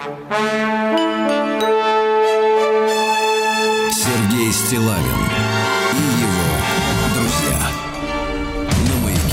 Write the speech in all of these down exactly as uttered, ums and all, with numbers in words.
Сергей Стиллавин и его друзья на Маяке.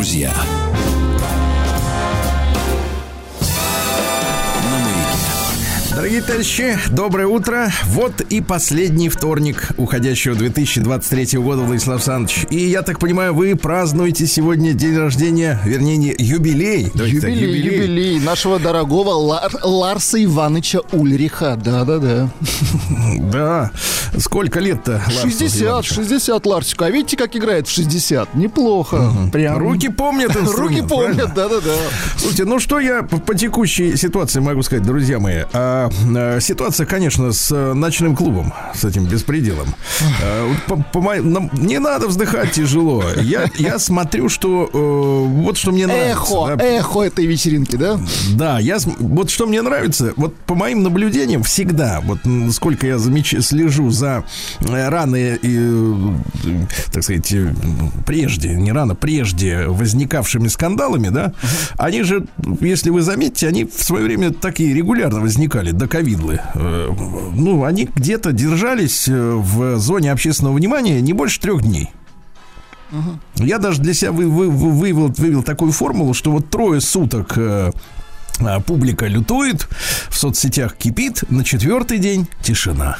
друзья. Дорогие товарищи, доброе утро. Вот и последний вторник уходящего две тысячи двадцать третьего года, Владислав Александрович. И, я так понимаю, вы празднуете сегодня день рождения, вернее, не юбилей. Юбилей, так, юбилей. юбилей нашего дорогого Лар, Ларса Ивановича Ульриха. Да-да-да. Да. Сколько лет-то Ларсу шестьдесят, шестьдесят Ларсику. А видите, как играет в шестьдесят? Неплохо. Угу. Прям. Руки помнят инструмент. Руки помнят, да-да-да. Слушайте, ну что я по, по текущей ситуации могу сказать, друзья мои? А, а, ситуация, конечно, с ночным клубом, с этим беспределом. А, по, по моей, нам, не надо вздыхать тяжело. Я, я смотрю, что э, вот что мне нравится. Эхо, да? эхо этой вечеринки, да? Да, я, вот что мне нравится, вот по моим наблюдениям всегда, вот сколько я замеч... слежу за рано, и, так сказать, прежде, не рано, прежде возникавшими скандалами, да, uh-huh. они же, если вы заметите, они в свое время такие регулярно возникали, до ковидлы. Ну, они где-то держались в зоне общественного внимания не больше трех дней. Uh-huh. Я даже для себя вы, вы, вы, вывел, вывел такую формулу, что вот трое суток э, публика лютует, в соцсетях кипит, на четвертый день тишина.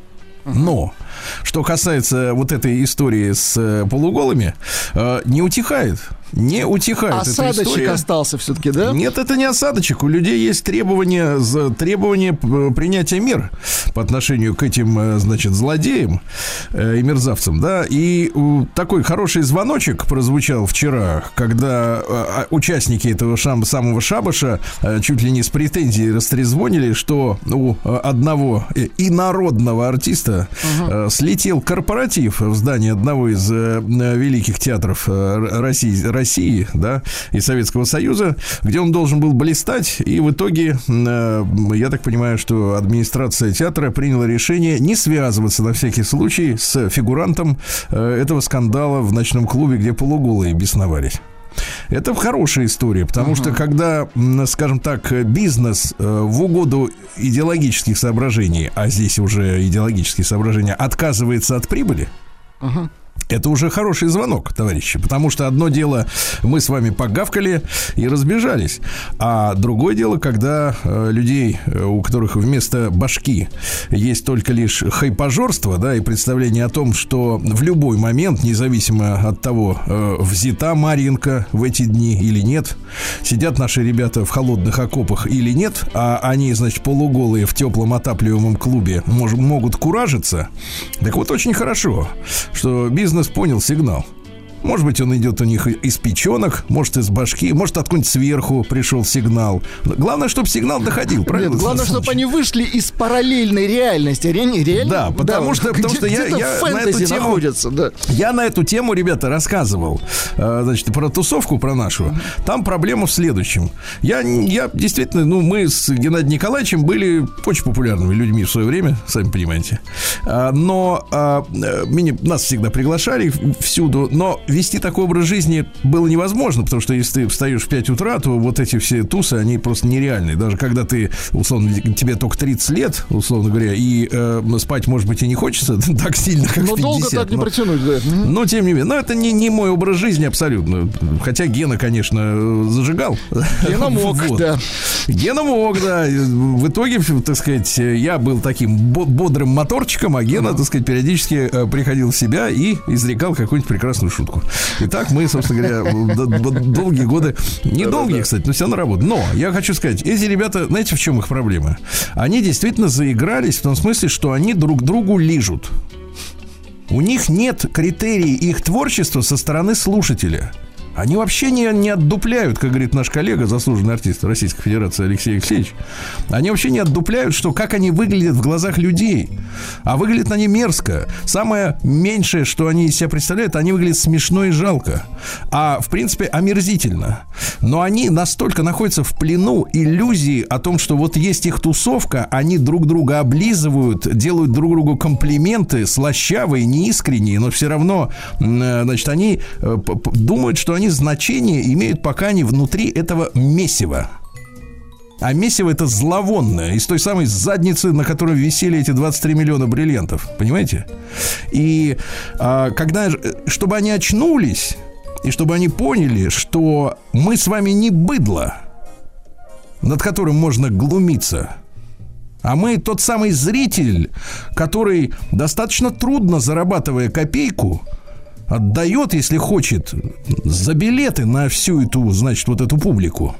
Но, что касается вот этой истории с полуголыми, э, не утихает. Не утихает эта история. Осадочек остался все-таки, да? Нет, это не осадочек. У людей есть требования, требования принятия мер по отношению к этим, значит, злодеям и мерзавцам, да. И такой хороший звоночек прозвучал вчера, когда участники этого шам, самого шабаша чуть ли не с претензией растрезвонили, что у одного инородного артиста uh-huh. слетел корпоратив в здании одного из великих театров России, России, да, и Советского Союза, где он должен был блистать, и в итоге, э, я так понимаю, что администрация театра приняла решение не связываться на всякий случай с фигурантом э, этого скандала в ночном клубе, где полуголые бесновались. Это хорошая история, потому uh-huh. что когда, скажем так, бизнес э, в угоду идеологических соображений, а здесь уже идеологические соображения, отказывается от прибыли, uh-huh. это уже хороший звонок, товарищи, потому что одно дело, мы с вами погавкали и разбежались, а другое дело, когда э, людей, у которых вместо башки есть только лишь хайпажорство, да, и представление о том, что в любой момент, независимо от того, э, взята Марьинка в эти дни или нет, сидят наши ребята в холодных окопах или нет, а они, значит, полуголые в теплом отапливаемом клубе мож- могут куражиться, так вот очень хорошо, что бизнес понял сигнал. Может быть, он идет у них из печенок, может, из башки, может, откуда-нибудь сверху пришел сигнал. Главное, чтобы сигнал доходил, правильно? Нет, главное, чтобы они вышли из параллельной реальности. Ре- реально? Да, потому да, что, потому что я, я на эту тему, находятся, да. я на эту тему, ребята, рассказывал, значит, про тусовку, про нашу. Там проблема в следующем. Я, я действительно, ну, мы с Геннадием Николаевичем были очень популярными людьми в свое время, сами понимаете. Но меня, нас всегда приглашали всюду, но вести такой образ жизни было невозможно, потому что если ты встаешь в пять утра, то вот эти все тусы, они просто нереальные. Даже когда ты, условно, тебе только тридцать лет, условно говоря, и э, спать, может быть, и не хочется так сильно, как но в пятьдесят. Но долго так не но, протянуть, да. Но, тем не менее, но это не, не мой образ жизни абсолютно. Хотя Гена, конечно, зажигал. Гена мог, вот. да. Гена мог, да. В итоге, так сказать, я был таким бодрым моторчиком, а Гена, uh-huh. так сказать, периодически приходил в себя и изрекал какую-нибудь прекрасную шутку. Итак, мы, собственно говоря, долгие годы, недолгие, кстати, но все равно работают. Но я хочу сказать, эти ребята, знаете, в чем их проблема? Они действительно заигрались в том смысле, что они друг другу лижут. У них нет критерий их творчества со стороны слушателя. Они вообще не, не отдупляют, как говорит наш коллега, заслуженный артист Российской Федерации Алексей Алексеевич. Они вообще не отдупляют, что как они выглядят в глазах людей. А выглядят они мерзко. Самое меньшее, что они из себя представляют, они выглядят смешно и жалко. А, в принципе, омерзительно. Но они настолько находятся в плену иллюзии о том, что вот есть их тусовка, они друг друга облизывают, делают друг другу комплименты, слащавые, неискренние, но все равно, значит, они думают, что они значение имеют, пока они внутри этого месива. А месиво это зловонное, из той самой задницы, на которой висели эти двадцать три миллиона бриллиантов. Понимаете? И а, когда, чтобы они очнулись, и чтобы они поняли, что мы с вами не быдло, над которым можно глумиться, а мы тот самый зритель, который достаточно трудно, зарабатывая копейку, отдает, если хочет, за билеты на всю эту, значит, вот эту публику.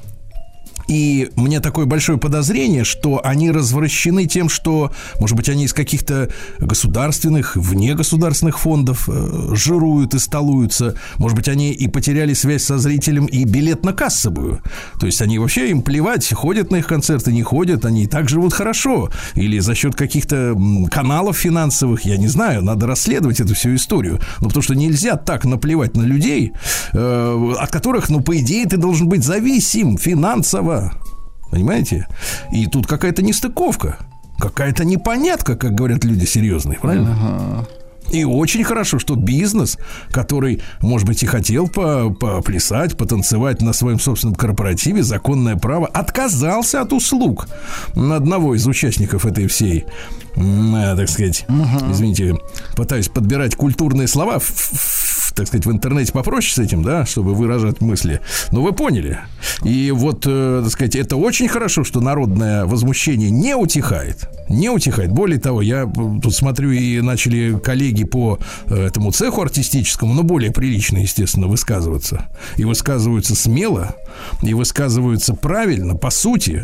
И мне такое большое подозрение, что они развращены тем, что, может быть, они из каких-то государственных, внегосударственных фондов э, жируют и столуются. Может быть, они и потеряли связь со зрителем и билетно-кассовую. То есть они вообще, им плевать, ходят на их концерты, не ходят, они и так живут хорошо. Или за счет каких-то каналов финансовых, я не знаю, надо расследовать эту всю историю. Ну, потому что нельзя так наплевать на людей, э, от которых, ну, по идее, ты должен быть зависим финансово. Понимаете? И тут какая-то нестыковка, какая-то непонятка, как говорят люди серьезные, правильно? Ага. И очень хорошо, что бизнес, который, может быть, и хотел поплясать, потанцевать на своем собственном корпоративе, законное право, отказался от услуг одного из участников этой всей, так сказать, uh-huh. извините, пытаюсь подбирать культурные слова, в, в, так сказать, в интернете попроще с этим, да, чтобы выражать мысли. Но вы поняли. И вот, э, так сказать, это очень хорошо, что народное возмущение не утихает. Не утихает. Более того, я тут смотрю, и начали коллеги по этому цеху артистическому, но более прилично, естественно, высказываться. И высказываются смело, и высказываются правильно, по сути.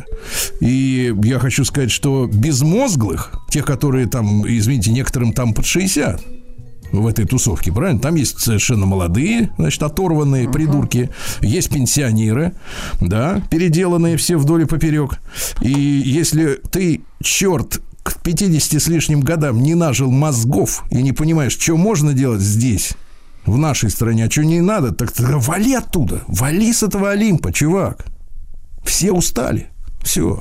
И я хочу сказать, что безмозглых, тех, которые там, извините, некоторым там под шестьдесят, в этой тусовке, правильно? Там есть совершенно молодые, значит, оторванные uh-huh. придурки, есть пенсионеры, да, переделанные все вдоль и поперек. И если ты, черт, к пятидесяти с лишним годам не нажил мозгов и не понимаешь, что можно делать здесь, в нашей стране, а что не надо, так вали оттуда, вали с этого Олимпа, чувак. Все устали, все.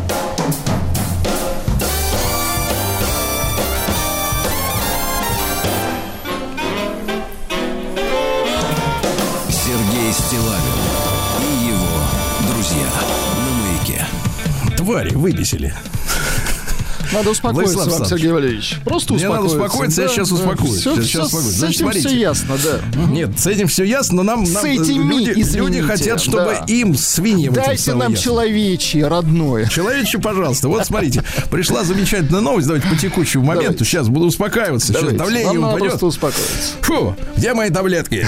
Стиллавин и его друзья на Маяке. Твари выбесили. Надо успокоиться, вам, Сергей Валерьевич. Просто успокоиться. Мне надо успокоиться, да, я сейчас да. успокоюсь. Все, сейчас, все, сейчас успокоюсь. с Значит, этим смотрите. все ясно, да. Нет, с этим все ясно, но нам, с нам этими, люди, люди хотят, чтобы да. им, свиньям, дайте нам ясно. Человечье, родное. Человечье, пожалуйста. Вот смотрите, пришла замечательная новость. Давайте по текущему моменту. Давайте. Сейчас буду успокаиваться. Давайте. Сейчас давление нам упадет. Просто успокоиться. Фу, где мои таблетки?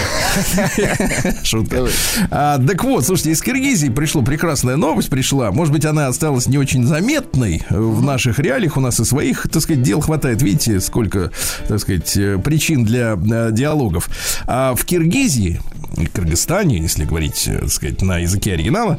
Шутка. А, так вот, слушайте, из Киргизии пришла прекрасная новость. Пришла. Может быть, она осталась не очень заметной в наших реалиях. У нас и своих, так сказать, дел хватает. Видите, сколько, так сказать, причин для диалогов. А в Киргизии, в Кыргызстане, если говорить, так сказать, на языке оригинала,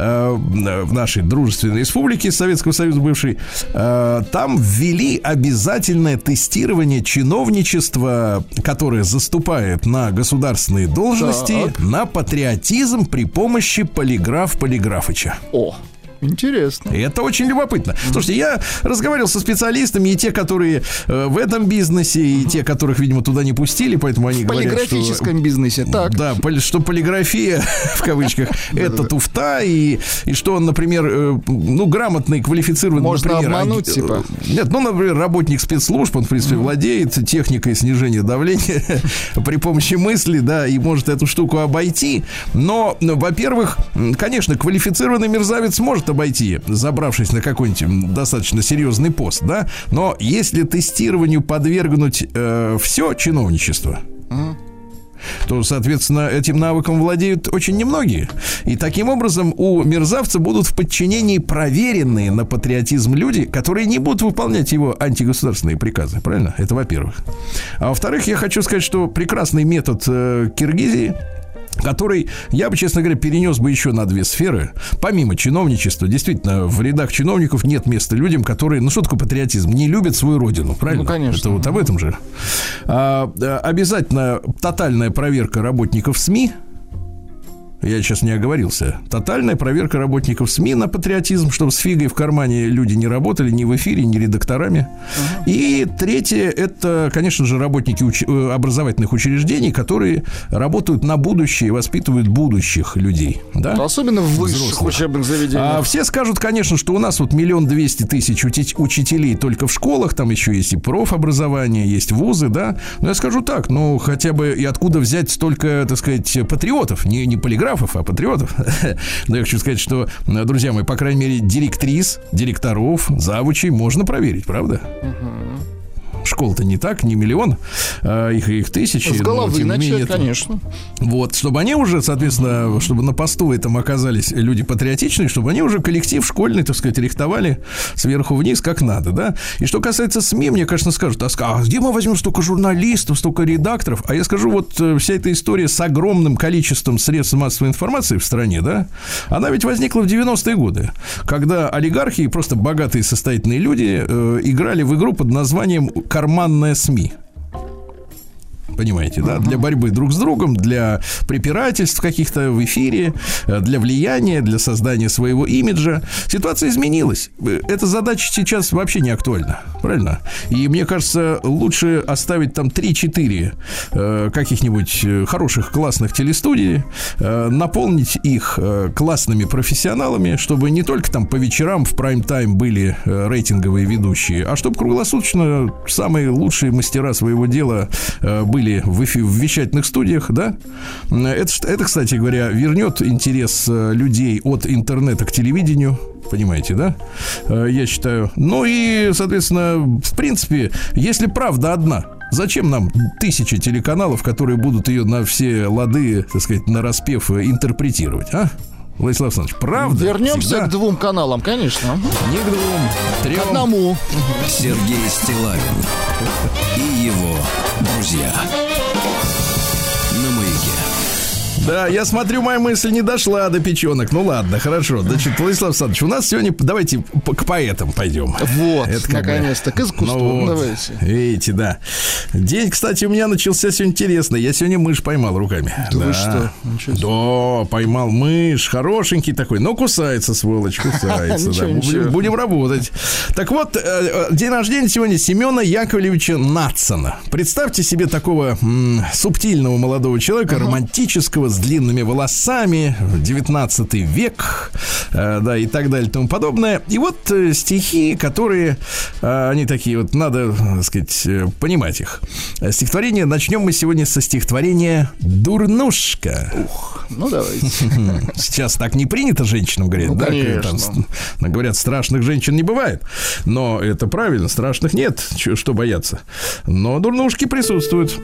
в нашей дружественной республике Советского Союза бывшей, там ввели обязательное тестирование чиновничества, которое заступает на государственные должности, так. на патриотизм при помощи полиграф Полиграфыча. О! Интересно. И это очень любопытно. Mm-hmm. Слушайте, я разговаривал со специалистами, и те, которые э, в этом бизнесе, и mm-hmm. те, которых, видимо, туда не пустили, поэтому они в говорят, что... В полиграфическом бизнесе, так. Да, что полиграфия, в кавычках, это туфта, и что он, например, ну, грамотный, квалифицированный, можно обмануть, типа. Нет, ну, например, работник спецслужб, он, в принципе, владеет техникой снижения давления при помощи мысли, да, и может эту штуку обойти. Но, во-первых, конечно, квалифицированный мерзавец может обойти, забравшись на какой-нибудь достаточно серьезный пост, да, но если тестированию подвергнуть э, все чиновничество, uh-huh. то, соответственно, этим навыком владеют очень немногие. И таким образом у мерзавца будут в подчинении проверенные на патриотизм люди, которые не будут выполнять его антигосударственные приказы, правильно? Это во-первых. А во-вторых, я хочу сказать, что прекрасный метод э, Киргизии, который, я бы, честно говоря, перенес бы еще на две сферы. Помимо чиновничества, действительно, в рядах чиновников нет места людям, которые, ну что такое патриотизм? Не любят свою родину, правильно? Ну, конечно. Это вот об этом же. А, обязательно тотальная проверка работников СМИ. я сейчас не оговорился, тотальная проверка работников СМИ на патриотизм, чтобы с фигой в кармане люди не работали ни в эфире, ни редакторами. Uh-huh. И третье, это, конечно же, работники уч- образовательных учреждений, которые работают на будущее и воспитывают будущих людей. Да? Особенно в высших взрослых учебных заведениях. А все скажут, конечно, что у нас вот миллион двести тысяч учителей только в школах, там еще есть и профобразование, есть вузы, да. Но я скажу так, ну, хотя бы и откуда взять столько, так сказать, патриотов, не, не полиграфов, а патриотов. Но я хочу сказать, что, друзья мои, по крайней мере, директрис, директоров, завучей можно проверить, правда? Школ-то не так, не миллион, а их, их тысячи. С головы начать, конечно. Вот, чтобы они уже, соответственно, чтобы на посту этом оказались люди патриотичные, чтобы они уже коллектив школьный, так сказать, рихтовали сверху вниз, как надо, да. И что касается СМИ, мне, конечно, скажут, а где мы возьмем столько журналистов, столько редакторов? А я скажу, вот вся эта история с огромным количеством средств массовой информации в стране, да, она ведь возникла в девяностые годы, когда олигархи и просто богатые состоятельные люди э, играли в игру под названием «Карманная СМИ». Понимаете, да? Для борьбы друг с другом, для препирательств каких-то в эфире, для влияния, для создания своего имиджа. Ситуация изменилась. Эта задача сейчас вообще не актуальна. Правильно? И мне кажется, лучше оставить там три-четыре э, каких-нибудь хороших, классных телестудий, э, наполнить их э, классными профессионалами, чтобы не только там по вечерам в прайм-тайм были э, рейтинговые ведущие, а чтобы круглосуточно самые лучшие мастера своего дела э, были В, эфи, в вещательных студиях, да? Это, это, кстати говоря, вернет интерес людей от интернета к телевидению. Понимаете, да? Я считаю. Ну и, соответственно, в принципе, если правда одна, зачем нам тысячи телеканалов, которые будут ее на все лады, так сказать, нараспев интерпретировать, а? Владислав Александрович, правда? Вернемся всегда... к двум каналам, конечно. Не к двум, трем. К одному. Сергей Стиллавин и его друзья. На Маяке. Да, я смотрю, моя мысль не дошла до печенок. Ну ладно, хорошо. Значит, Владислав Александрович, у нас сегодня, давайте к поэтам пойдем. Вот, это наконец-то, бы... к искусству. Ну, вот, давайте. Видите, да. День, кстати, у меня начался сегодня интересный. Я сегодня мышь поймал руками. Да, да. Вы что? Да, поймал мышь, хорошенький такой, но кусается, сволочь, кусается. ничего, да. ничего. Будем, будем работать. Так вот, день рождения сегодня Семена Яковлевича Надсона. Представьте себе такого м- субтильного молодого человека, ага. романтического, с длинными волосами, девятнадцатый век, э, да, и так далее, и тому подобное. И вот э, стихи, которые, э, они такие вот, надо, так сказать, э, понимать их. Стихотворение, начнем мы сегодня со стихотворения «Дурнушка». Ух, ну давайте. Сейчас так не принято женщинам говорить, ну, да? Конечно. Там, говорят, страшных женщин не бывает. Но это правильно, страшных нет, что, что бояться. Но дурнушки присутствуют.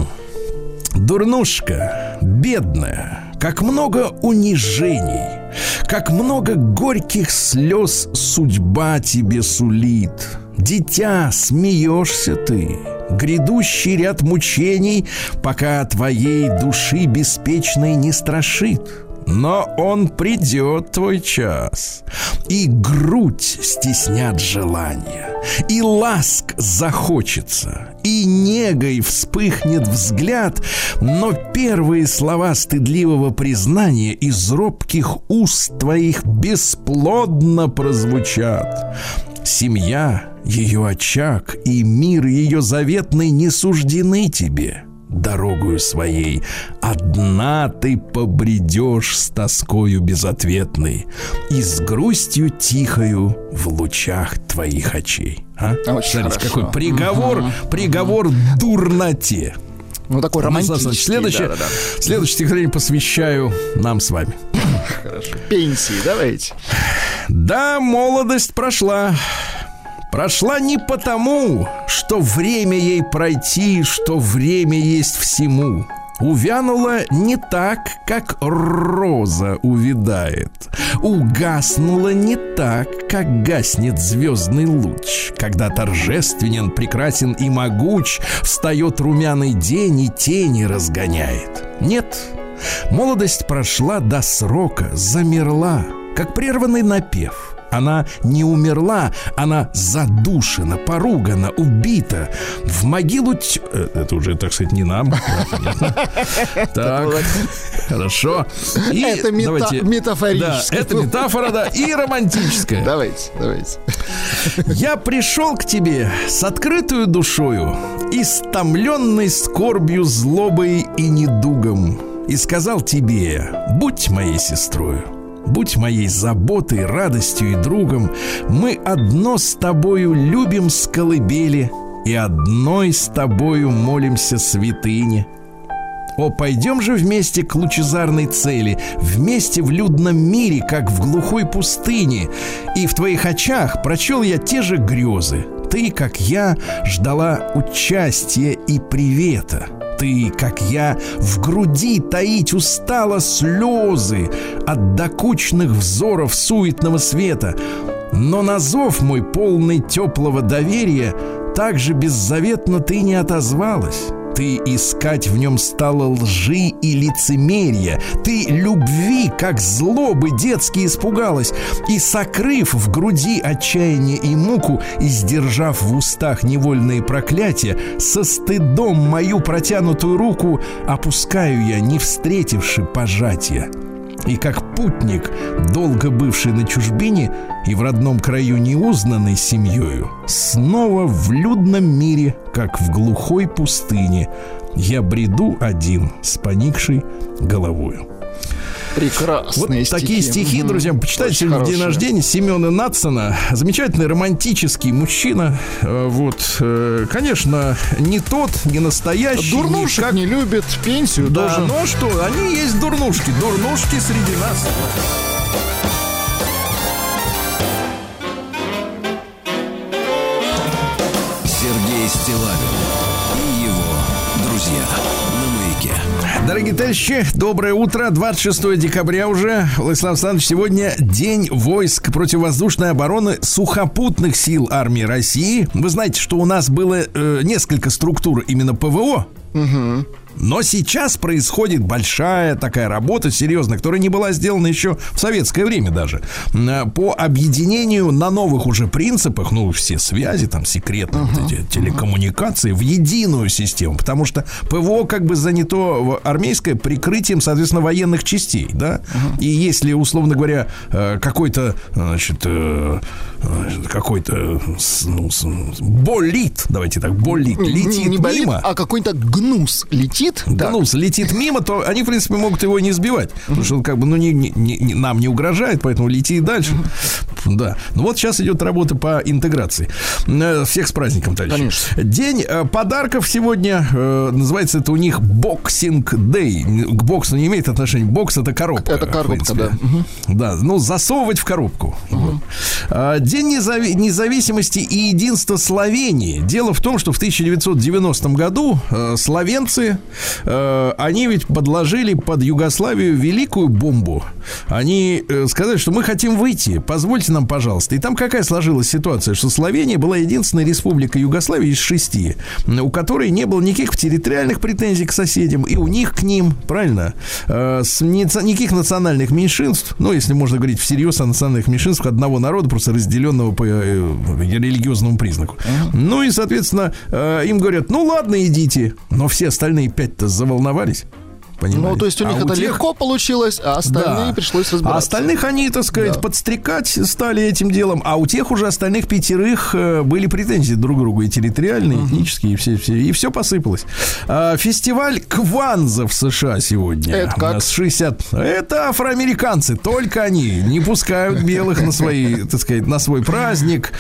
Дурнушка, бедная, как много унижений, как много горьких слез судьба тебе сулит. Дитя, смеешься ты, грядущий ряд мучений, пока твоей души беспечной не страшит. Но он придет, твой час, и грудь стеснят желания, и ласк захочется, и негой вспыхнет взгляд, но первые слова стыдливого признания из робких уст твоих бесплодно прозвучат. Семья, ее очаг и мир ее заветный не суждены тебе. Дорогою своей одна ты побредешь с тоскою безответной и с грустью тихою в лучах твоих очей. А? Смотрите, какой приговор, угу. приговор дурноте. Ну, такой романтический. Следующее, да, да, да. следующее стихотворение посвящаю нам с вами. Хорошо. Пенсии, давайте. Да, молодость прошла. Прошла не потому, что время ей пройти, что время есть всему. Увянула не так, как роза увядает. Угаснула не так, как гаснет звездный луч. Когда торжественен, прекрасен и могуч, встает румяный день и тени разгоняет. Нет, молодость прошла до срока, замерла, как прерванный напев. Она не умерла, она задушена, поругана, убита. В могилу... Т... Это уже, так сказать, не нам. Так, хорошо. Это метафорическое. Это метафора, да, и романтическая. Давайте, давайте. Я пришел к тебе с открытую душою, истомленной скорбью, злобой и недугом, и сказал тебе: будь моей сестрою, будь моей заботой, радостью и другом. Мы одно с тобою любим с колыбели, и одной с тобою молимся святыне. О, пойдем же вместе к лучезарной цели, вместе в людном мире, как в глухой пустыне. И в твоих очах прочел я те же грезы. Ты, как я, ждала участия и привета. Ты, как я, в груди таить устала слезы от докучных взоров суетного света. Но на зов мой, полный теплого доверия, так же беззаветно ты не отозвалась. Ты искать в нем стала лжи и лицемерия. Ты любви, как злобы детски испугалась. И, сокрыв в груди отчаяние и муку, и сдержав в устах невольные проклятия, со стыдом мою протянутую руку опускаю я, не встретивши пожатия. И как путник, долго бывший на чужбине и в родном краю неузнанный семьёю, снова в людном мире, как в глухой пустыне, я бреду один с поникшей головою. Прекрасные вот стихи. Такие стихи, друзья, почитайте сегодня в день рождения Семена Надсона. Замечательный романтический мужчина. Вот, конечно, не тот, не настоящий. Дурнушек не, как... не любит, пенсию да, должен. Ну что, они есть дурнушки. Дурнушки среди нас. Сергей Стиллавин и его друзья. Дорогие товарищи, доброе утро. двадцать шестое декабря уже. Владислав Александрович, сегодня день войск противовоздушной обороны сухопутных сил армии России. Вы знаете, что у нас было э, несколько структур именно ПВО. Угу. Но сейчас происходит большая такая работа, серьезная, которая не была сделана еще в советское время даже, по объединению на новых уже принципах, ну, все связи, там, секретные uh-huh. вот эти телекоммуникации в единую систему, потому что ПВО как бы занято армейское прикрытием, соответственно, военных частей, да, uh-huh. и если, условно говоря, какой-то, значит, какой-то, ну, болид, давайте так, болид летит не болит, мимо, а какой-то гнус летит. Гнус летит мимо, то они, в принципе, могут его не сбивать. Uh-huh. Потому что он как бы, ну, не, не, не, нам не угрожает, поэтому лети дальше. Uh-huh. Да. Ну вот сейчас идет работа по интеграции. Всех с праздником, товарищи. Конечно. День подарков сегодня. Называется это у них Boxing Day. К боксу не имеет отношения. Бокс — это коробка. Это коробка, да. Uh-huh. Да. Ну, засовывать в коробку. Uh-huh. Вот. День незави- независимости и единства Словении. Дело в том, что в тысяча девятьсот девяностом году э, словенцы они ведь подложили под Югославию великую бомбу. Они сказали, что мы хотим выйти, позвольте нам, пожалуйста. И там какая сложилась ситуация, что Словения была единственной республикой Югославии из шести, у которой не было никаких территориальных претензий к соседям, и у них к ним, правильно, никаких национальных меньшинств, ну, если можно говорить всерьез о национальных меньшинствах одного народа, просто разделенного по религиозному признаку. Uh-huh. Ну и, соответственно, им говорят, ну ладно, идите, но все остальные пять-то заволновались. Понимаете? Ну, то есть у них а это у тех... легко получилось, а остальные да. пришлось разбираться. А остальных они, так сказать, да. подстрекать стали этим делом. А у тех уже остальных пятерых были претензии друг к другу. И территориальные, и этнические, и все, все. И все посыпалось. Фестиваль Кванза в США сегодня. Это как? С шестидесятого. Это афроамериканцы. Только они не пускают белых на свои, так сказать, на свой праздник.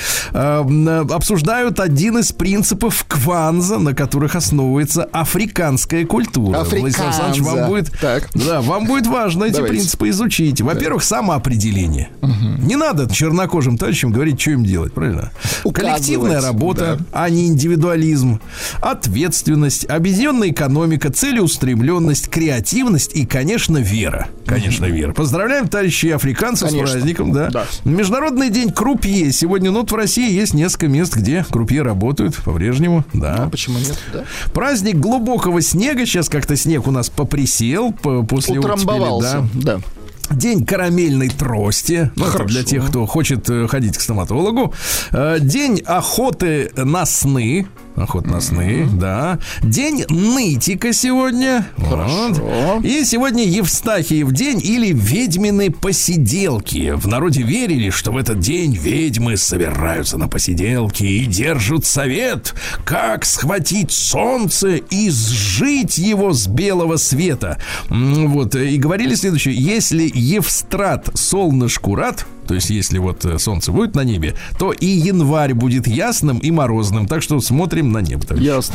Обсуждают один из принципов Кванза, на которых основывается африканская культура. Африканцы. Вам будет, да, вам будет важно эти Давайте. принципы изучить. Во-первых, самоопределение. Угу. Не надо чернокожим товарищам говорить, что им делать, правильно? Коллективная работа, да. а не индивидуализм. Ответственность, объединенная экономика, целеустремленность, креативность и, конечно, вера. Конечно, угу. вера. Поздравляем, товарищи африканцев, конечно. С праздником. Да. Да. Международный день крупье. Сегодня, ну, в России есть несколько мест, где крупье работают по-прежнему. Да. А почему нет? Да. Праздник глубокого снега. Сейчас как-то снег у нас поприсел после утрамбовался, оттепели, да. да. День карамельной трости. Ну, это для тех, кто хочет ходить к стоматологу. День охоты на сны. Охота на сны, mm-hmm. да. День нытика сегодня. Вот. И сегодня Евстахиев день или ведьмины посиделки. В народе верили, что в этот день ведьмы собираются на посиделки и держат совет, как схватить солнце и сжить его с белого света. Вот. И говорили следующее. Если Евстрат солнышку рад, то есть если вот солнце будет на небе, то и январь будет ясным и морозным. Так что смотрим на небо. Товарищ. Ясно.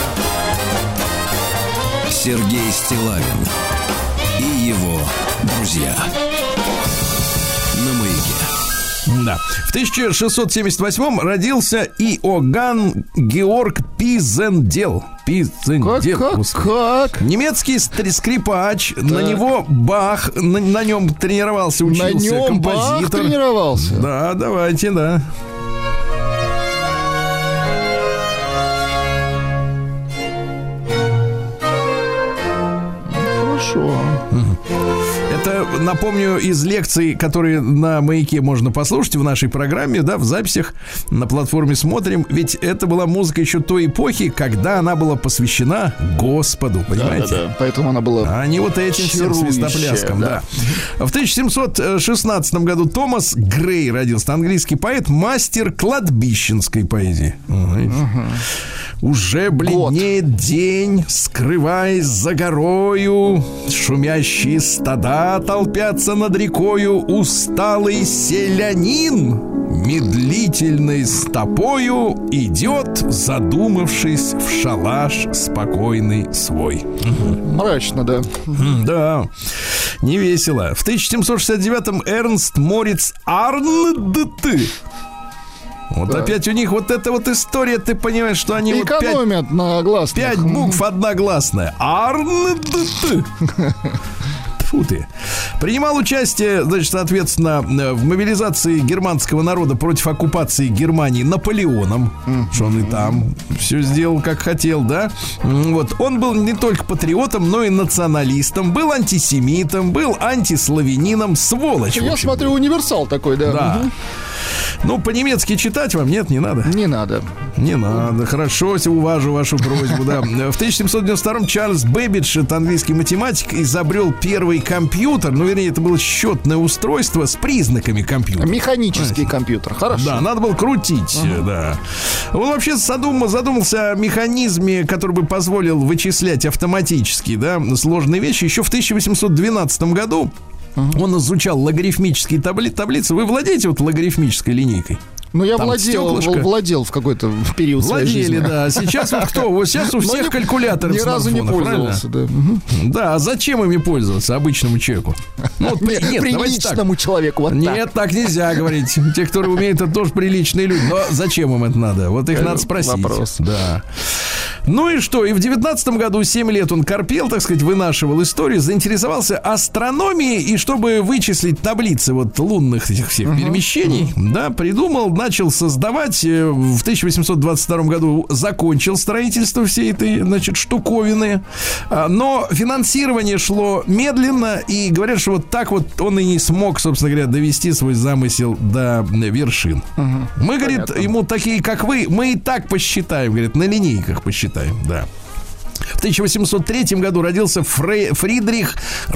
Сергей Стиллавин и его друзья на Маяке. Да. В тысяча шестьсот семьдесят восьмом родился Иоганн Георг Пизендел. Пизендел. Как, как, как? Немецкий скрипач. Да. На него Бах, на, на нем тренировался, учился. На нем композитор. Бах тренировался? Да, давайте, да. Хорошо. Это, напомню, из лекций, которые на Маяке можно послушать в нашей программе, да, в записях на платформе «Смотрим». Ведь это была музыка еще той эпохи, когда она была посвящена Господу, понимаете? Да, да, да. Поэтому она была а не вот этим всем свистопляском, да. да. В тысяча семьсот шестнадцатом году Томас Грей родился, английский поэт, мастер кладбищенской поэзии. Угу. Уже бледнеет Год. День, скрываясь за горою, шумящие стада толпятся над рекою, усталый селянин медлительной стопою идет, задумавшись в шалаш спокойный свой. Мрачно, да. Да, не весело. В тысяча семьсот шестьдесят девятом Эрнст Мориц Арндт. Вот да. Опять у них вот эта вот история, ты понимаешь, что они экономят вот пять, на гласных. Пять букв одногласная. Арндт. Фу ты. Принимал участие, значит, соответственно, в мобилизации германского народа против оккупации Германии Наполеоном. Mm-hmm. Что он и там все сделал, как хотел, да? Вот. Он был не только патриотом, но и националистом. Был антисемитом, был антиславянином. Сволочь. Я смотрю, универсал такой, да. Да. Угу. Ну, по-немецки читать вам нет, не надо. Не надо. Не надо. Хорошо, уважу вашу просьбу, да. В тысяча семьсот девяносто втором Чарльз Бэббидж, это английский математик, изобрел первый компьютер. Ну, вернее, это было счетное устройство с признаками компьютера. Механический Знаете? компьютер, хорошо. Да, надо было крутить, uh-huh. да. Он вообще задум, задумался о механизме, который бы позволил вычислять автоматически, да, сложные вещи. Еще в тысяча восемьсот двенадцатом году Uh-huh. он изучал логарифмические табли- таблицы. Вы владеете вот логарифмической линейкой? Ну, я владел, владел в какой-то период Владели, своей жизни. да. Сейчас вот кто? Вот сейчас у всех калькуляторы. Ни разу не пользовался, да. Да, а зачем ими пользоваться обычному человеку? Ну, вот, нет, нет, приличному человеку. Вот нет, так. так нельзя говорить. Те, кто умеет, это тоже приличные люди. Но зачем им это надо? Вот их это надо спросить. Вопрос. Да. Ну и что? И в девятнадцатом году, семь лет он корпел, так сказать, вынашивал историю, заинтересовался астрономией, и чтобы вычислить таблицы вот лунных этих всех uh-huh. перемещений, uh-huh. да, придумал, начал создавать. В тысяча восемьсот двадцать втором году закончил строительство всей этой, значит, штуковины. Но финансирование шло медленно, и говорят, что вот так вот он и не смог, собственно говоря, довести свой замысел до вершин. Uh-huh. Мы, говорит, Понятно. ему такие, как вы, мы и так посчитаем, говорит, на линейках посчитаем. Да. В тысяча восемьсот третьем году родился Фрей, Фридрих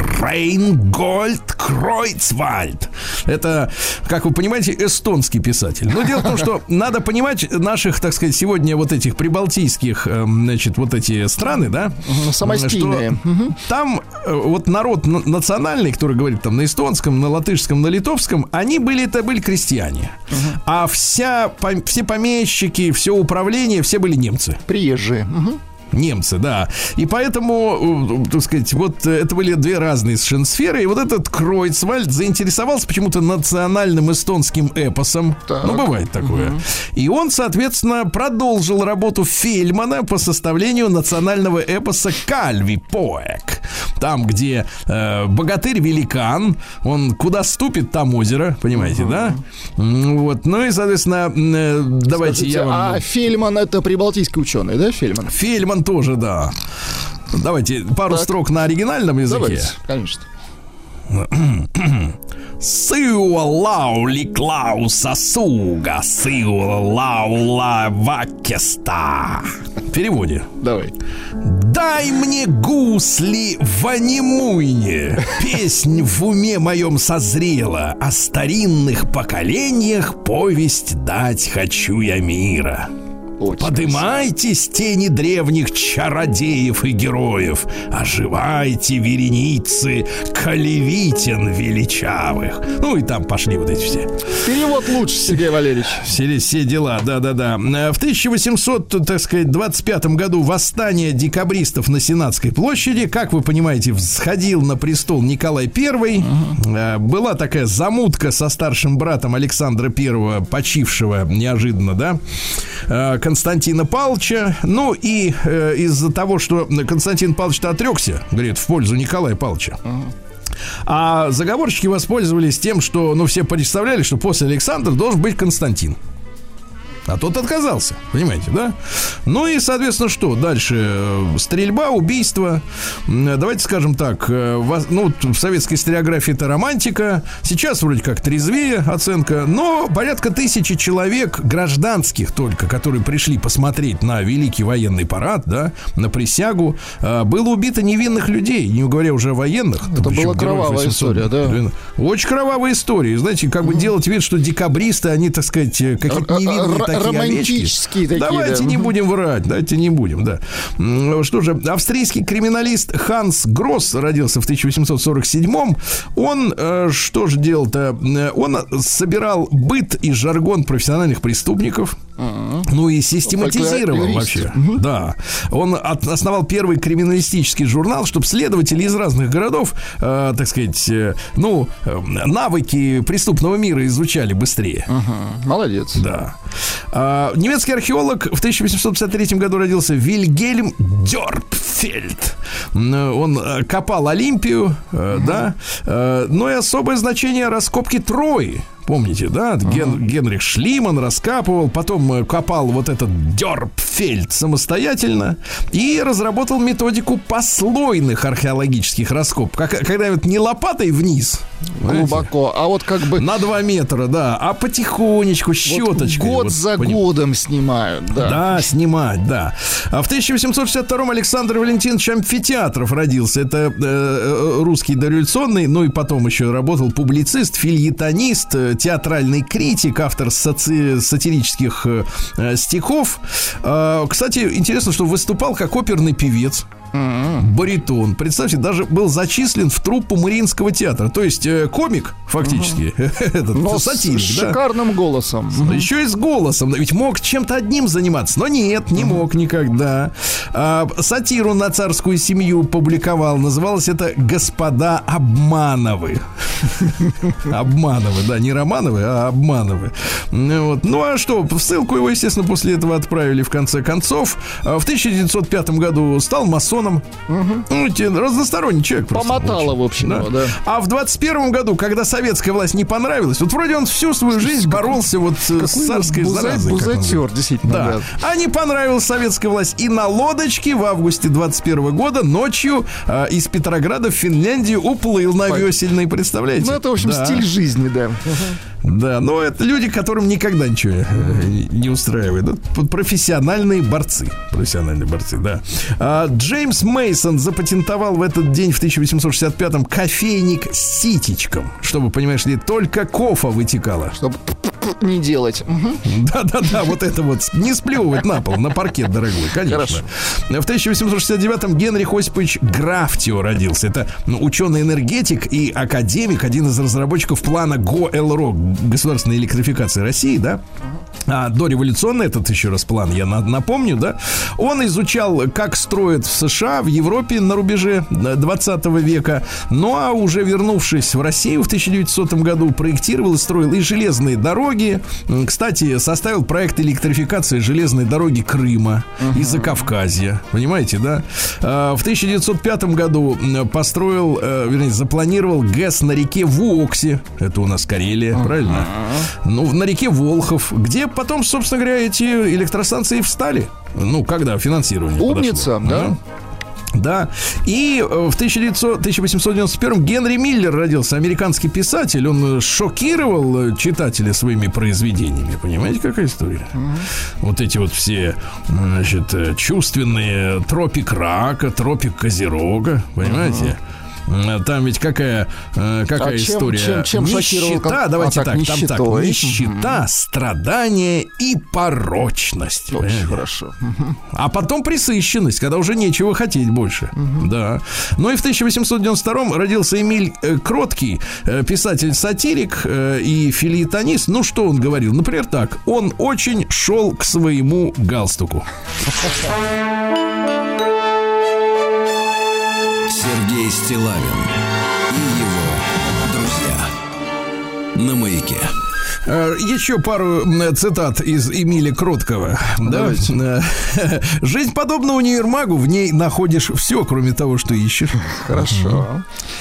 Рейнгольд Кройцвальд. Это, как вы понимаете, эстонский писатель. Но дело в том, что надо понимать наших, так сказать, сегодня вот этих прибалтийских, значит, вот эти страны, да? Самостийные. Там вот народ национальный, который говорит там на эстонском, на латышском, на литовском, они были, это были крестьяне. Uh-huh. А вся, по, все помещики, все управление, все были немцы. Приезжие. Uh-huh. Немцы, да. И поэтому, так сказать, вот это были две разные совершенно сферы. И вот этот Кройцвальд заинтересовался почему-то национальным эстонским эпосом. Так. Ну, бывает такое. Угу. И он, соответственно, продолжил работу Фельдмана по составлению национального эпоса Кальви-Поэк. Там, где э, богатырь-великан, он куда ступит, там озеро, понимаете, угу. да? Вот. Ну и, соответственно, э, давайте Скажите, я вам... А Фельдман — это прибалтийский ученый, да, Фельдман? Фельдман тоже, да. Давайте пару так. строк на оригинальном языке. Давайте, конечно. Сыуа лаули клауса суга, сыуа лаула вакеста. В переводе. Давай. Дай мне гусли в анемуйне. Песнь в уме моем созрела. О старинных поколениях повесть дать хочу я мира. Очень Подымайтесь, тени древних чародеев и героев, оживайте, вереницы колевитин величавых. Ну и там пошли вот эти все. Перевод лучше, Сергей Валерьевич. Все, все дела, да-да-да. В тысяча восемьсот, так сказать, двадцать пятом году восстание декабристов на Сенатской площади. Как вы понимаете, всходил на престол Николай Первый. Uh-huh. Была такая замутка со старшим братом Александра Первого, почившего неожиданно, да, Константина Павловича. Ну и э, из-за того, что Константин Павлович-то отрекся, говорит, в пользу Николая Павловича. Uh-huh. А заговорщики воспользовались тем, что, ну, все представляли, что после Александра должен быть Константин. А тот отказался, понимаете, да? Ну и, соответственно, что? Дальше стрельба, убийство. Давайте скажем так, ну, в советской историографии это романтика. Сейчас вроде как трезвее оценка. Но порядка тысячи человек, гражданских только, которые пришли посмотреть на великий военный парад, да, на присягу, было убито невинных людей, не говоря уже о военных. Это была кровавая история, да? Очень кровавая история. Знаете, как бы mm. делать вид, что декабристы, они, так сказать, какие-то невинные такие романтические такие, давайте да. не будем врать, давайте не будем, да. Что же, австрийский криминалист Ханс Гросс родился в тысяча восемьсот сорок седьмом. Он э, что же делал-то? Он собирал быт и жаргон профессиональных преступников. Uh-huh. Ну и систематизировал вообще. Uh-huh. Да. Он от, основал первый криминалистический журнал, чтобы следователи из разных городов, э, так сказать, э, ну, э, навыки преступного мира изучали быстрее. Uh-huh. Молодец. Да. А, немецкий археолог в тысяча восемьсот пятьдесят третьем году родился Вильгельм Дёрпфельд. Он копал Олимпию, uh-huh. да. Но и особое значение раскопки Трои. Помните, да? Ген, uh-huh. Генрих Шлиман раскапывал, потом копал вот этот Дёрпфельд самостоятельно и разработал методику послойных археологических раскопок. Как, когда вот не лопатой вниз, глубоко, знаете, а вот как бы на два метра, да, а потихонечку, щеточкой. Вот год вот, за поним... годом снимают, да. Да, снимать, да. А в тысяча восемьсот шестьдесят втором Александр Валентинович Амфитеатров родился. Это э, русский дореволюционный, ну и потом еще работал публицист, фельетонист, театральный критик, автор соци- сатирических э, стихов. Э, кстати, интересно, что выступал как оперный певец. Mm-hmm. Баритон. Представьте, даже был зачислен в труппу Мариинского театра. То есть э, комик, фактически. Mm-hmm. Этот, но сатирик, с да? шикарным голосом. Mm-hmm. Еще и с голосом. Ведь мог чем-то одним заниматься. Но нет, не mm-hmm. мог никогда. А, сатиру на царскую семью публиковал. Называлось это «Господа Обмановы». Обмановы, да, не Романовы, а Обмановы. Вот. Ну а что, в ссылку его, естественно, после этого отправили в конце концов. В тысяча девятьсот пятом году стал масоном. Угу. Ну, разносторонний человек просто. Помотало, в общем, да? Его, да. А в двадцать первом году, когда советская власть не понравилась, вот вроде он всю свою жизнь боролся вот с царской буза- заразой. Бузатер, действительно. Да. Да. А не понравилась советская власть. И на лодочке в августе двадцать первого года ночью э, из Петрограда в Финляндию уплыл на весельный, представляете? Ну, это, в общем, да. стиль жизни, да. Да, но это люди, которым никогда ничего не устраивает. Это профессиональные борцы. Профессиональные борцы, да. А, Джеймс Мейсон запатентовал в этот день, в тысяча восемьсот шестьдесят пятом, кофейник с ситечком. Чтобы, понимаешь ли, только кофе вытекало. Чтобы не делать. Да-да-да, вот это вот. Не сплевывать на пол, на паркет, дорогой, конечно. Хорошо. В тысяча восемьсот шестьдесят девятом Генрих Осипович Графтио родился. Это ну, ученый-энергетик и академик, один из разработчиков плана ГО-ЭЛРО, государственной электрификации России, да? А, дореволюционный этот, еще раз, план, я на, напомню, да? Он изучал, как строят в США, в Европе на рубеже двадцатого века. Ну, а уже вернувшись в Россию в тысяча девятисотом году, проектировал и строил и железные дороги. Кстати, составил проект электрификации железной дороги Крыма uh-huh. и Закавказья. Понимаете, да? А, в тысяча девятьсот пятом году построил, вернее, запланировал ГЭС на реке Вуоксе. Это у нас Карелия, uh-huh. правильно? Ну, на реке Волхов, где потом, собственно говоря, эти электростанции встали. Ну, когда финансирование Умница, подошло. да? Да. И в тысяча восемьсот девяносто первом Генри Миллер родился, американский писатель. Он шокировал читателя своими произведениями. Понимаете, какая история? Mm-hmm. Вот эти вот все, значит, чувственные тропик рака, тропик козерога. Понимаете? Mm-hmm. Там ведь какая, какая а чем, история? Чем, чем нищета, как... давайте а, так, так там так, нищета, угу. страдания и порочность. Очень хорошо. Угу. А потом пресыщенность, когда уже нечего хотеть больше. Угу. Да. Ну и в тысяча восемьсот девяносто втором родился Эмиль Кроткий, писатель-сатирик и фельетонист. Ну что он говорил? Например, так: он очень шел к своему галстуку. Сергей Стиллавин и его друзья на Маяке. Еще пару цитат из Эмиля Кроткого. Да? Жизнь подобна универмагу, в ней находишь все, кроме того, что ищешь. Хорошо.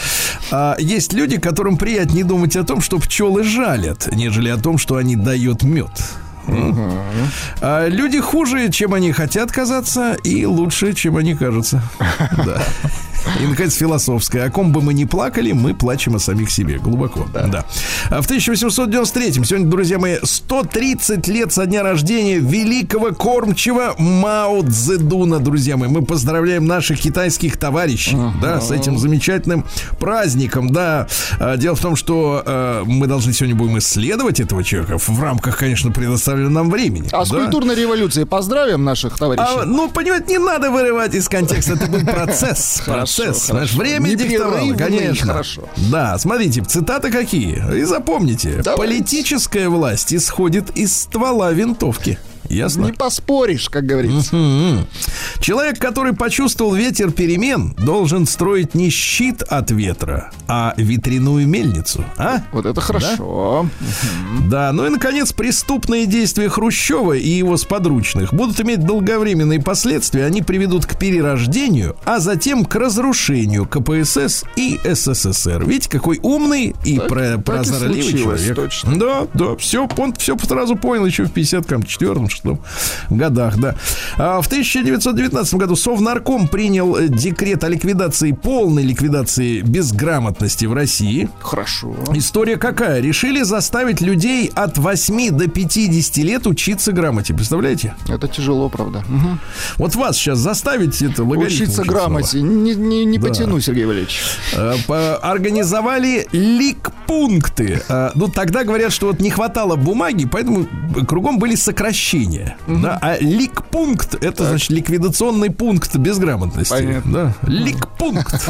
А есть люди, которым приятнее думать о том, что пчелы жалят, нежели о том, что они дают мед. Uh-huh. А люди хуже, чем они хотят казаться, и лучше, чем они кажутся. Да. И, наконец, философская. О ком бы мы ни плакали, мы плачем о самих себе. Глубоко. Да. Да. А в тысяча восемьсот девяносто третьем, сегодня, друзья мои, сто тридцать лет со дня рождения великого кормчего Мао Цзэдуна, друзья мои. Мы поздравляем наших китайских товарищей, uh-huh. да, с этим замечательным праздником. Да. Дело в том, что э, мы должны сегодня будем исследовать этого человека в рамках, конечно, предоставленного нам времени. А да? С культурной революцией поздравим наших товарищей. А, ну, понимаете, не надо вырывать из контекста. Это был процесс. Процесс. Знаешь, время диктовало, конечно. Хорошо. Да, смотрите, цитаты какие. И запомните. Давайте. Политическая власть исходит из ствола винтовки. Ясно? Не поспоришь, как говорится. Uh-huh. Человек, который почувствовал ветер перемен, должен строить не щит от ветра, а ветряную мельницу. А? Вот это хорошо. Да? Uh-huh. Да, ну и, наконец, преступные действия Хрущева и его сподручных будут иметь долговременные последствия. Они приведут к перерождению, а затем к разрушению ка пэ эс эс и эс эс эс эр. Видите, какой умный и так, про- прозорливый человек. Точно. Да, да, все, он все сразу понял еще в пятьдесят четвёртом годах, да. А в тысяча девятьсот девятнадцатом году Совнарком принял декрет о ликвидации, полной ликвидации безграмотности в России. Хорошо. История какая? Решили заставить людей от восьми до пятидесяти лет учиться грамоте. Представляете? Это тяжело, правда. Угу. Вот вас сейчас заставить это логарифм учиться грамоте. Не, не, не да. потяну, Сергей Валерьевич. А, организовали ликпункты. А, ну, тогда говорят, что вот не хватало бумаги, поэтому кругом были сокращения. Uh-huh. Да, а ликпункт — это, так. значит, ликвидационный пункт безграмотности. Понятно. Да? Ликпункт.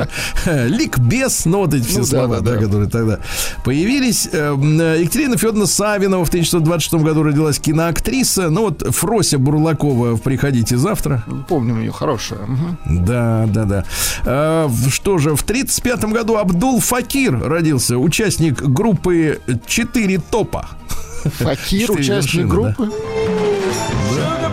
Ликбез, ну вот эти все слова, да, которые тогда появились. Екатерина Федоровна Савинова в тысяча девятьсот двадцать шестом году родилась, киноактриса. Ну вот Фрося Бурлакова в «Приходите завтра». Помним ее, хорошая. Да, да, да. Что же, в тридцать пятом году Абдул Факир родился, участник группы «Четыре топа». Факир, участник группы? Да.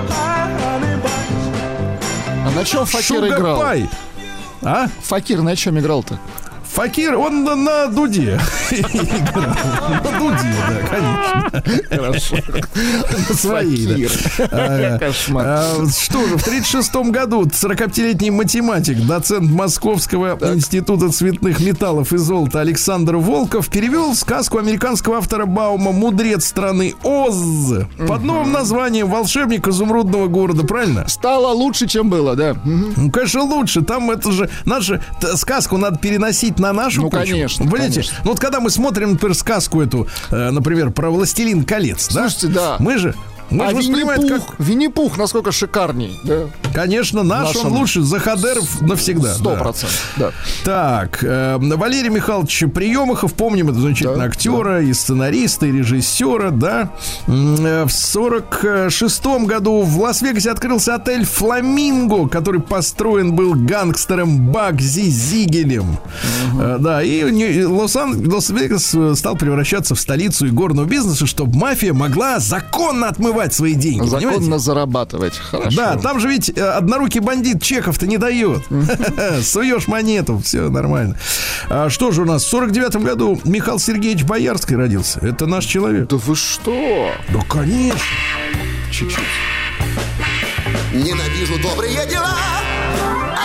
А на чем Факир Sugar играл? Pie. А? Факир на чем играл-то? Факир, он на, на дуде играл. На дуде, да, конечно. Хорошо. Свои, да. Кошмар. А, что же, в тридцать шестом году сорокапятилетний математик, доцент Московского так. института цветных металлов и золота Александр Волков перевел сказку американского автора Баума «Мудрец страны Оз» угу. под новым названием «Волшебник изумрудного города», правильно? Стало лучше, чем было, да. Угу. Ну, конечно, лучше. Там это же, нашу сказку надо переносить на нашу ну, почву. Конечно, Видите? конечно. Ну, вот когда мы смотрим, например, сказку эту, э, например, про «Властелин колец», слушайте, да, да. мы же Мы а Винни-Пух, как... Винни-Пух насколько шикарней, да? Конечно, наш Нашем... он лучше, Захадер навсегда. Сто процентов, да. да. Так, э, Валерий Михайлович Приемахов, помним, это замечательного да, актера, да. и сценариста, и режиссера, да. В сорок шестом году в Лас-Вегасе открылся отель «Фламинго», который построен был гангстером Багзи Зигелем. Угу. Э, да, и Лос-Ан... Лас-Вегас стал превращаться в столицу игорного бизнеса, чтобы мафия могла законно отмывать свои деньги. Законно понимаете? зарабатывать. Хорошо. Да, там же ведь однорукий бандит чеков-то не дает. Суешь монету, все нормально. А что же у нас? В сорок девятом году Михаил Сергеевич Боярский родился. Это наш человек. Да вы что? Да, конечно. Чуть-чуть. Ненавижу добрые дела.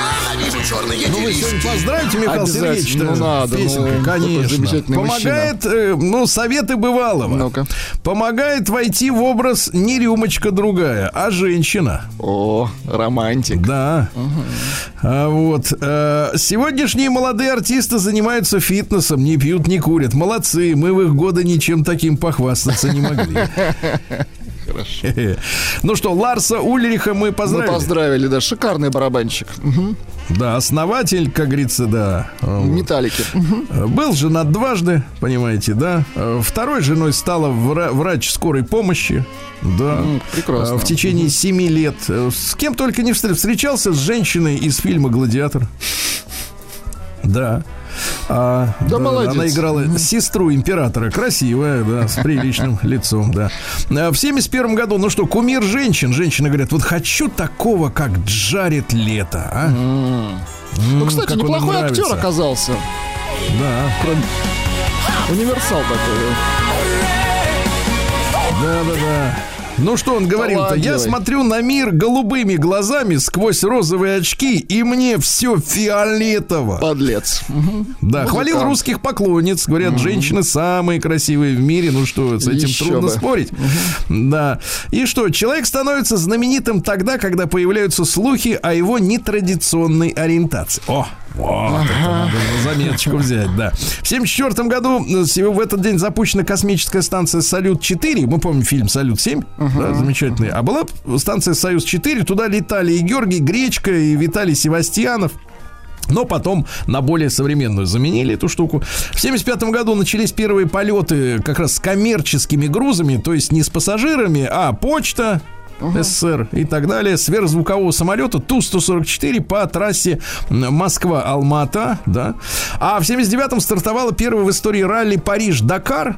Ну, вы сегодня поздравите, Михаил Сергеевич, ну, надо, песенка, ну, конечно. Помогает, э, ну, советы бывалого. Ну-ка. Помогает войти в образ не рюмочка другая, а женщина. О, романтик. Да. Угу. А вот. Э, сегодняшние молодые артисты занимаются фитнесом, не пьют, не курят. Молодцы, мы в их годы ничем таким похвастаться не могли. Хорошо. Ну что, Ларса Ульриха мы поздравили. Мы поздравили, да, шикарный барабанщик. Угу. Да, основатель, как говорится, да. Металлики. Угу. Был женат дважды, понимаете, да. Второй женой стала вра- врач скорой помощи. Да. Ну, прекрасно. В течение угу. семи лет. С кем только не встречался, с женщиной из фильма «Гладиатор». Да. А, да, да, молодец. Она играла mm-hmm. сестру императора. Красивая, да, с приличным лицом, да. В семьдесят первом году, ну что, кумир женщин. Женщины говорят, вот хочу такого, как Джаред Лето, а? Mm. Mm, ну, кстати, неплохой актер оказался. Да. Универсал такой. Да, да, да. Ну что он говорил-то? Я смотрю на мир голубыми глазами сквозь розовые очки, и мне все фиолетово. Подлец. Угу. Да, музыка. Хвалил русских поклонниц. Говорят, угу. женщины самые красивые в мире. Ну что, с этим Еще трудно бы. спорить. Угу. Да. И что, человек становится знаменитым тогда, когда появляются слухи о его нетрадиционной ориентации. О! Вот, ага. это надо на заметочку взять, да. В семьдесят четвёртом году в этот день запущена космическая станция «Салют-четыре». Мы помним фильм «Салют-семь», ага. да, замечательный. А была станция «Союз-четыре». Туда летали и Георгий Гречко, и Виталий Севастьянов. Но потом на более современную заменили эту штуку. В семьдесят пятом году начались первые полеты как раз с коммерческими грузами. То есть не с пассажирами, а почта, Uh-huh. СССР и так далее, сверхзвукового самолета Ту сто сорок четыре по трассе Москва-Алма-Ата, да. А в семьдесят девятом стартовала первая в истории ралли Париж-Дакар.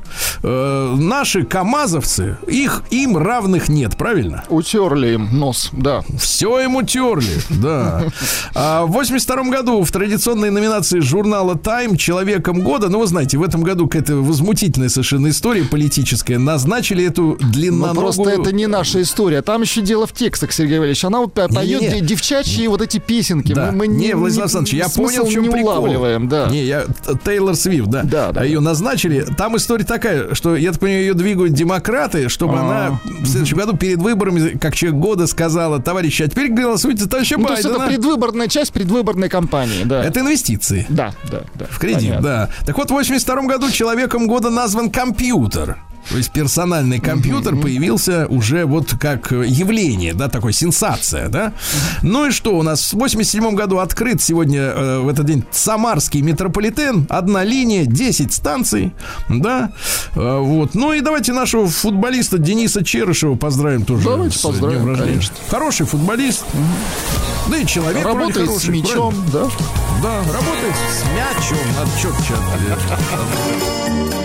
Э, наши камазовцы, их, им равных нет, правильно? Утерли им нос, да. Все им утерли, да. А в восемьдесят втором году в традиционной номинации журнала Time «Человеком года», ну, вы знаете, в этом году какая-то возмутительная совершенно история политическая, назначили эту длинноногую... Но просто это не наша история. Там еще дело в текстах, Сергей Валерьевич. Она вот поет не, не. девчачьи вот эти песенки. Да. Мы, мы не, Владислав Александрович, я понял, в чем не прикол. улавливаем, да. Не, я Тейлор Свифт, да. Да, да. Ее назначили. Там история такая, что, я так понимаю, ее двигают демократы, чтобы А-а-а. она в следующем году перед выборами, как человек года, сказала: товарищи, а теперь голосуйте за товарища ну, Байдена. То есть это предвыборная часть предвыборной кампании, да. Это инвестиции. Да, да, да. В кредит, понятно. Да. Так вот, в восемьдесят втором году человеком года назван компьютер. То есть персональный компьютер uh-huh. появился уже вот как явление, да, такой сенсация, да. Uh-huh. Ну и что, у нас в восемьдесят седьмом году открыт сегодня э, в этот день Самарский метрополитен, одна линия, десять станций, да. Э, вот. Ну и давайте нашего футболиста Дениса Черышева поздравим тоже. Давайте с поздравим, днем рождения. Конечно. Хороший футболист, uh-huh. да и человек работает хороший, с мячом, правильно? Да. Да, работает с мячом, надо четко ответить.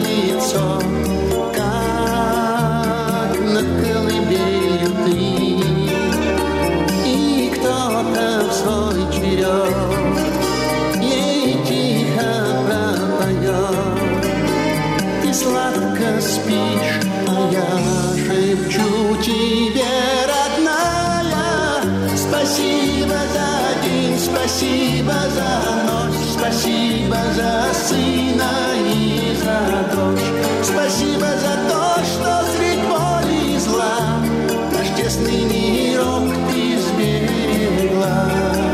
Над колыбелью ты за ночь, спасибо за сына и за дочь. Спасибо за то, что средь боли и зла наш тесный мирок ты сберегла.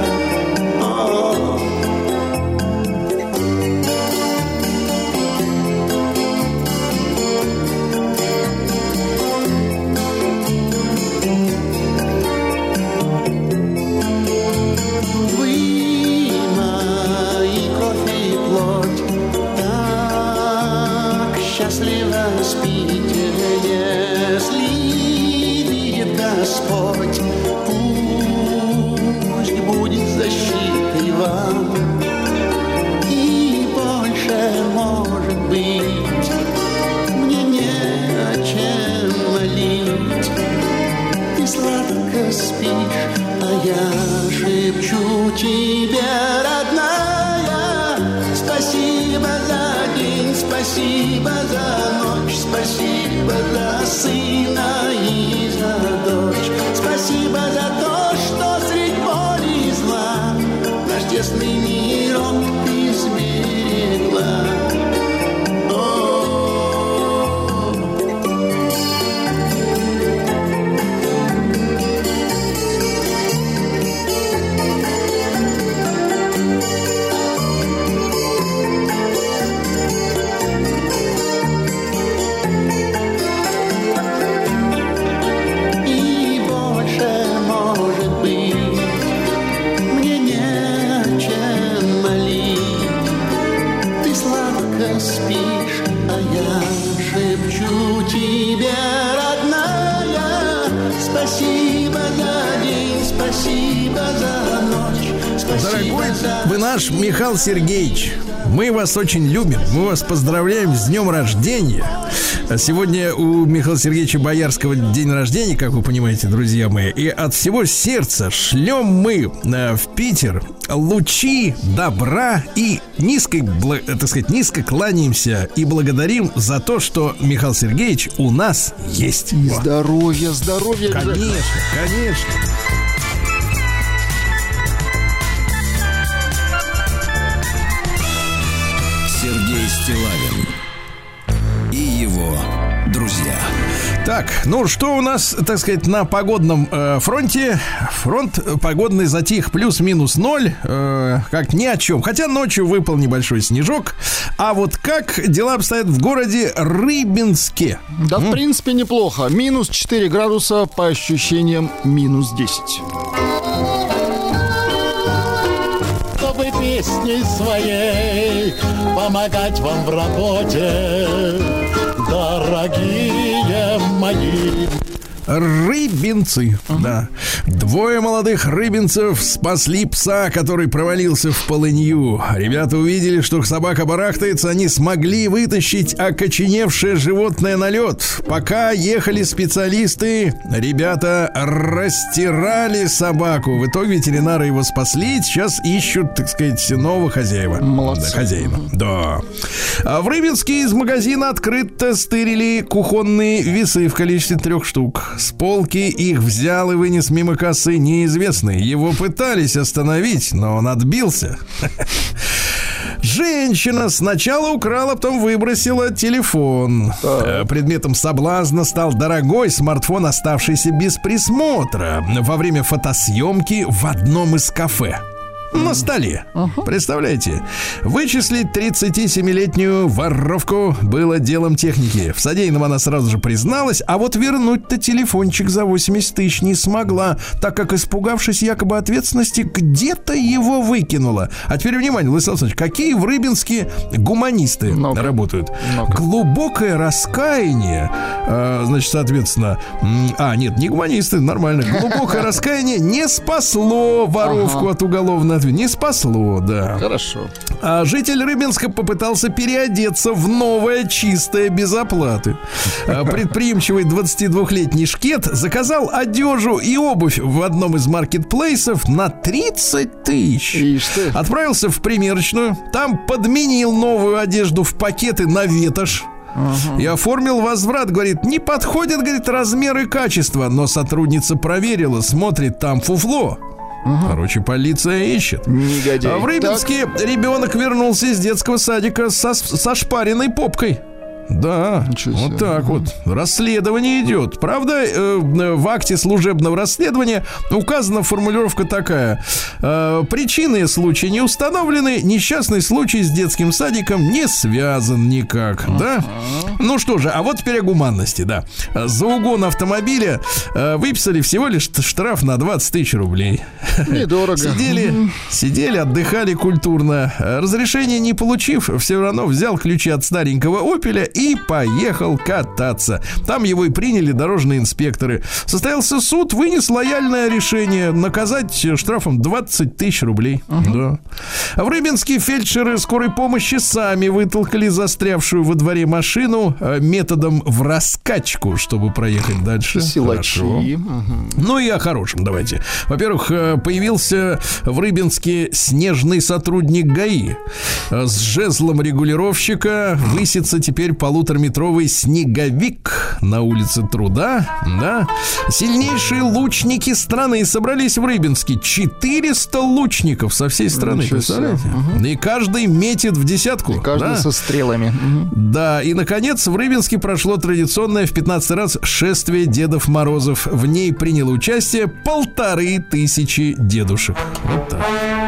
Счастливо спите, если видит Господь, пусть будет защитой вам. И больше, может быть, мне не о чем молить. Ты сладко спишь, а я шепчу тебе, родная, спасибо за день, спасибо за ночь, спасибо за сына и за дочь. Спасибо за то, что средь боли и зла наш тесный мирок ты сберегла. Спишь, а я шепчу тебе, родная, спасибо за день, спасибо за ночь, спасибо. Дорогой за... вы наш Михаил Сергеевич, мы вас очень любим, мы вас поздравляем с днем рождения. Сегодня у Михаила Сергеевича Боярского день рождения, как вы понимаете, друзья мои. И от всего сердца шлем мы э, в Питер лучи добра и низко, бла- так сказать, низко кланяемся и благодарим за то, что Михаил Сергеевич у нас есть. И здоровья, здоровья. Конечно, конечно. Сергей Стиллавин и его друзья. Так, ну что у нас, так сказать, на погодном э, фронте? Фронт погодный затих, плюс-минус ноль, э, как ни о чем. Хотя ночью выпал небольшой снежок. А вот как дела обстоят в городе Рыбинске? Да, М? в принципе, неплохо. Минус четыре градуса, по ощущениям минус десять. Чтобы песней своей помогать вам в работе, дорогие мои. Рыбинцы, uh-huh. да. Двое молодых рыбинцев спасли пса, который провалился в полынью. Ребята увидели, что собака барахтается, они смогли вытащить окоченевшее животное на лед. Пока ехали специалисты, ребята растирали собаку. В итоге ветеринары его спасли, сейчас ищут, так сказать, нового хозяева. Молодцы. Да, хозяина, uh-huh. да. А в Рыбинске из магазина открыто стырили кухонные весы в количестве трех штук. С полки их взял и вынес мимо кассы неизвестный. Его пытались остановить, но он отбился. Женщина сначала украла, потом выбросила телефон. Предметом соблазна стал дорогой смартфон, оставшийся без присмотра во время фотосъемки в одном из кафе. На столе. Uh-huh. Представляете? Вычислить тридцатисемилетнюю воровку было делом техники. В содеянном она сразу же призналась, а вот вернуть-то телефончик за восемьдесят тысяч не смогла, так как, испугавшись якобы ответственности, где-то его выкинула. А теперь внимание, Владислав Александрович, какие в Рыбинске гуманисты Много. работают? Много. Глубокое раскаяние, э, значит, соответственно, а, нет, не гуманисты, нормально. Глубокое раскаяние не спасло воровку от уголовного. Не спасло, да. Хорошо. А житель Рыбинска попытался переодеться в новое чистое без оплаты. А предприимчивый двадцатидвухлетний шкет заказал одежду и обувь в одном из маркетплейсов на тридцать тысяч. Отправился в примерочную, там подменил новую одежду в пакеты на ветошь. Uh-huh. И оформил возврат, говорит, не подходят, говорит, размер и качество. Но сотрудница проверила, смотрит, там фуфло. Угу. Короче, полиция ищет. Негодяй. А в Рыбинске так. ребенок вернулся из детского садика со, со шпаренной попкой. Да, вот так вот. Расследование идет. Правда, э, в акте служебного расследования указана формулировка такая. Э, причины случая не установлены, несчастный случай с детским садиком не связан никак. Uh-huh. Да? Ну что же, а вот теперь о гуманности, да. За угон автомобиля э, выписали всего лишь штраф на двадцать тысяч рублей. Недорого. Сидели, сидели, отдыхали культурно. Разрешение не получив, все равно взял ключи от старенького «Опеля» и поехал кататься. Там его и приняли дорожные инспекторы. Состоялся суд, вынес лояльное решение наказать штрафом двадцать тысяч рублей. Uh-huh. Да. А в Рыбинске фельдшеры скорой помощи сами вытолкали застрявшую во дворе машину методом в раскачку, чтобы проехать дальше. Силачи. Uh-huh. Ну и о хорошем давайте. Во-первых, появился в Рыбинске снежный сотрудник ГАИ. С жезлом регулировщика высится теперь полутораметровый снеговик на улице Труда. Да. Сильнейшие лучники страны собрались в Рыбинске. четыреста лучников со всей страны. Представляете? Угу. И каждый метит в десятку. И каждый да? со стрелами. Угу. Да, и, наконец, в Рыбинске прошло традиционное в пятнадцатый раз шествие Дедов Морозов. В ней приняло участие полторы тысячи дедушек. Вот так.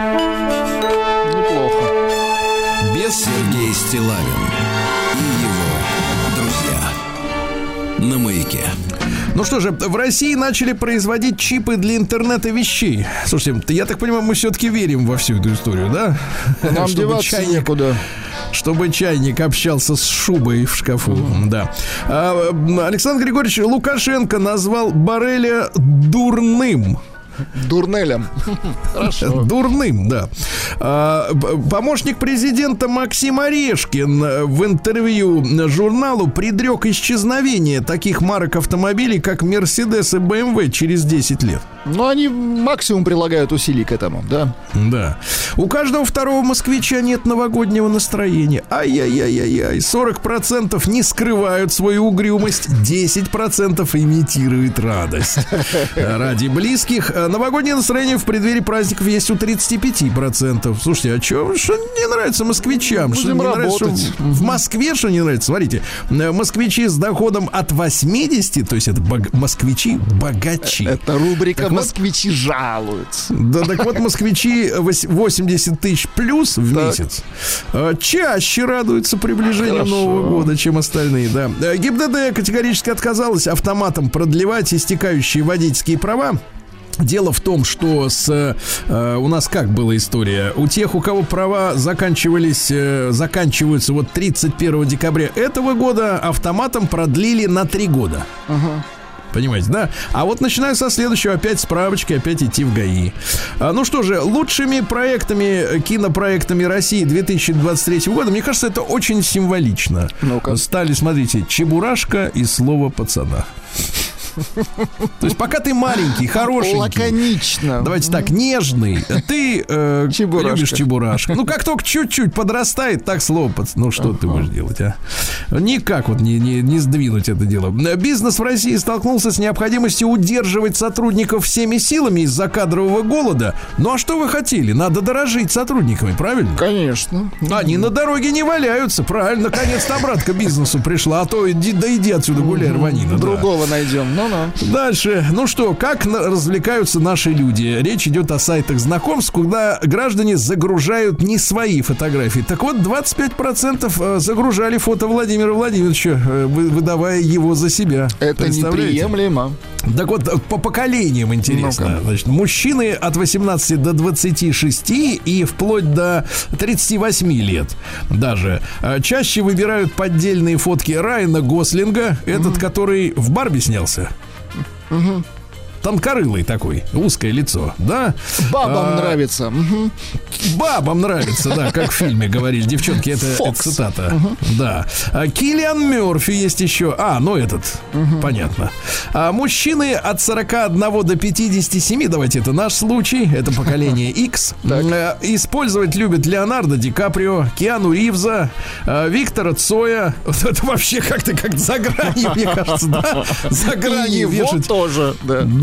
Неплохо. Без Сергей Стиллавин и его друзья на Маяке. Ну что же, в России начали производить чипы для интернета вещей. Слушайте, я так понимаю, мы все-таки верим во всю эту историю, да? Нам деваться чайник, некуда. Чтобы чайник общался с шубой в шкафу, uh-huh. да. А, Александр Григорьевич Лукашенко назвал Борреля дурным. Дурнелем. Хорошо. Дурным, да. А, помощник президента Максим Орешкин в интервью журналу предрек исчезновение таких марок автомобилей, как Мерседес и бэ эм вэ через десять лет. Ну, они максимум прилагают усилий к этому, да? Да. У каждого второго москвича нет новогоднего настроения. Ай-яй-яй-яй-яй. сорок процентов не скрывают свою угрюмость, десять процентов имитируют радость. Ради близких. Новогоднее настроение в преддверии праздников есть у тридцать пять процентов. Слушайте, а что, что не нравится москвичам? Будем что не работать. Нравится, что в Москве что не нравится? Смотрите, москвичи с доходом от восьмидесяти, то есть это бог, москвичи богачи. Это рубрика так «Москвичи вот, жалуются». Да, так вот, москвичи восемьдесят тысяч плюс в так. месяц чаще радуются приближению Хорошо. Нового года, чем остальные, да. ГИБДД категорически отказалась автоматом продлевать истекающие водительские права. Дело в том, что с, э, у нас как была история? У тех, у кого права заканчивались, э, заканчиваются вот тридцать первого декабря этого года, автоматом продлили на три года. Uh-huh. Понимаете, да? А вот начиная со следующего, опять справочки, опять идти в ГАИ. А, ну что же, лучшими проектами, кинопроектами России две тысячи двадцать третьего года, мне кажется, это очень символично. Ну-ка. Стали, смотрите, «Чебурашка» и «Слово пацана». То есть пока ты маленький, хорошенький, лаконично. давайте так, нежный, ты э, любишь чебурашку. Ну как только чуть-чуть подрастает, так слово, ну что uh-huh. ты будешь делать, а? Никак вот не, не, не сдвинуть это дело. Бизнес в России столкнулся с необходимостью удерживать сотрудников всеми силами из-за кадрового голода. Ну а что вы хотели? Надо дорожить сотрудниками, правильно? Конечно. Они на дороге не валяются, правильно. Наконец-то обратка бизнесу пришла, а то иди, да иди отсюда, гуляй, рванина. Другого да. найдем. Ну-ну. Дальше. Ну что, как на- развлекаются наши люди? Речь идет о сайтах знакомств, куда граждане загружают не свои фотографии. Так вот, двадцать пять процентов загружали фото Владимира Владимировича, выдавая его за себя. Это неприемлемо. Так вот, по поколениям интересно. Значит, мужчины от восемнадцати до двадцати шести и вплоть до тридцати восьми лет даже чаще выбирают поддельные фотки Райана Гослинга, этот, mm-hmm. который в Барби снялся. Mm-hmm. Тонкорылый такой, узкое лицо, да? Бабам а, нравится. Угу. Бабам нравится, да, как в фильме говорили девчонки, это, это цитата. Угу. Да. А, Киллиан Мёрфи есть еще. А, ну этот, угу. понятно. А, мужчины от сорока одного до пятидесяти семи, давайте, это наш случай, это поколение X. А, использовать любят Леонардо Ди Каприо, Киану Ривза, а, Виктора Цоя. Вот это вообще как-то как за гранью, мне кажется, да? За гранью вешать. Его тоже, да. Да.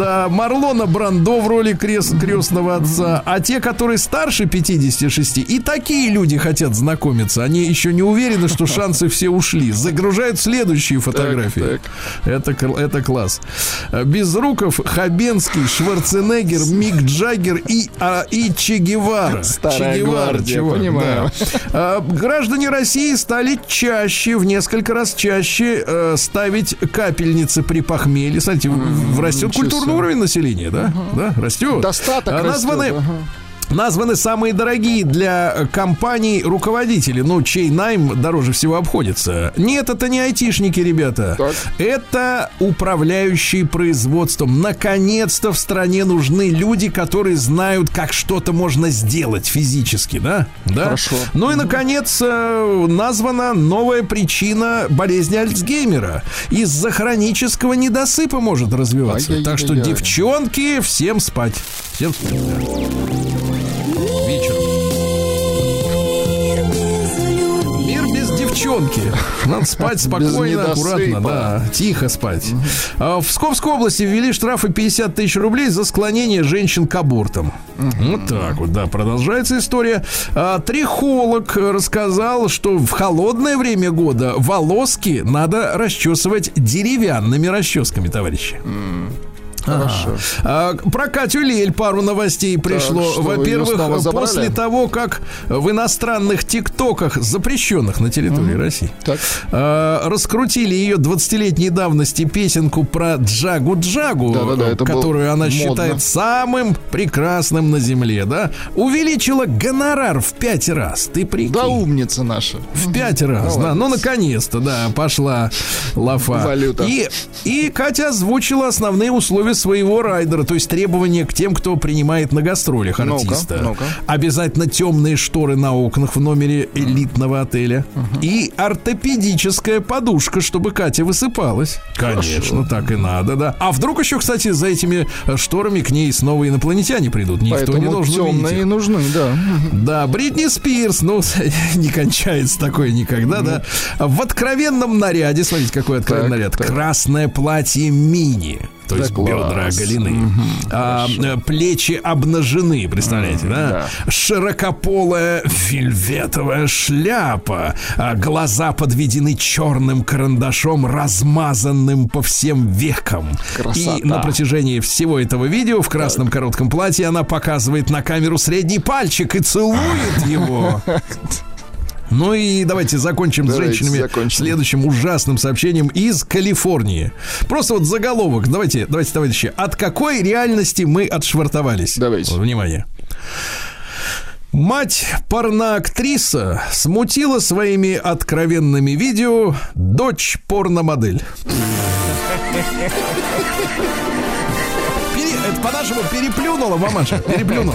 а, Марлона Брандо в роли крест, крестного отца. А те, которые старше пятидесяти шести, и такие люди хотят знакомиться. Они еще не уверены, что шансы все ушли. Загружают следующие фотографии. Так, так. Это, это класс. Безруков, Хабенский, Шварценеггер, Мик Джаггер и, а, и Че Гевара. Старая Че Гевара, гвардия, чувак, понимаю. да. А, граждане России стали чаще, в несколько раз чаще э, ставить капельницы при похмелье. Смотрите, mm-hmm. растет культурный уровень населения, да? Uh-huh. Да, растет. Достаток а, названы, растет. Uh-huh. Названы самые дорогие для компаний руководители, ну, чей найм дороже всего обходится. Нет, это не айтишники, ребята. Так. Это управляющие производством. Наконец-то в стране нужны люди, которые знают, как что-то можно сделать физически, да? Да? Хорошо. Ну и, наконец, названа новая причина болезни Альцгеймера. Из-за хронического недосыпа может развиваться. Ай-яй-яй-яй. Так что, девчонки, всем спать. Всем спать. Вечер. Мир без девчонки. Надо спать спокойно, аккуратно, да, тихо спать. В Псковской области ввели штрафы пятьдесят тысяч рублей за склонение женщин к абортам. Вот так вот, да, продолжается история. Трихолог рассказал, что в холодное время года волоски надо расчесывать деревянными расческами, товарищи. Хорошо. А, про Катю Лель пару новостей пришло. Так, во-первых, после того, как в иностранных тиктоках, запрещенных на территории угу. России, а, раскрутили ее двадцатилетней давности песенку про Джагу-Джагу, да, да, да, которую она модно. Считает самым прекрасным на земле, да, увеличила гонорар в пять раз. Ты прикинь. Да, умница наша. В пять раз, да. Ну, наконец-то, да, пошла лафа. Валюта. И, и Катя озвучила основные условия своего райдера, то есть требования к тем, кто принимает на гастролях артиста. Ну-ка, ну-ка. Обязательно темные шторы на окнах в номере элитного отеля. Uh-huh. И ортопедическая подушка, чтобы Катя высыпалась. Конечно, хорошо. Так и надо, да. А вдруг еще, кстати, за этими шторами к ней снова инопланетяне придут. Никто поэтому не должен увидеть. Темные нужны, да. Да, Бритни Спирс, ну, не кончается такое никогда, mm. да. В откровенном наряде, смотрите, какой откровенный так, наряд. Так. Красное платье мини. То есть да, бедра оголены, угу, а, плечи обнажены, представляете, угу, да? да? Широкополая вельветовая шляпа, а глаза подведены черным карандашом, размазанным по всем векам. Красота. И на протяжении всего этого видео в красном так. коротком платье она показывает на камеру средний пальчик и целует его. Ну и давайте закончим давайте с женщинами закончим. Следующим ужасным сообщением из Калифорнии. Просто вот заголовок. Давайте, давайте, товарищи. От какой реальности мы отшвартовались? Давайте. Вот, внимание. Мать порноактриса смутила своими откровенными видео дочь порномодель. Это по-нашему переплюнула, мамаша, переплюнула.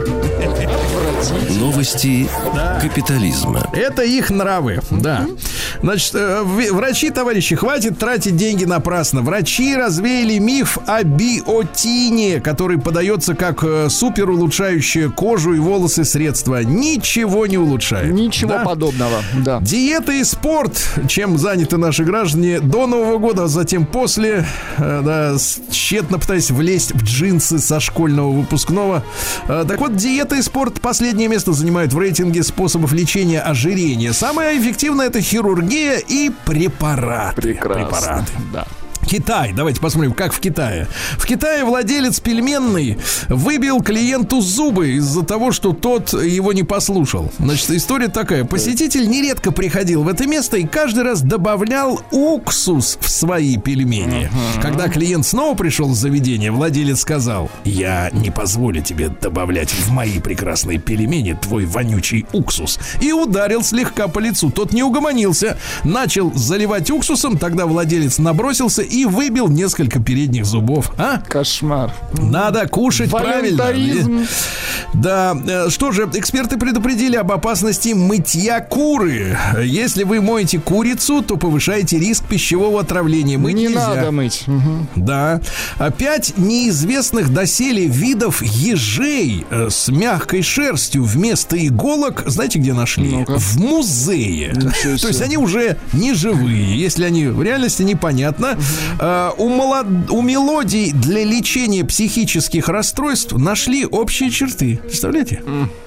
Новости да. капитализма. Это их нравы, да. Значит, врачи, товарищи, хватит тратить деньги напрасно. Врачи развеяли миф о биотине, который подается как супер улучшающее кожу и волосы средство. Ничего не улучшает. Ничего да? подобного, да. Диета и спорт, чем заняты наши граждане до Нового года, а затем после, да, тщетно пытаясь влезть в джинсы со школьного выпускного. Так вот, диета и спорт последнее место занимают в рейтинге способов лечения ожирения. Самое эффективное — это хирургия и препараты. Прекрасно. Препараты. Да. Китай. Давайте посмотрим, как в Китае. В Китае владелец пельменной выбил клиенту зубы из-за того, что тот его не послушал. Значит, история такая. Посетитель нередко приходил в это место и каждый раз добавлял уксус в свои пельмени. Uh-huh. Когда клиент снова пришел в заведение, владелец сказал: «Я не позволю тебе добавлять в мои прекрасные пельмени твой вонючий уксус». И ударил слегка по лицу. Тот не угомонился, начал заливать уксусом. Тогда владелец набросился и выбил несколько передних зубов. А? Кошмар. Надо кушать правильно. Да. Что же, эксперты предупредили об опасности мытья куры. Если вы моете курицу, то повышаете риск пищевого отравления. Мыть не нельзя. надо мыть. Угу. Да. Пять неизвестных доселе видов ежей с мягкой шерстью вместо иголок, знаете, где нашли? Ну-ка. В музее. То есть они уже не живые. Если они в реальности, непонятно. А, у, молод... у мелодий для лечения психических расстройств нашли общие черты. Представляете?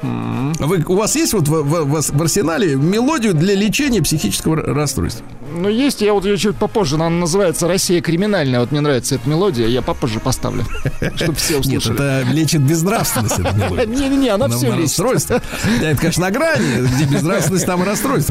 Вы, у вас есть вот в, в, в арсенале мелодию для лечения психического расстройства? Ну, есть, я вот ее чуть попозже, она называется «Россия криминальная». Вот мне нравится эта мелодия, я попозже поставлю, чтобы все услышали. Нет, это лечит безнравственность, эта мелодия. Не-не-не, она все лечит. Расстройство. Это, конечно, на грани, где безнравственность, там и расстройство.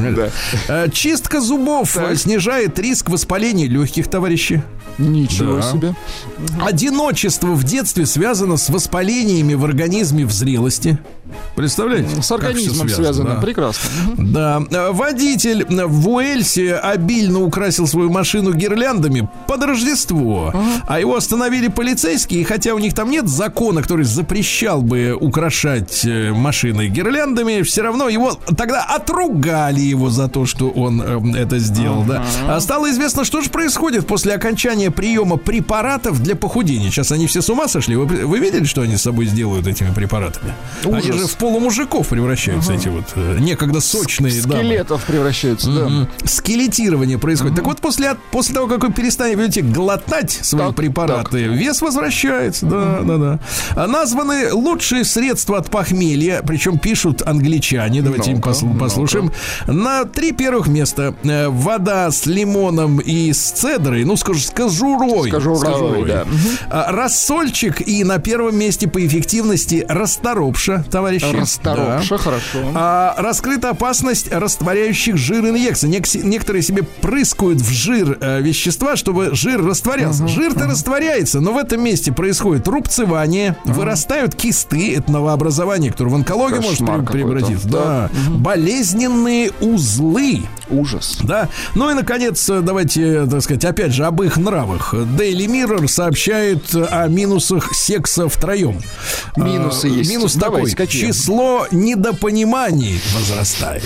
Чистка зубов снижает риск воспаления легких, товарищи. Ничего себе. Одиночество в детстве связано с воспалениями в организме в зрелости. Представляете? С организмом связано, связано. Да. Прекрасно. Да. Водитель в Уэльсе обильно украсил свою машину гирляндами под Рождество. Ага. А его остановили полицейские, и хотя у них там нет закона, который запрещал бы украшать машины гирляндами, все равно его тогда отругали его за то, что он э, это сделал. Ага. Да. А стало известно, что же происходит после окончания приема препаратов для похудения. Сейчас они все с ума сошли. Вы, вы видели, что они с собой сделают этими препаратами? Ужас. Они же в полумужиков превращаются, ага. эти вот э, некогда сочные С- скелетов дамы. Превращаются, mm-hmm. да. Скелетирование происходит. Mm-hmm. Так вот, после, после того, как вы перестанете глотать свои так, препараты, так. вес возвращается. Да, mm-hmm. да, да. Названы лучшие средства от похмелья, причем пишут англичане. Давайте им посл- послушаем. На три первых места вода с лимоном и с цедрой, ну, скажу, с кожурой. С кожурой, с кожурой. Да. Mm-hmm. Рассольчик, и на первом месте по эффективности расторопша, товарищи. Расторопша, да. Хорошо. А, раскрыта опасность растворяющих жир инъекций. Нек- некоторые себе прыскают в жир э, вещества, чтобы жир растворялся. Uh-huh, Жир-то uh-huh. растворяется, но в этом месте происходит рубцевание, uh-huh. вырастают кисты, это новообразование, которое в онкологию Кошмар может превратиться. Да. Uh-huh. Болезненные узлы. Ужас. Да. Ну и, наконец, давайте, так сказать, опять же, об их нравах. Daily Mirror сообщает о минусах секса втроем. Минусы а, есть. Минус такой. Какие? Число недопониманий возрастает.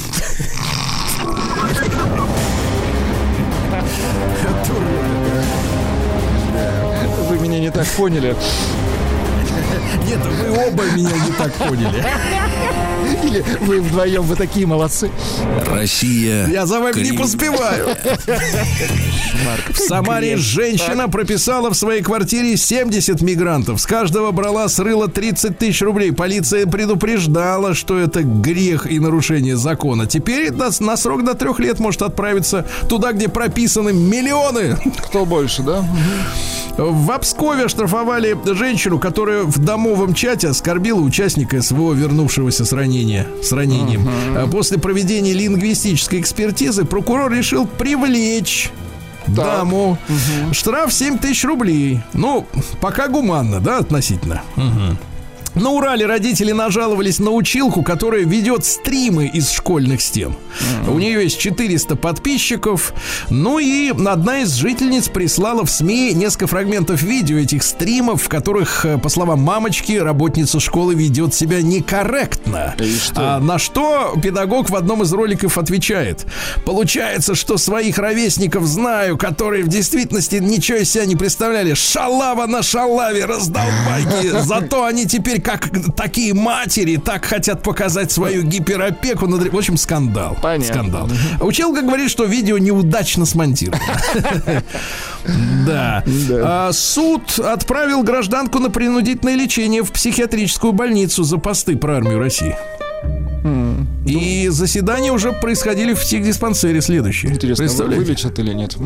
Вы меня не так поняли. Нет, вы оба меня не так поняли. Или вы вдвоем, вы такие молодцы. Россия. Я за вами не поспеваю. В Самаре женщина прописала в своей квартире семьдесят мигрантов. С каждого брала с рыла тридцать тысяч рублей. Полиция предупреждала, что это грех и нарушение закона. Теперь на срок до трех лет может отправиться туда, где прописаны миллионы. Кто больше, да? В Пскове оштрафовали женщину, которая в домовом чате оскорбила участника СВО, вернувшегося с ранения, с ранением. Uh-huh. После проведения лингвистической экспертизы прокурор решил привлечь так. даму. Uh-huh. Штраф семь тысяч рублей. Ну, пока гуманно, да, относительно. Uh-huh. На Урале родители нажаловались на училку, которая ведет стримы из школьных стен. Mm-hmm. У нее есть четыреста подписчиков. Ну и одна из жительниц прислала в СМИ несколько фрагментов видео этих стримов, в которых, по словам мамочки, работница школы ведет себя некорректно. Что? А на что педагог в одном из роликов отвечает: получается, что своих ровесников знаю, которые в действительности ничего из себя не представляли. Шалава на шалаве, раздолбайки. Зато они теперь как такие матери так хотят показать свою гиперопеку над... В общем, скандал. Понятно. Скандал. Училка говорит, что видео неудачно смонтировано. Да. Суд отправил гражданку на принудительное лечение в психиатрическую больницу за посты про армию России. И заседания уже происходили в психдиспансере следующие. Интересно, вылечат или нет?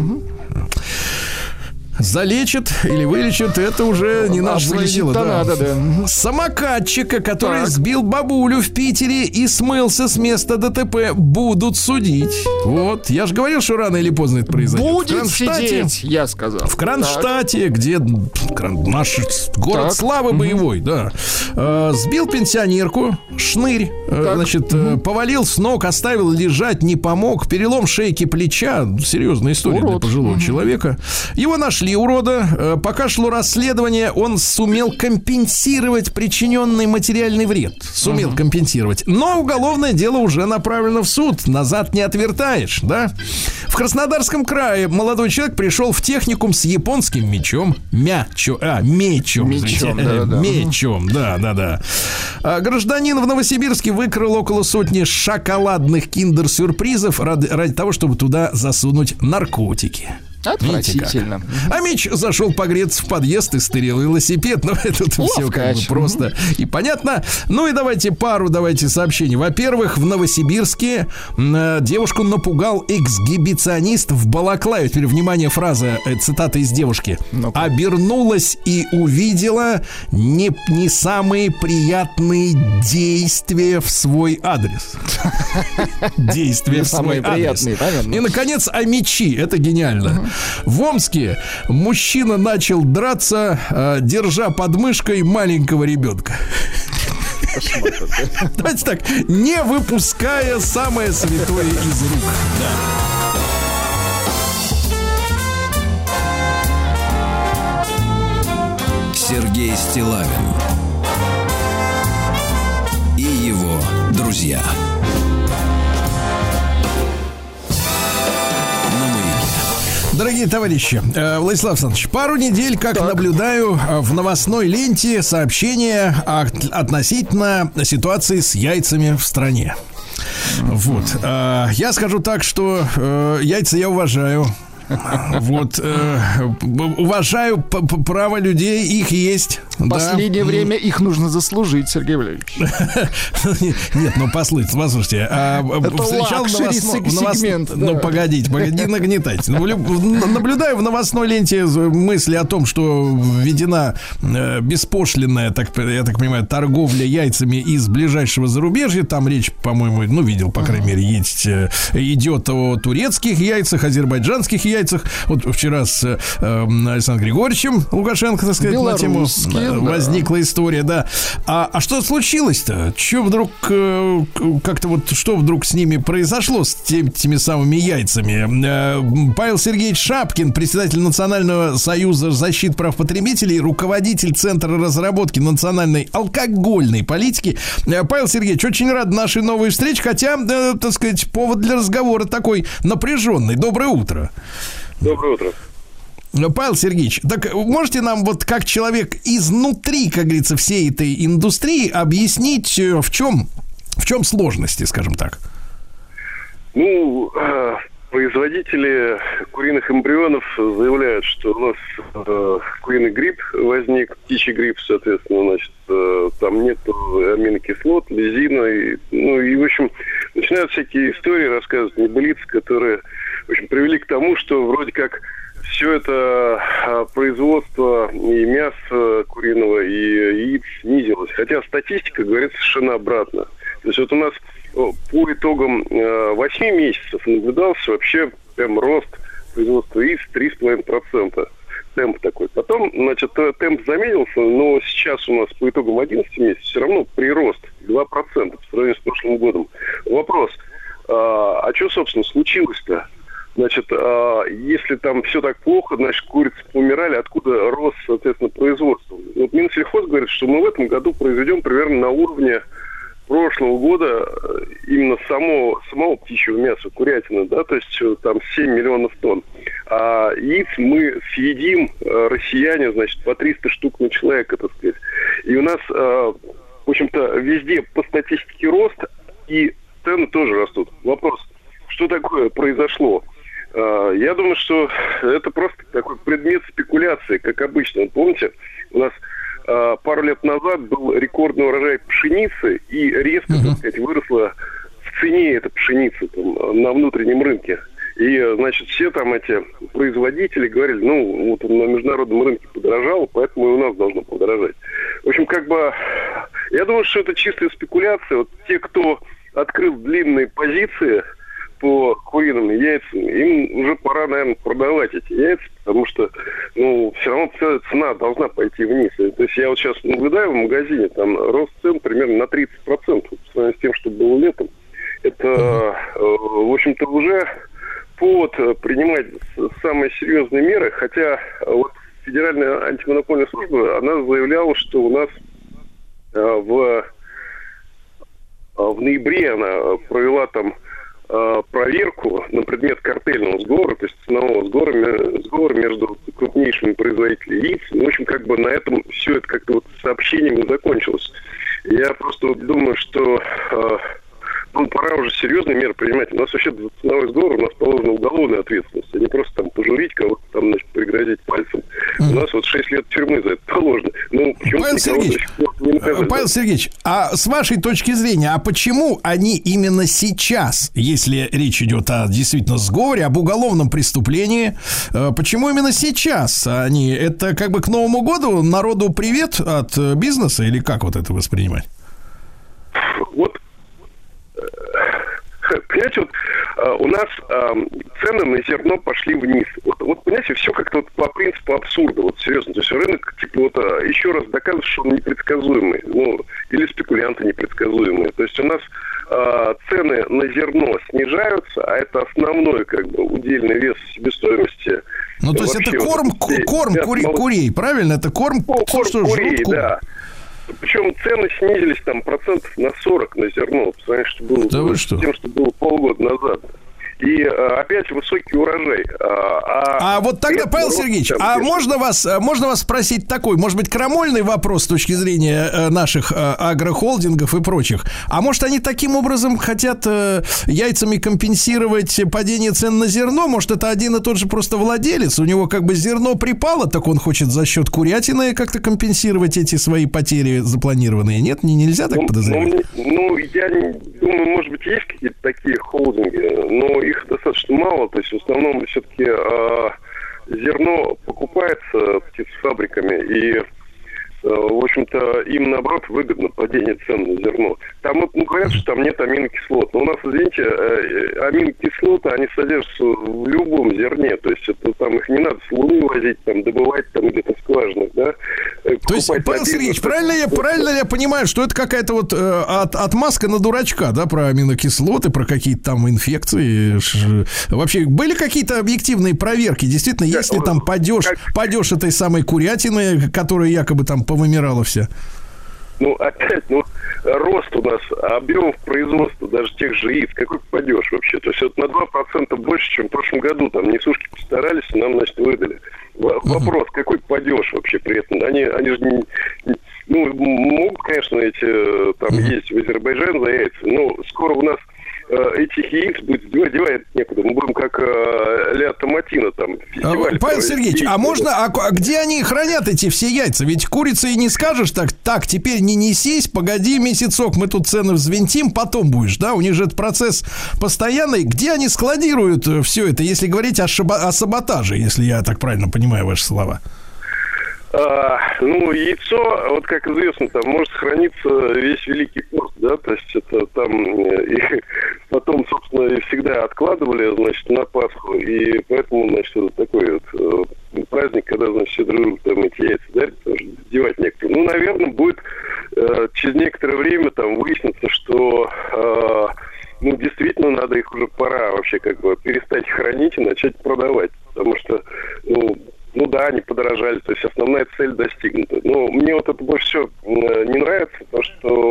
Залечат или вылечат, это уже не наше дело. Да. Надо, да. Самокатчика, который так. сбил бабулю в Питере и смылся с места ДТП, будут судить. Вот, я же говорил, что рано или поздно это произойдет. Будет сидеть, я сказал. В Кронштадте, так. где наш город так. славы боевой, угу. да. А, сбил пенсионерку, шнырь, так. значит, угу. повалил с ног, оставил лежать, не помог, перелом шейки плеча. Серьезная история Урод. Для пожилого угу. человека. Его нашли урода. Пока шло расследование, он сумел компенсировать причиненный материальный вред. Сумел uh-huh. компенсировать. Но уголовное дело уже направлено в суд. Назад не отвертаешь, да? В Краснодарском крае молодой человек пришел в техникум с японским мечом. Мячо, а, мечом. Мечом, да, да. Мечом, да, да, да. А, гражданин в Новосибирске выкрал около сотни шоколадных киндер-сюрпризов ради, ради того, чтобы туда засунуть наркотики. Отвратительно. А Мич зашел погреться в подъезд и стырил велосипед. Ну, это все как бы просто и понятно. Ну и давайте пару, давайте сообщений. Во-первых, в Новосибирске э, девушку напугал эксгибиционист в балаклаве. Теперь, внимание, фраза, э, цитата из девушки. Ну-ка. Обернулась и увидела не, не самые приятные действия в свой адрес. Действия в свой адрес. И, наконец, о Мичи. Это гениально. В Омске мужчина начал драться, э, держа под мышкой маленького ребенка. Давайте так, не выпуская самое святое из рук. Да. Сергей Стиллавин и его друзья. Дорогие товарищи, э, Владислав Александрович, пару недель, как так. наблюдаю в новостной ленте сообщения от, относительно ситуации с яйцами в стране. Вот. Э, я скажу так, что э, яйца я уважаю. Вот, э, уважаю п- п- право людей, их есть. В последнее да. время их нужно заслужить, Сергей Валерьевич. Нет, ну послушайте, послушайте. Это лакшери-сегмент. Ну, погодите, погодите, не нагнетайте. Наблюдаю в новостной ленте мысли о том, что введена беспошлинная, я так понимаю, торговля яйцами из ближайшего зарубежья. Там речь, по-моему, ну, видел, по крайней мере, есть, идет о турецких яйцах, азербайджанских яйцах. Вот вчера с э, Александром Григорьевичем Лукашенко, так сказать, на тему да. возникла история, да. А, а что случилось-то? Что вдруг э, как-то вот что вдруг с ними произошло, с тем, теми самыми яйцами? Э, Павел Сергеевич Шапкин, председатель Национального союза защиты прав потребителей, руководитель Центра разработки национальной алкогольной политики. Э, Павел Сергеевич, очень рад нашей новой встрече, хотя, э, так сказать, повод для разговора такой напряженный. Доброе утро. Доброе утро. Павел Сергеевич, так можете нам вот как человек изнутри, как говорится, всей этой индустрии объяснить, в чем, в чем сложности, скажем так? Ну, производители куриных эмбрионов заявляют, что у нас э, куриный грипп возник, птичий грипп, соответственно, значит, э, там нету аминокислот, лизина, и, ну и, в общем, начинают всякие истории рассказывать, небылицы, которые, в общем, привели к тому, что вроде как все это а, производство и мяса куриного, и яиц снизилось. Хотя статистика говорит совершенно обратно. То есть вот у нас по итогам восьми э, месяцев наблюдался вообще прям рост производства яиц три с половиной процента. Темп такой. Потом, значит, темп замедлился, но сейчас у нас по итогам одиннадцати месяцев все равно прирост два процента по сравнению с прошлым годом. Вопрос, а, а что, собственно, случилось-то? Значит, а, если там все так плохо, значит, курицы поумирали, откуда рост, соответственно, производства? Вот Минсельхоз говорит, что мы в этом году произведем примерно на уровне прошлого года именно само, самого птичьего мяса, курятины, да, то есть там семь миллионов тонн. А яиц мы съедим, россияне, значит, по триста штук на человека, так сказать. И у нас, в общем-то, везде по статистике рост, и цены тоже растут. Вопрос, что такое произошло? Я думаю, что это просто такой предмет спекуляции, как обычно. Помните, у нас пару лет назад был рекордный урожай пшеницы, и резко, uh-huh. так сказать, выросла в цене эта пшеница там, на внутреннем рынке. И, значит, все там эти производители говорили, ну, вот на международном рынке подорожало, поэтому и у нас должно подорожать. В общем, как бы, я думаю, что это чистая спекуляция. Вот те, кто открыл длинные позиции по куриным яйцам, им уже пора, наверное, продавать эти яйца, потому что, ну, все равно цена должна пойти вниз. То есть я вот сейчас наблюдаю в магазине, там рост цен примерно на тридцать процентов по сравнению с тем, что было летом. Это, uh-huh. в общем-то, уже повод принимать самые серьезные меры, хотя вот Федеральная антимонопольная служба, она заявляла, что у нас в, в ноябре она провела там проверку на предмет картельного сговора, то есть ценового сговора, сговора между крупнейшими производителями яиц. Ну, в общем, как бы на этом все это как-то вот сообщением и закончилось. Я просто вот думаю, что э, ну, пора уже серьезные меры принимать. У нас вообще за ценовой сговор у нас положена уголовная ответственность, а не просто там пожурить кого-то, там, значит, пригрозить пальцем. Mm. У нас вот шесть лет тюрьмы за это положено. Ну, Павел Сергеевич, Павел Сергеевич, а с вашей точки зрения, а почему они именно сейчас, если речь идет о действительно сговоре, об уголовном преступлении, почему именно сейчас они, это как бы к Новому году народу привет от бизнеса или как вот это воспринимать? Вот, понимаете, вот у нас э, цены на зерно пошли вниз. Вот, вот понимаете, все как-то вот по принципу абсурда, вот серьезно. То есть рынок, типа, вот еще раз доказывает, что он непредсказуемый. Ну, или спекулянты непредсказуемые. То есть у нас э, цены на зерно снижаются, а это основной, как бы, удельный вес себестоимости. Ну, то есть это корм, вот, корм кури, курей, правильно? Это корм, ну, корм что, курей, да. Причем цены снизились там процентов на сорок на зерно, по сравнению что было, да с тем, что было полгода назад. И а, опять высокий урожай. А, а вот тогда, Павел Сергеевич, там, а можно вас, можно вас спросить такой, может быть, крамольный вопрос с точки зрения наших агрохолдингов и прочих. А может, они таким образом хотят яйцами компенсировать падение цен на зерно? Может, это один и тот же просто владелец? У него как бы зерно припало, так он хочет за счет курятины как-то компенсировать эти свои потери запланированные? Нет, не, нельзя так ну, подозревать? Ну, ну, я думаю, может быть, есть какие-то такие холдинги, но их достаточно мало, то есть в основном все-таки э, зерно покупается птицефабриками, и, э, в общем-то, им, наоборот, выгодно падение цен на зерно. Там, ну, говорят, что там нет аминокислот, но у нас, извините, э, аминокислоты, они содержатся в любом зерне, то есть это, там их не надо с Луны возить, там, добывать там где-то в скважинах, да. То есть, Павел Сергеевич, правильно я, правильно я понимаю, что это какая-то вот э, от, отмазка на дурачка, да, про аминокислоты, про какие-то там инфекции? Ш... Вообще, были какие-то объективные проверки? Действительно, есть ли там падеж, падеж этой самой курятины, которая якобы там повымирала вся? Ну, опять, ну, рост у нас объемов производства, даже тех же яиц, какой падеж вообще? То есть, это на два процента больше, чем в прошлом году. Там несушки постарались, и нам, значит, выдали. Вопрос, uh-huh. какой падеж вообще при этом? Они, они же не, не, ну, могут, конечно, эти там uh-huh. есть в Азербайджане за яйца, но скоро у нас э, этих яиц будет девать некуда. Мы будем как э, Ля Томатино там фестиваль. Павел Сергеевич, а можно, а, а где они хранят эти все яйца? Ведь курица и не скажешь так, так, теперь не несись, погоди месяцок, мы тут цены взвинтим, потом будешь, да? У них же этот процесс постоянный. Где они складируют все это, если говорить о, шаба- о саботаже, если я так правильно понимаю ваши слова? А, ну, яйцо, вот как известно, там может храниться весь Великий пост, да, то есть это там и потом, собственно, и всегда откладывали, значит, на Пасху, и поэтому, значит, это такой вот праздник, когда, значит, все друг там эти яйца дарят, потому что девать некоторые. Ну, наверное, будет э, через некоторое время там выяснится, что э, ну, действительно, надо их уже пора вообще как бы перестать хранить и начать продавать, потому что, ну, Ну да, они подорожали, то есть основная цель достигнута. Но мне вот это больше всего не нравится, потому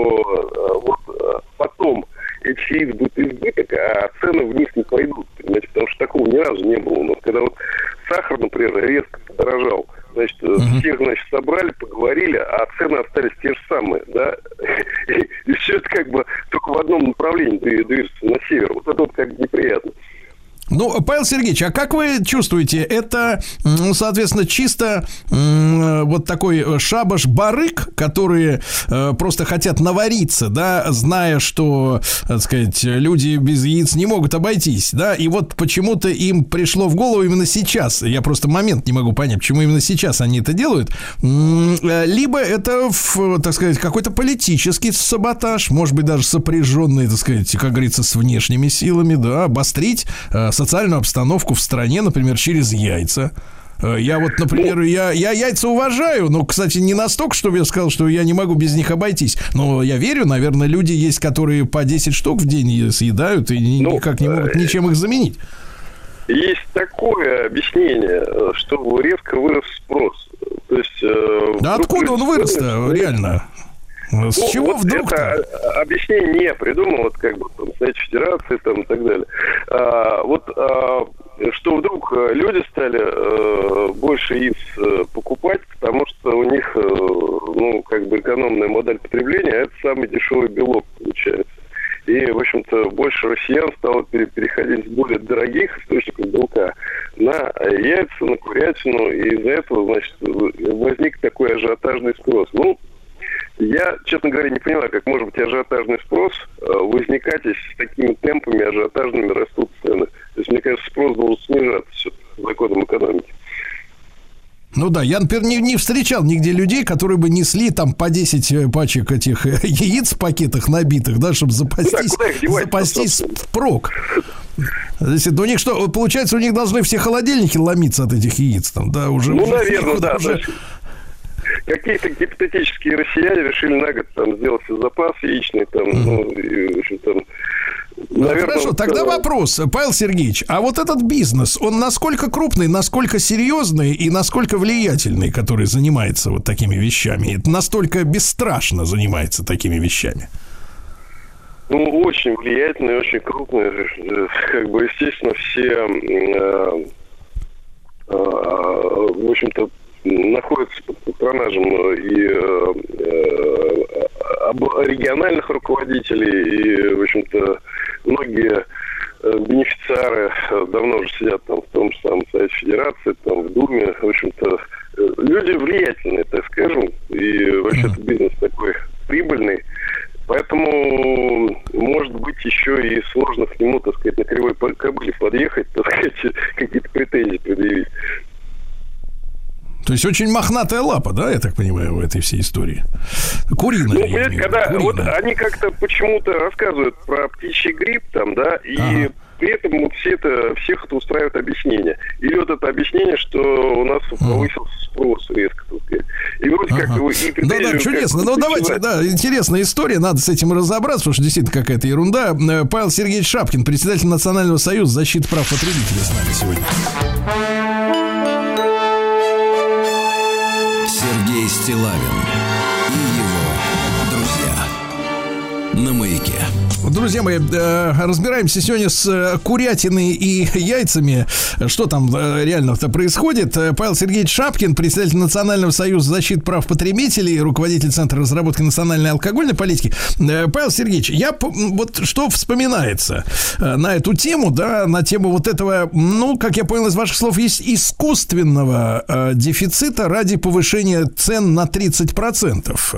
что вот потом этих яиц будет избыток, а цены вниз не пойдут, понимаете, потому что такого ни разу не было. Но когда вот сахар, например, резко подорожал, значит, uh-huh. всех, значит, собрали, поговорили, а цены остались те же самые, да, и, и все это как бы только в одном направлении движется на север. Вот это вот как бы неприятно. Ну, Павел Сергеевич, а как вы чувствуете, это, ну, соответственно, чисто м- вот такой шабаш-барык, которые э, просто хотят навариться, да, зная, что, так сказать, люди без яиц не могут обойтись, да, и вот почему-то им пришло в голову именно сейчас, я просто момент не могу понять, почему именно сейчас они это делают, м- либо это, в, так сказать, какой-то политический саботаж, может быть, даже сопряженный, так сказать, как говорится, с внешними силами, да, обострить э, социальную обстановку в стране, например, через яйца. Я вот, например, я, я яйца уважаю, но, кстати, не настолько, чтобы я сказал, что я не могу без них обойтись. Но я верю, наверное, люди есть, которые по десять штук в день съедают и ну, никак не могут ничем их заменить. Есть такое объяснение, что резко вырос спрос. То есть, да откуда он вырос-то, реально? С ну, чего вот вдруг? Это объяснение не придумал, вот как бы там, Совет Федерации там, и так далее. А, вот а, что вдруг люди стали а, больше яиц а, покупать, потому что у них, а, ну, как бы экономная модель потребления, а это самый дешевый белок получается. И, в общем-то, больше россиян стало переходить с более дорогих источников белка на яйца, на курятину, и из-за этого, значит, возник такой ажиотажный спрос. Ну, я, честно говоря, не понимаю, как может быть ажиотажный спрос возникать, если с такими темпами ажиотажными растут цены. То есть, мне кажется, спрос должен снижаться законом экономики. Ну да, я, например, не, не встречал нигде людей, которые бы несли там по десять пачек этих яиц в пакетах набитых, да, чтобы запастись, ну, да, запастись впрок. У них что, получается, у них должны все холодильники ломиться от этих яиц там, да, уже. Ну, уже, наверное, да. уже... Какие-то гипотетические россияне решили на год там сделать запас яичный, там, mm-hmm. ну, и, в общем, там. Ну, наверное, хорошо, вот, тогда да. вопрос, Павел Сергеевич, а вот этот бизнес, он насколько крупный, насколько серьезный и насколько влиятельный, который занимается вот такими вещами, настолько бесстрашно занимается такими вещами? Ну, очень влиятельный, очень крупный, как бы, естественно, все, э, э, в общем-то, находятся под патронажем и э, э, региональных руководителей, и, в общем-то, многие э, бенефициары давно уже сидят там в том же самом Совете Федерации, там в Думе, в общем-то, э, люди влиятельные, так скажем, и вообще-то бизнес такой прибыльный, поэтому, может быть, еще и сложно к нему, так сказать, на кривой кобыле подъехать, так сказать, какие-то претензии предъявить. То есть очень мохнатая лапа, да, я так понимаю, в этой всей истории. Куриная. Ну, понимаете, когда куриная. Вот они как-то почему-то рассказывают про птичий грипп там, да, и ага. при этом вот все это, всех это устраивает объяснение. Или вот это объяснение, что у нас повысился спрос резко, так сказать. И вроде ага. как его... И да-да, чудесно. Ну, давайте, да, интересная история, надо с этим разобраться, потому что действительно какая-то ерунда. Павел Сергеевич Шапкин, председатель Национального союза защиты прав потребителей с нами сегодня. Сергей Стиллавин и его друзья на Маяке. Друзья мои, разбираемся сегодня с курятиной и яйцами. Что там реально-то происходит? Павел Сергеевич Шапкин, председатель Национального союза защиты прав потребителей, руководитель Центра разработки национальной алкогольной политики. Павел Сергеевич, я вот что вспоминается на эту тему, да, на тему вот этого, ну, как я понял из ваших слов, есть искусственного дефицита ради повышения цен на тридцать процентов.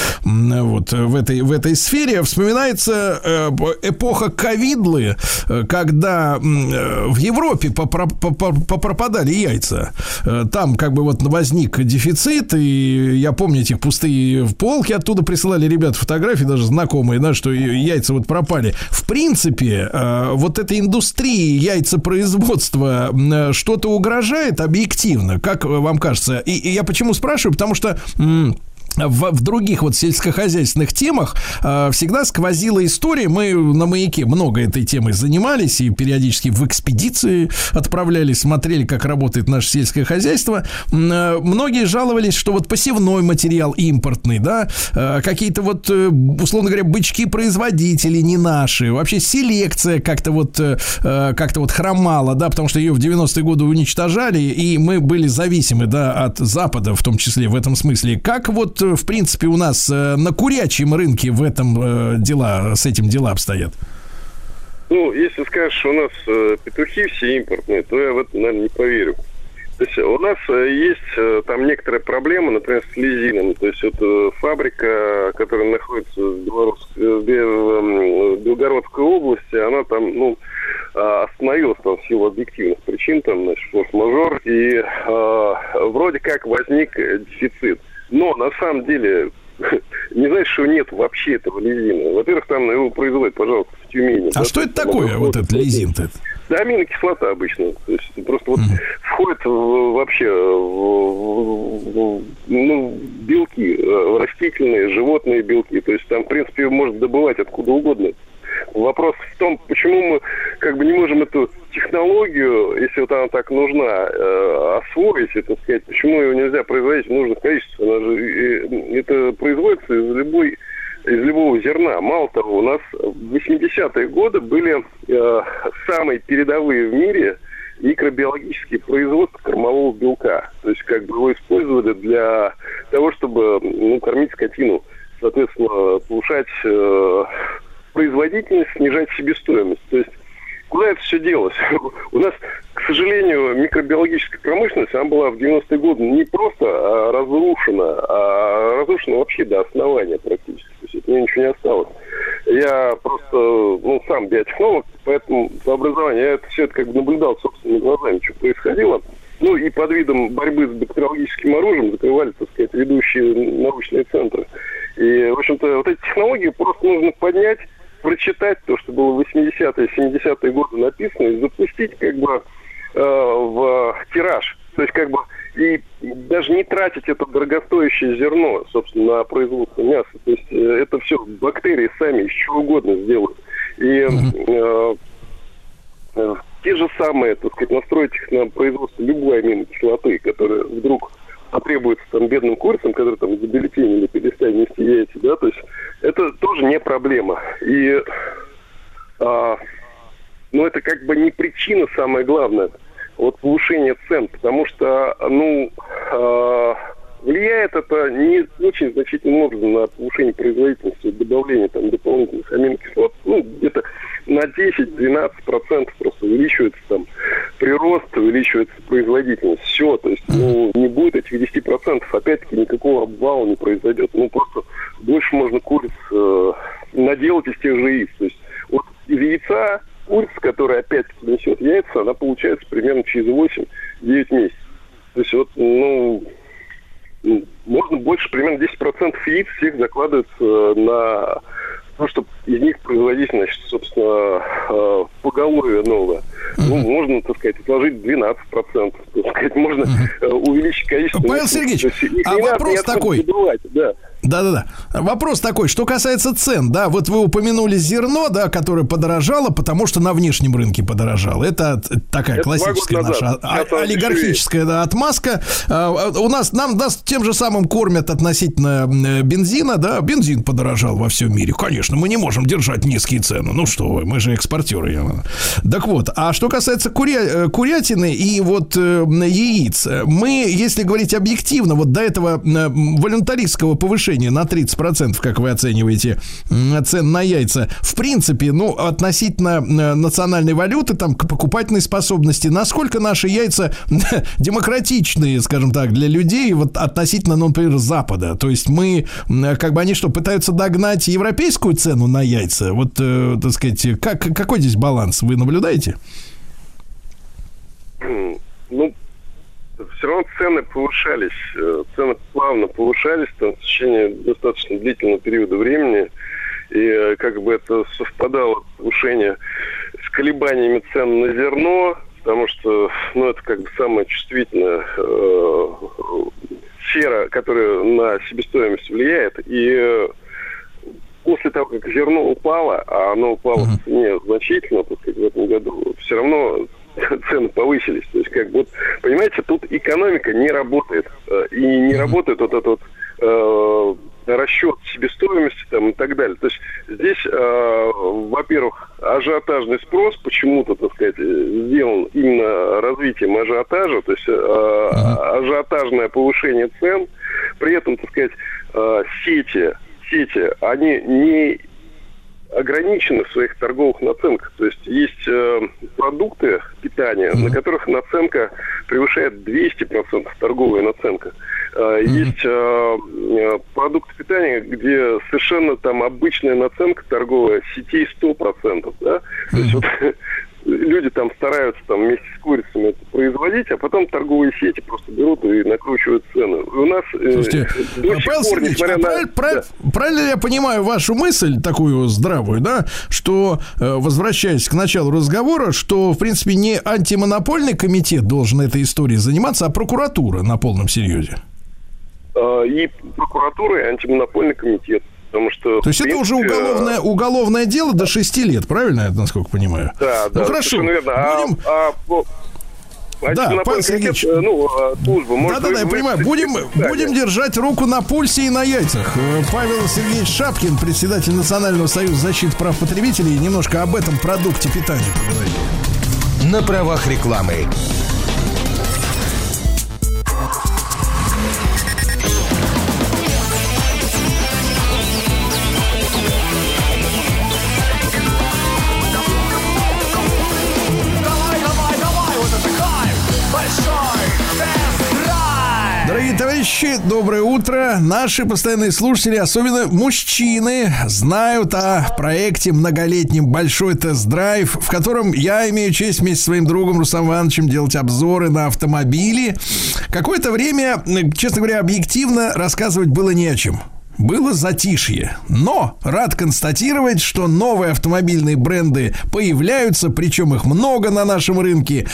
Вот в этой, в этой сфере вспоминается эпоха ковидлы, когда в Европе попропадали яйца. Там как бы вот возник дефицит, и я помню этих пустые полки, оттуда присылали ребята фотографии, даже знакомые, да, что яйца вот пропали. В принципе, вот этой индустрии яйцепроизводства что-то угрожает объективно, как вам кажется? И, и я почему спрашиваю? Потому что... В, в других вот сельскохозяйственных темах э, всегда сквозила история. Мы на Маяке много этой темой занимались и периодически в экспедиции отправлялись, смотрели, как работает наше сельское хозяйство. Э, многие жаловались, что вот посевной материал импортный, да, э, какие-то вот, э, условно говоря, бычки-производители не наши. Вообще селекция как-то вот, э, как-то вот хромала, да, потому что ее в девяностые годы уничтожали, и мы были зависимы, да, от Запада, в том числе в этом смысле. Как вот в принципе, у нас на курячьем рынке в этом дела, с этим дела обстоят? Ну, если скажешь, что у нас э, петухи все импортные, то я в это, наверное, не поверю. То есть у нас э, есть э, там некоторые проблемы, например, с лизином. То есть это фабрика, которая находится в, Белорус... в Белгородской области, она там, ну, остановилась там в силу объективных причин, там, значит, форс-мажор, и э, вроде как возник дефицит. Но на самом деле не знаешь, что нет вообще этого лизина. Во-первых, там его производят, пожалуйста, в Тюмени. А да, что это такое, вот этот лизин-то? Да, аминокислота обычно. То есть просто вот mm. входит в, вообще в, в, ну, белки, растительные, животные белки. То есть там, в принципе, можно добывать откуда угодно. Вопрос в том, почему мы как бы не можем эту технологию, если вот она так нужна, э, освоить, это сказать, почему ее нельзя производить в нужных количествах. Она же, э, это производится из любой, из любого зерна. Мало того, у нас в восьмидесятые годы были э, самые передовые в мире микробиологические производства кормового белка. То есть как бы его использовали для того, чтобы, ну, кормить скотину. Соответственно, повышать... Э, производительность, снижать себестоимость. То есть куда это все делось? У нас, к сожалению, микробиологическая промышленность, она была в девяностые годы не просто а разрушена, а разрушена вообще до основания практически. То есть от нее ничего не осталось. Я просто, ну, сам биотехнолог, поэтому по образованию я это все это как бы наблюдал собственными глазами, что происходило. Ну, и под видом борьбы с бактериологическим оружием закрывали, так сказать, ведущие научные центры. И, в общем-то, вот эти технологии просто нужно поднять, прочитать то, что было в восьмидесятые, семидесятые годы написано, и запустить как бы э, в тираж. То есть как бы и даже не тратить это дорогостоящее зерно, собственно, на производство мяса. То есть э, это все бактерии сами из чего угодно сделают. И э, э, те же самые, так сказать, настроить их на производство любой аминокислоты, которая вдруг потребуется там бедным курицам, которые там забюллетенили, перестали нести яйца, да, то есть это тоже не проблема. И, а, ну, это как бы не причина, самое главное, вот повышение цен, потому что, ну, а, влияет это не очень значительным образом на повышение производительности, добавление там дополнительных аминокислот, ну, где-то на десять-двенадцать процентов просто увеличивается там прирост, увеличивается производительность. Все, то есть, ну, не будет этих десять процентов, опять-таки никакого обвала не произойдет. Ну, просто больше можно куриц э, наделать из тех же яиц. То есть, вот из яйца курица, которая опять-таки несет яйца, она получается примерно через восемь-девять месяцев. То есть, вот, ну, можно больше, примерно десять процентов яиц всех закладывается на то, чтобы из них производить, значит, собственно, поголовье новое. Uh-huh. Ну, можно, так сказать, отложить двенадцать процентов, так сказать, можно uh-huh. увеличить количество... Павел Сергеевич, а вопрос такой... Забывать, да. Да-да-да. Вопрос такой, что касается цен, да, вот вы упомянули зерно, да, которое подорожало, потому что на внешнем рынке подорожало. Это такая это классическая наша а- олигархическая да, отмазка. А, у нас, нам даст тем же самым кормят относительно бензина, да, бензин подорожал во всем мире. Конечно, мы не можем держать низкие цены. Ну что вы, мы же экспортеры. Так вот, а что касается куря... курятины и вот э, яиц, мы, если говорить объективно, вот до этого волюнтаристского повышения на тридцать процентов, как вы оцениваете, цен на яйца, в принципе, ну, относительно национальной валюты, там, к покупательной способности, насколько наши яйца демократичные, скажем так, для людей, вот относительно, ну, например, Запада. То есть мы, как бы, они что, пытаются догнать европейскую цену на яйца? Вот, э, так сказать, как, какой здесь баланс? Вы наблюдаете? Ну, все равно цены повышались, цены плавно повышались там, в течение достаточно длительного периода времени, и как бы это совпадало повышение с колебаниями цен на зерно, потому что, ну, это как бы самая чувствительная э, сфера, которая на себестоимость влияет, и э, после того, как зерно упало, а оно упало в цене значительно, так сказать, в этом году, все равно цены повысились. То есть, как бы, вот, понимаете, тут экономика не работает. И не работает вот этот вот э, расчет себестоимости там, и так далее. То есть, здесь, э, во-первых, ажиотажный спрос почему-то, так сказать, сделан именно развитием ажиотажа, то есть, э, ажиотажное повышение цен. При этом, так сказать, э, сети, сети, они не ограничены в своих торговых наценках. То есть есть э, продукты питания, mm-hmm. на которых наценка превышает двести процентов торговая наценка. Э, mm-hmm. Есть э, продукты питания, где совершенно там обычная наценка торговая сетей сто процентов. Да? Mm-hmm. То есть вот люди там стараются там вместе с курицами это производить, а потом торговые сети просто берут и накручивают цены. У нас... Слушайте, э, Павел Сергеевич, а на... прав... Прав... Да. правильно ли я понимаю вашу мысль, такую здравую, да, что, э, возвращаясь к началу разговора, что, в принципе, не антимонопольный комитет должен этой историей заниматься, а прокуратура на полном серьезе? Э, и прокуратура, и антимонопольный комитет. Потому что, то есть принципе, это уже уголовное, уголовное дело до шести лет, правильно, я насколько понимаю? Да, ну, да, хорошо. Верно. Будем... А, а, да, Павел Сергеевич, ну, служба, может, да, да, да, я понимаю. Будем, будем держать руку на пульсе и на яйцах. Павел Сергеевич Шапкин, председатель Национального союза защиты прав потребителей, немножко об этом продукте питания поговорим. На правах рекламы. товарищи, доброе утро. Наши постоянные слушатели, особенно мужчины, знают о проекте многолетнем «Большой тест-драйв», в котором я имею честь вместе со своим другом Рустамом Ивановичем делать обзоры на автомобили. Какое-то время, честно говоря, объективно рассказывать было не о чем. Было затишье. Но рад констатировать, что новые автомобильные бренды появляются, причем их много на нашем рынке.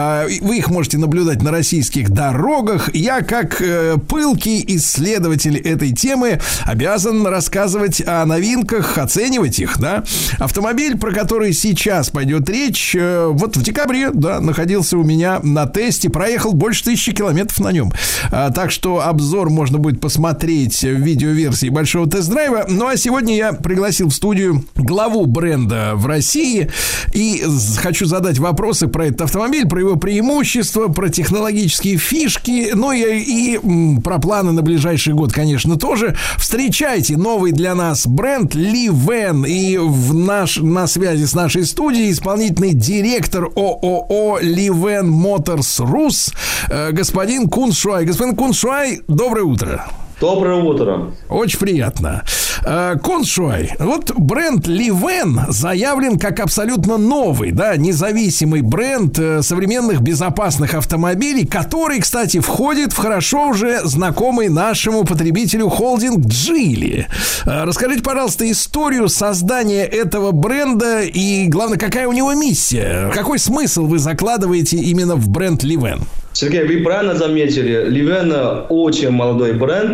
Вы их можете наблюдать на российских дорогах. Я, как пылкий исследователь этой темы, обязан рассказывать о новинках, оценивать их, да. Автомобиль, про который сейчас пойдет речь, вот в декабре, да, находился у меня на тесте, проехал больше тысячи километров на нем. Так что обзор можно будет посмотреть в видеоверсии большого тест-драйва. Ну а сегодня я пригласил в студию главу бренда в России и хочу задать вопросы про этот автомобиль, про его преимущества, про технологические фишки, ну и, и про планы на ближайший год, конечно, тоже. Встречайте новый для нас бренд Ливен. И в наш, на связи с нашей студией исполнительный директор ООО Ливен Моторс Рус, господин Кун Шуай. Господин Кун Шуай, доброе утро. Доброе утро. Очень приятно. Кун Шуай, вот бренд Ливен заявлен как абсолютно новый, да, независимый бренд современных безопасных автомобилей, который, кстати, входит в хорошо уже знакомый нашему потребителю холдинг Geely. Расскажите, пожалуйста, историю создания этого бренда и, главное, какая у него миссия? Какой смысл вы закладываете именно в бренд Ливен? Сергей, вы правильно заметили, Ливен очень молодой бренд,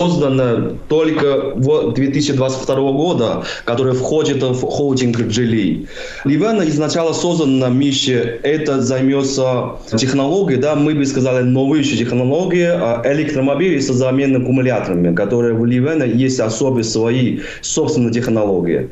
создан только в две тысячи двадцать второго года, который входит в холдинг Geely. Ливен изначально создан на Мише, это займется технологией, да, мы бы сказали, новейшей технологией электромобилей с заменой аккумуляторами, которые в Ливен есть особые свои собственные технологии.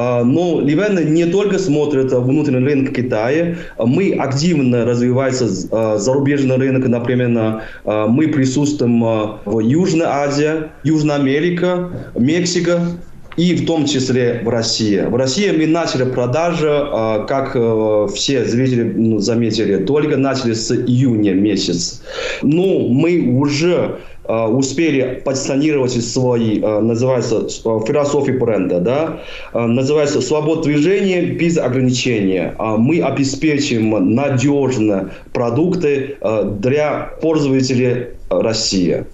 Но Ливен не только смотрит внутренний рынок Китая, мы активно развиваемся зарубежный рынок, например, мы присутствуем в Южной Азии, Южная Америка, Мексика и в том числе в России. В России мы начали продажи, как все зрители заметили, только начали с июня месяца. Но мы уже успели позиционировать свои, называется, философию бренда, да, называется «Свобода движения без ограничения». Мы обеспечим надежные продукты для пользователей России.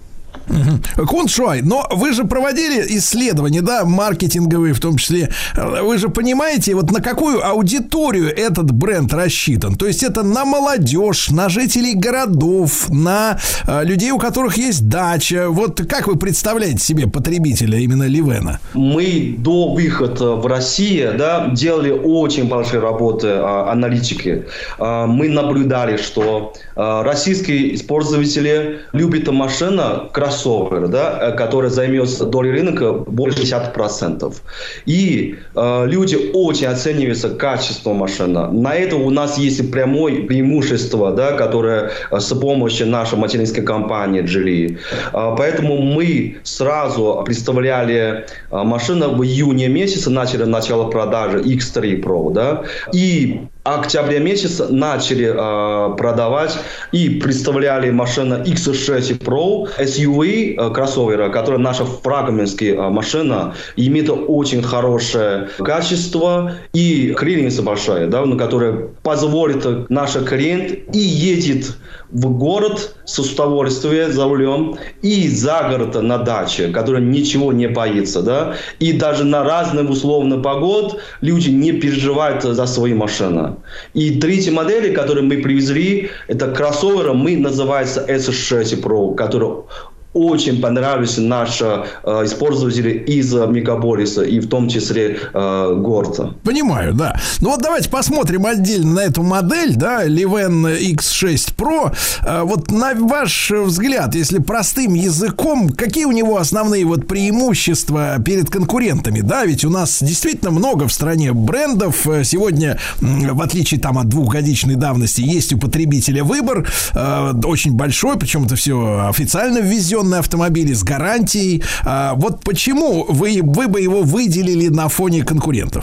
Кун Шуай, но вы же проводили исследования, да, маркетинговые в том числе. Вы же понимаете, вот на какую аудиторию этот бренд рассчитан? То есть это на молодежь, на жителей городов, на э, людей, у которых есть дача. Вот как вы представляете себе потребителя именно Ливена? Мы до выхода в Россию, да, делали очень большие работы а, аналитики. А, мы наблюдали, что а, российские пользователи любят машину, кроссовер, да, который займет долю рынка больше шестьдесят процентов. И э, люди очень оцениваются качеством машины. На это у нас есть прямое преимущество, да, которое э, с помощью нашей материнской компании Geely. Э, поэтому мы сразу представляли э, машину в июне месяце, начали начало продажи икс три Pro, да, и октябре месяце начали э, продавать и представляли машину икс шесть Pro, эс ю ви э, кроссовера, которая наша флагманская э, машина, имеет очень хорошее качество и клиренс большая, да, которая позволит наш клиент и едет в город с удовольствием за рулем и за город на даче, который ничего не боится, да, и даже на разные условные погоды люди не переживают за свои машины. И третья модель, которую мы привезли, это кроссовер, мы называется эс шесть Pro, который очень понравились наши э, пользователи из мегаполиса и в том числе э, города. Понимаю, да. Ну вот давайте посмотрим отдельно на эту модель, да, Ливен икс шесть Pro. Э, вот на ваш взгляд, если простым языком, какие у него основные вот преимущества перед конкурентами, да? Ведь у нас действительно много в стране брендов. Сегодня, в отличие там от двухгодичной давности, есть у потребителя выбор э, очень большой, причем это все официально ввезено автомобили с гарантией. А вот почему вы, вы бы его выделили на фоне конкурентов?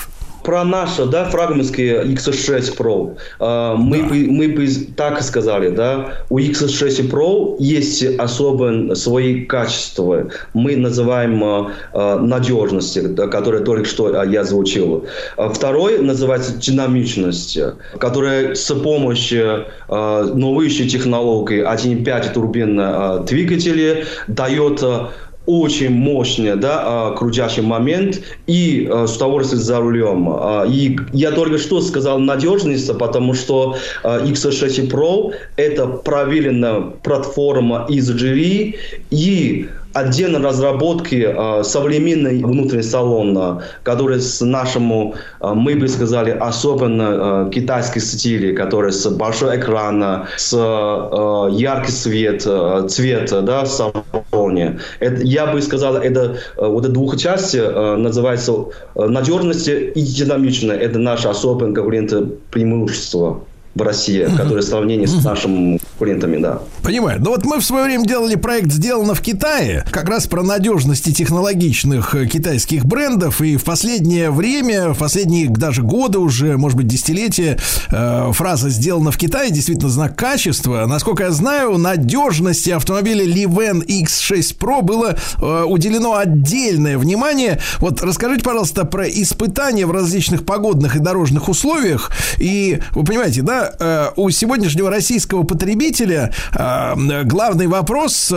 про наши, да, флагманские икс шесть Pro, мы, да. бы, мы бы так сказали, да, у икс шесть Pro есть особые свои качества. Мы называем надежность, которая только что я озвучил. Второй называется динамичность, которая с помощью новых технологий один и пять турбин двигателя дает очень мощный, да, крутящий момент и с удовольствием за рулем. И я только что сказал надежность, потому что икс шесть Pro это проверенная платформа из джи ви и отдельно разработки э, современный внутренний салон, который с нашему, э, мы бы сказали, особенно э, китайский стиле, который с большой экрана, с э, яркий свет, э, цвет, да, в салоне. Это, я бы сказал, это э, вот эта двух части э, называется э, надежность и динамичность. Это наше особое конкурентное преимущество в России, uh-huh. которое в сравнении uh-huh. с нашими конкурентами, да. Понимаю. Ну вот мы в свое время делали проект «Сделано в Китае», как раз про надежность технологичных китайских брендов, и в последнее время, в последние даже годы уже, может быть, десятилетия, э, фраза «Сделано в Китае» действительно знак качества. Насколько я знаю, надежности автомобиля Li Wen икс шесть Pro было э, уделено отдельное внимание. Вот расскажите, пожалуйста, про испытания в различных погодных и дорожных условиях. И вы понимаете, да, у сегодняшнего российского потребителя главный вопрос,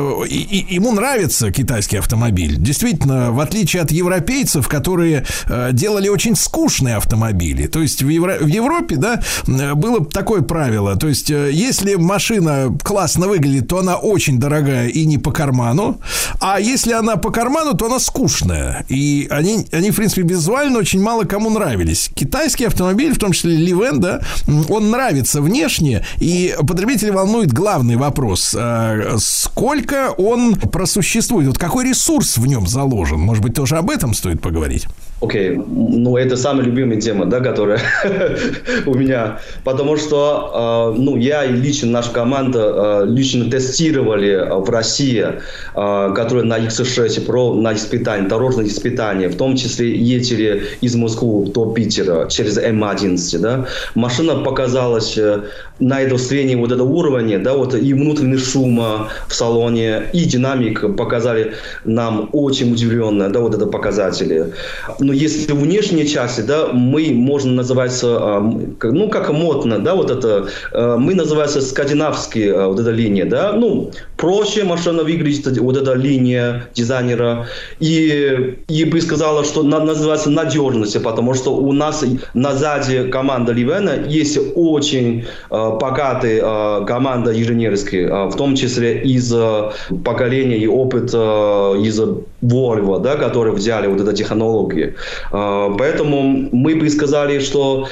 ему нравится китайский автомобиль. Действительно, в отличие от европейцев, которые делали очень скучные автомобили. То есть в, Евро, в Европе, да, было такое правило. То есть если машина классно выглядит, то она очень дорогая и не по карману. А если она по карману, то она скучная. И они, они в принципе, визуально очень мало кому нравились. Китайский автомобиль, в том числе Li Wen, да, он нравится внешне, и потребителя волнует главный вопрос. Сколько он просуществует? Вот какой ресурс в нем заложен? Может быть, тоже об этом стоит поговорить? Окей, okay. Ну это самая любимая тема, да, которая у меня, потому что, э, ну, я и лично наша команда э, лично тестировали в России, э, которые на икс шесть Pro на испытания, дорожные испытания, в том числе ездили из Москвы до Питера через эм одиннадцать, да, машина показалась э, на этом среднем вот этого уровня, да, вот и внутренний шум в салоне, и динамик показали нам очень удивленно, да, вот это показатели. Но если в внешней части, да, мы можем называться, ну, как модно, да, вот это, мы называемся скандинавские, вот эта линия, да, ну, проще машина выглядит, вот эта линия дизайнера, и, и бы сказала, что называется надежность, потому что у нас на сзади команда Li Wen есть очень богатая команда инженерская, в том числе из поколения и опыта из Volvo, да, которые взяли вот эту технологию. Поэтому мы бы сказали, что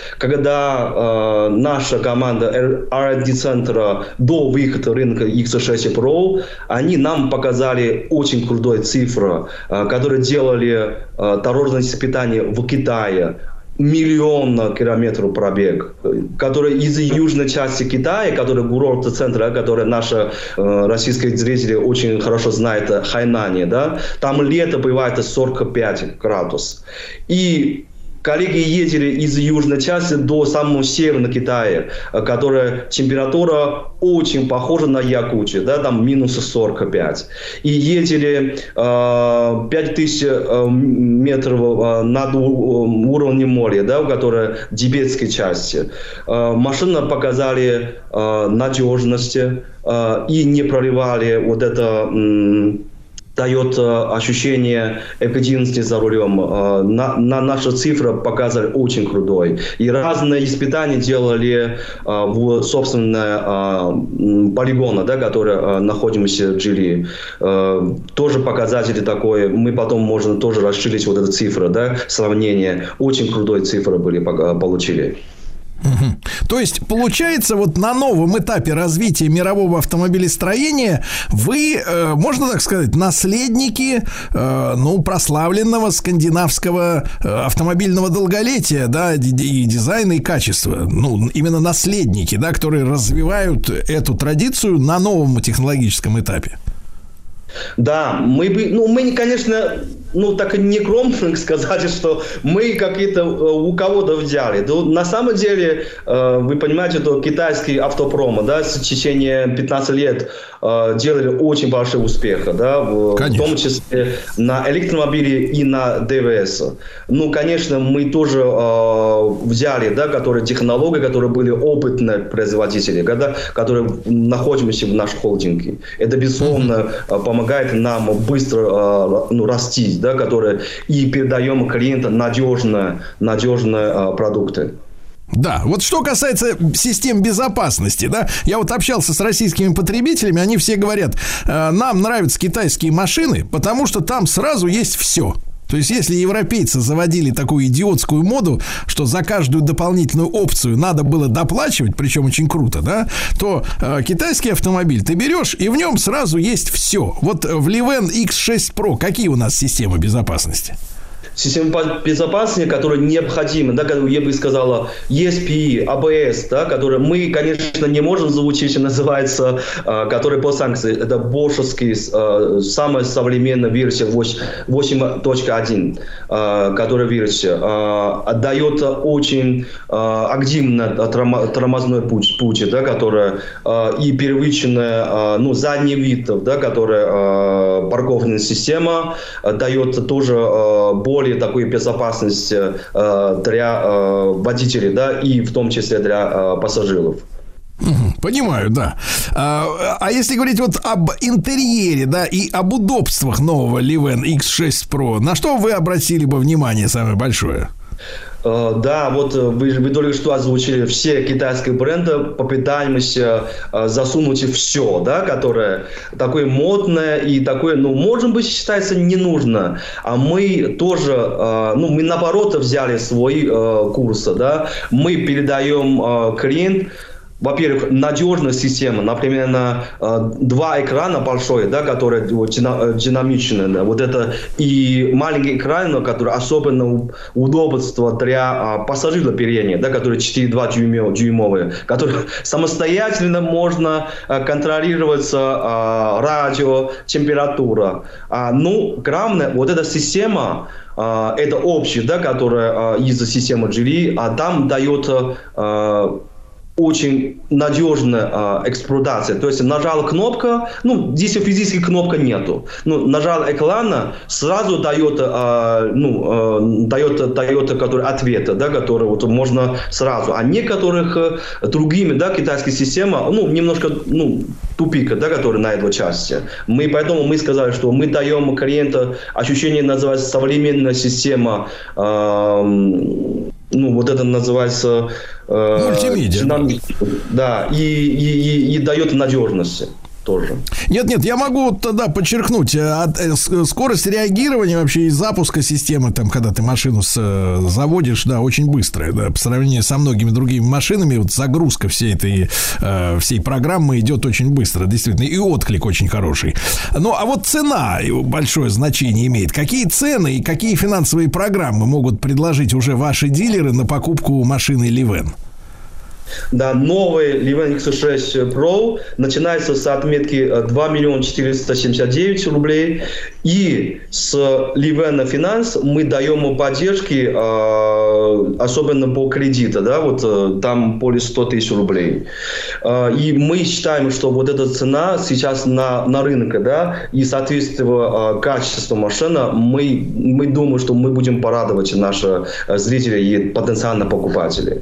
когда наша команда ар энд ди-центра до выхода рынка икс шесть Pro, они нам показали очень крутую цифру, которые делали дорожные испытания в Китае. Миллион километров пробег, который из южной части Китая, который курортный центр, который наши э, российские зрители очень хорошо знают, Хайнань, да, там лето бывает сорок пять градусов. И коллеги ездили из южной части до самого северного Китая, которая температура очень похожа на Якутию, да, там минус сорок пять. И ездили э, пять тысяч э, метров э, над уровнем моря, да, которая в тибетской части. Э, машины показали э, надежность э, и не проливали вот это... Э, дает ощущение эффективности за рулем. На, на наши цифры показали очень крутой. И разные испытания делали в собственной полигоне, да, который находимся в Джили. Тоже показатели такое. Мы потом можем тоже расширить вот эту цифру, да, сравнение. Очень крутой цифры были, получили. Угу. То есть, получается, вот на новом этапе развития мирового автомобилестроения вы, э, можно так сказать, наследники, э, ну, прославленного скандинавского э, автомобильного долголетия, да, и дизайна, и качества. Ну, именно наследники, да, которые развивают эту традицию на новом технологическом этапе. Да, мы бы, ну, мы, конечно, ну, так и не громко сказать, что мы какие-то у кого-то взяли. Но на самом деле, вы понимаете, что китайский автопром, да, в течение пятнадцати лет делали очень большой успех, да, в, в том числе на электромобиле и на ДВС. Ну, конечно, мы тоже э, взяли, да, которые технологии, которые были опытные производители, да, которые находимся в нашем холдинге. Это, безусловно, э, помогает нам быстро э, ну, расти, да, которые и передаем клиентам надежные, надежные э, продукты. Да, вот что касается систем безопасности, да, я вот общался с российскими потребителями, они все говорят, э, нам нравятся китайские машины, потому что там сразу есть все. То есть, если европейцы заводили такую идиотскую моду, что за каждую дополнительную опцию надо было доплачивать, причем очень круто, да, то э, китайский автомобиль ты берешь, и в нем сразу есть все. Вот в Livan икс шесть про какие у нас системы безопасности? Система безопасности, которая необходима, да, я бы сказала, и эс пи, эй би эс, да, которые мы, конечно, не можем звучить, называется, э, который по санкции, это бошевский, э, самая современная версия восемь точка один, э, которая версия, э, отдает очень э, активно тормозной путь, путь, да, которая э, и первичная, э, ну, задний вид, да, которая э, парковочная система э, дает тоже э, более такую безопасность э, для э, водителей, да, и в том числе для э, пассажиров. Понимаю, да. А, а если говорить вот об интерьере, да, и об удобствах нового Livan икс шесть про, на что вы обратили бы внимание самое большое? Да, вот вы, вы только что озвучили все китайские бренды, попытаемся засунуть все, да, которое такое модное и такое, ну, может быть, считается не нужно. А мы тоже, ну, мы наоборот взяли свой курс, да, мы передаем клиент. Во-первых, надежная система, например, на э, два экрана большой, да, которые вот, динамичные, да, вот это и маленький экран, который особенно удобство для э, пассажиров передних, да, которые четыре целых два дюймовые, которые самостоятельно можно э, контролировать э, радио, температура. А, ну, главное, вот эта система, э, это общая, да, которая э, из системы джи эл и, а там дает э, очень надежная э, эксплуатация. То есть нажал кнопка, ну, здесь физически кнопка нету. Ну, нажал экрана, сразу дает, э, ну, э, дает, дает который, ответ, да, который вот можно сразу. А некоторых э, другими, да, китайские системы, ну, немножко, ну, тупик, да, который на этой части. Мы, поэтому мы сказали, что мы даем клиенту ощущение, называется, современная система, э, ну, вот это называется... Э, мультимедиа. Динамик, да, и, и, и, и дает надежность тоже. Нет, нет, я могу тогда подчеркнуть, от, э, скорость реагирования вообще и запуска системы, там, когда ты машину с, э, заводишь, да, очень быстрая, да, по сравнению со многими другими машинами, вот загрузка всей этой, э, всей программы идет очень быстро, действительно, и отклик очень хороший. Ну, а вот цена большое значение имеет. Какие цены и какие финансовые программы могут предложить уже ваши дилеры на покупку машины Livan? Да, новый Livan икс шесть про начинается с отметки два миллиона четыреста семьдесят девять рублей. И с Livan Finance мы даем поддержки, особенно по кредиту, да, вот там более сто тысяч рублей. И мы считаем, что вот эта цена сейчас на, на рынке, да, и соответственно качеству машины, мы, мы думаем, что мы будем порадовать наших зрителей и потенциальных покупателей.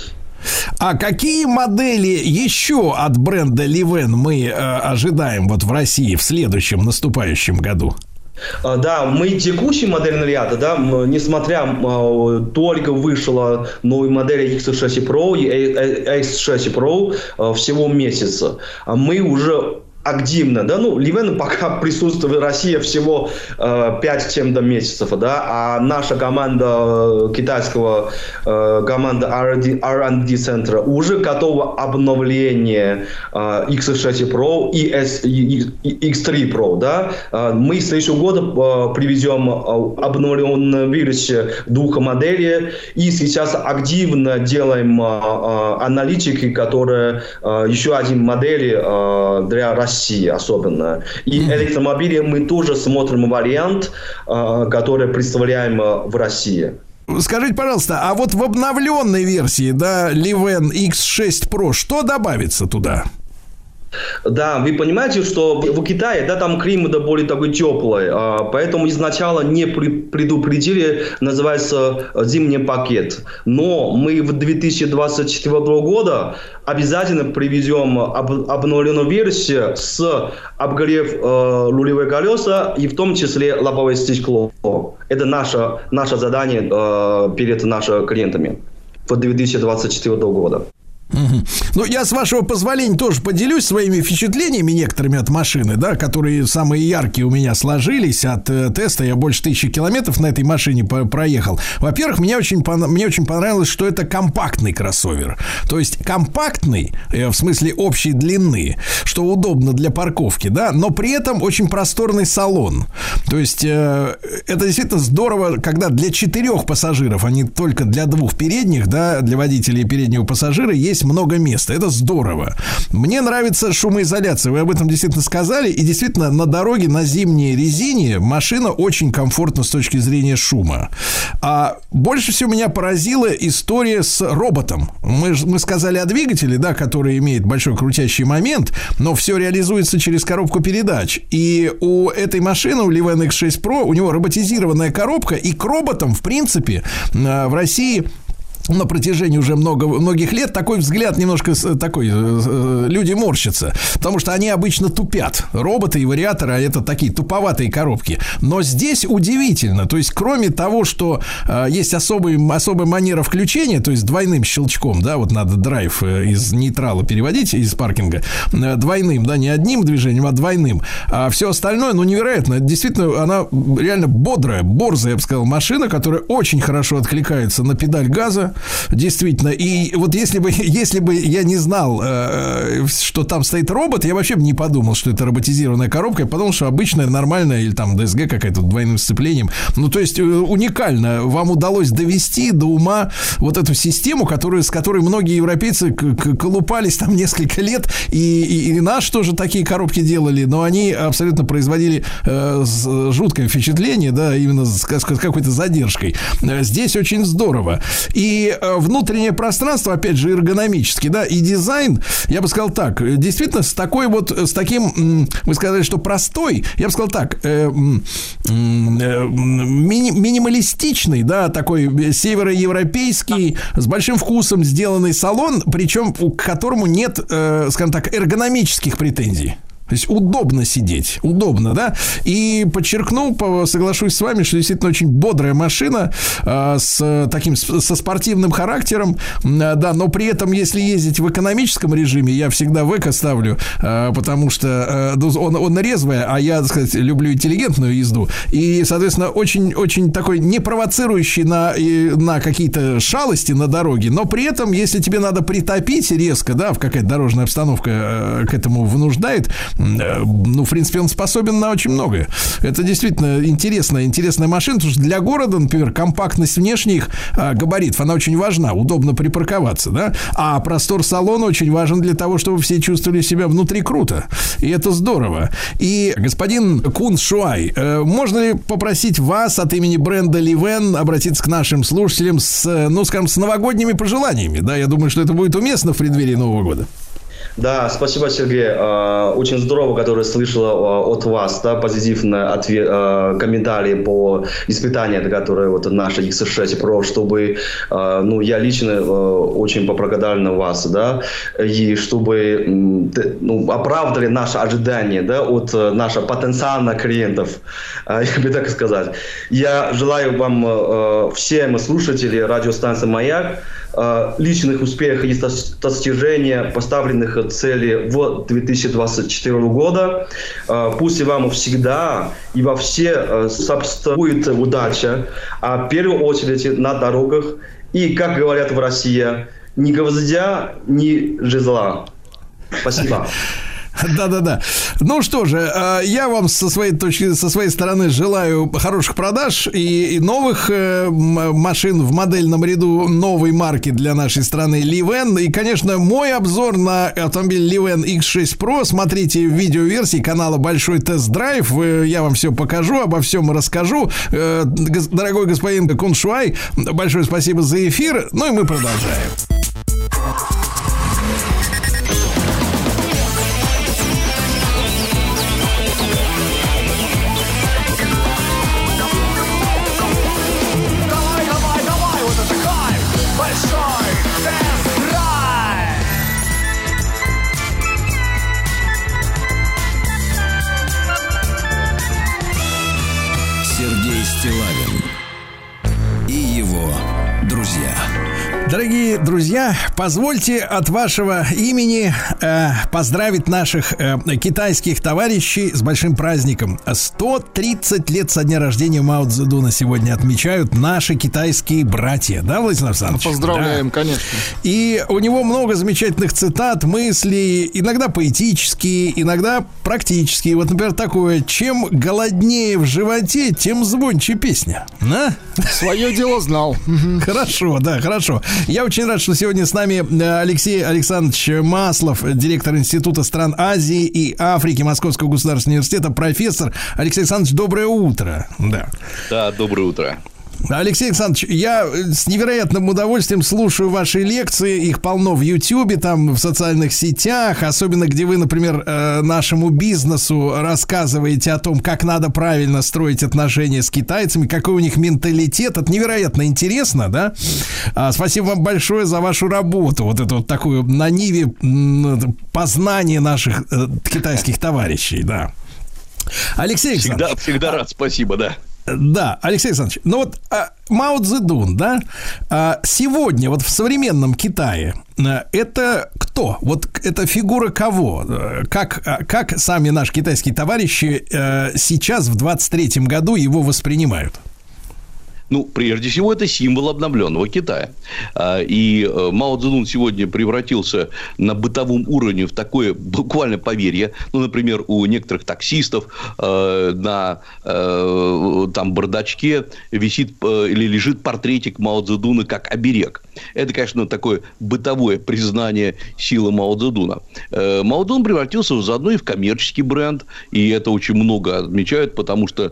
А какие модели еще от бренда Livan мы э, ожидаем вот в России в следующем наступающем году? Да, мы текущий модельный ряд, да, несмотря только вышла новая модель икс шесть про и икс шесть про всего месяца, мы уже активно, да, ну, Livan пока присутствует в России всего э, пять с чем-то месяцев, да, а наша команда китайского, э, команда ар энд ди центра уже готова обновление э, икс шесть про и, S, и икс три про, да, э, мы с следующего года э, привезем обновленную версию двух моделей и сейчас активно делаем э, аналитики, которые э, еще один модель э, для России России особенно. И электромобили мы тоже смотрим вариант, который представляем в России. Скажите, пожалуйста, а вот в обновленной версии, да, Ливен икс шесть про, что добавится туда? Да, вы понимаете, что в Китае, да, там климат более такой теплый, поэтому изначально не предупредили, называется, зимний пакет. Но мы в две тысячи двадцать четвёртого года обязательно привезем об, обновленную версию с обогрев э, рулевые колеса и в том числе лобовое стекло. Это наше, наше задание э, перед нашими клиентами в две тысячи двадцать четвёртого года. Угу. Ну, я, с вашего позволения, тоже поделюсь своими впечатлениями некоторыми от машины, да, которые самые яркие у меня сложились от э, теста. Я больше тысячи километров на этой машине по- проехал. Во-первых, мне очень, пон- мне очень понравилось, что это компактный кроссовер. То есть компактный, э, в смысле общей длины, что удобно для парковки, да, но при этом очень просторный салон. То есть э, это действительно здорово, когда для четырех пассажиров, а не только для двух передних, да, для водителя и переднего пассажира есть много места. Это здорово. Мне нравится шумоизоляция. Вы об этом действительно сказали. И действительно, на дороге, на зимней резине машина очень комфортна с точки зрения шума. А больше всего меня поразила история с роботом. Мы, мы сказали о двигателе, да, который имеет большой крутящий момент, но все реализуется через коробку передач. И у этой машины, у Ливен икс шесть про, у него роботизированная коробка. И к роботам, в принципе, в России на протяжении уже много, многих лет такой взгляд немножко такой, люди морщатся, потому что они обычно тупят. Роботы и вариаторы, а это такие туповатые коробки. Но здесь удивительно, то есть кроме того, что э, есть особый, особая манера включения, то есть двойным щелчком, да, вот надо драйв из нейтрала переводить, из паркинга, э, двойным, да, не одним движением, а двойным. А все остальное, ну, невероятно. Действительно, она реально бодрая, борзая, я бы сказал, машина, которая очень хорошо откликается на педаль газа. Действительно. И вот если бы, если бы я не знал, э, что там стоит робот, я вообще бы не подумал, что это роботизированная коробка. Я подумал, что обычная, нормальная, или там ди эс джи какая-то двойным сцеплением. Ну, то есть, уникально. Вам удалось довести до ума вот эту систему, которую, с которой многие европейцы колупались там несколько лет. И, и, и наши тоже такие коробки делали. Но они абсолютно производили э, жуткое впечатление, да, именно с, с какой-то задержкой. Здесь очень здорово. И внутреннее пространство, опять же, эргономически, да, и дизайн, я бы сказал так, действительно, с такой вот, с таким, вы сказали, что простой, я бы сказал так, э, э, мини, минималистичный, да, такой североевропейский, с большим вкусом сделанный салон, причем к которому нет, э, скажем так, эргономических претензий. То есть удобно сидеть, удобно, да. И подчеркну, соглашусь с вами, что действительно очень бодрая машина э, с таким со спортивным характером, э, да. Но при этом, если ездить в экономическом режиме, я всегда в эко ставлю, э, потому что э, он, он резвая, а я, так сказать, люблю интеллигентную езду. И, соответственно, очень, очень такой не провоцирующий на на какие-то шалости на дороге. Но при этом, если тебе надо притопить резко, да, в какая-то дорожная обстановка э, к этому вынуждает. Ну, в принципе, он способен на очень многое. Это действительно интересная, интересная машина, потому что для города, например, компактность внешних а, габаритов, она очень важна, удобно припарковаться, да, а простор салона очень важен для того, чтобы все чувствовали себя внутри круто, и это здорово. И, господин Кун Шуай, э, можно ли попросить вас от имени бренда Ливен обратиться к нашим слушателям с, ну, скажем, с новогодними пожеланиями, да, я думаю, что это будет уместно в преддверии Нового года. Да, спасибо, Сергей. Очень здорово, который слышал от вас, да, позитивные ответ, комментарии по испытанию, которые вот наши икс шесть про, чтобы, ну, я лично очень поблагодарен вас, да, и чтобы, ну, оправдали наши ожидания, да, от наших потенциальных клиентов, я бы так сказать. Я желаю вам, всем слушателям радиостанции «Маяк», личных успехов и достижения поставленных целей в две тысячи двадцать четвёртого года. Пусть вам всегда и во все сопутствует удача, а в первую очередь на дорогах. И, как говорят в России, ни гвоздя, ни жезла. Спасибо. Да-да-да. Ну что же, я вам со своей точки, со своей стороны желаю хороших продаж и, и новых э, машин в модельном ряду новой марки для нашей страны Ливен. И, конечно, мой обзор на автомобиль Ливен икс шесть про смотрите в видеоверсии канала Большой тест-драйв. Я вам все покажу, обо всем расскажу. Э, дорогой господин Куншуай, большое спасибо за эфир. Ну и мы продолжаем. Дорогие друзья, позвольте от вашего имени э, поздравить наших э, китайских товарищей с большим праздником. сто тридцать лет со дня рождения Мао Цзэдуна сегодня отмечают наши китайские братья. Да, Владимир Александрович? Поздравляем, да. Конечно. И у него много замечательных цитат, мыслей, иногда поэтические, иногда практические. Вот, например, такое: чем голоднее в животе, тем звонче песня. Да? Свое дело знал. Хорошо, да, хорошо. Я очень рад, что сегодня с нами Алексей Александрович Маслов, директор Института стран Азии и Африки Московского государственного университета, профессор. Алексей Александрович, доброе утро. Да, да, доброе утро. Алексей Александрович, я с невероятным удовольствием слушаю ваши лекции. Их полно в Ютьюбе, там, в социальных сетях. Особенно, где вы, например, нашему бизнесу рассказываете о том, как надо правильно строить отношения с китайцами, какой у них менталитет. Это невероятно интересно, да? Спасибо вам большое за вашу работу. Вот эту вот такую на ниве познания наших китайских товарищей, да. Алексей Александрович. Всегда, всегда рад, спасибо, да. Да, Алексей Александрович, ну вот а, Мао Цзэдун, да, а, сегодня вот в современном Китае а, это кто? Вот это фигура кого? Как, а, как сами наши китайские товарищи а, сейчас в двадцать третьем году его воспринимают? Ну, прежде всего, это символ обновленного Китая. И Мао Цзэдун сегодня превратился на бытовом уровне в такое буквально поверье. Ну, например, у некоторых таксистов на там бардачке висит или лежит портретик Мао Цзэдуна как оберег. Это, конечно, такое бытовое признание силы Мао Цзэдуна. Мао Цзэдун превратился заодно и в коммерческий бренд. И это очень много отмечают, потому что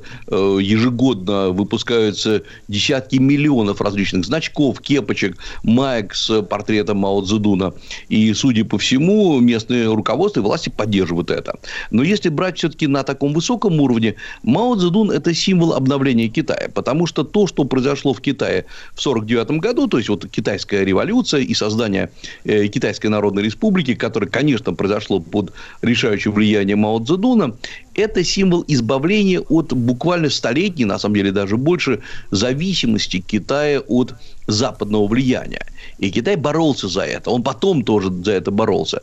ежегодно выпускаются десятки миллионов различных значков, кепочек, маек с портретом Мао Цзэдуна. И, судя по всему, местные руководство и власти поддерживают это. Но если брать все-таки на таком высоком уровне, Мао Цзэдун – это символ обновления Китая. Потому что то, что произошло в Китае в сорок девятом году, то есть вот китайская революция и создание э, Китайской Народной Республики, которое, конечно, произошло под решающим влиянием Мао Цзэдуна, это символ избавления от буквально столетней, на самом деле даже больше, зависимости Китая от западного влияния. И Китай боролся за это. Он потом тоже за это боролся.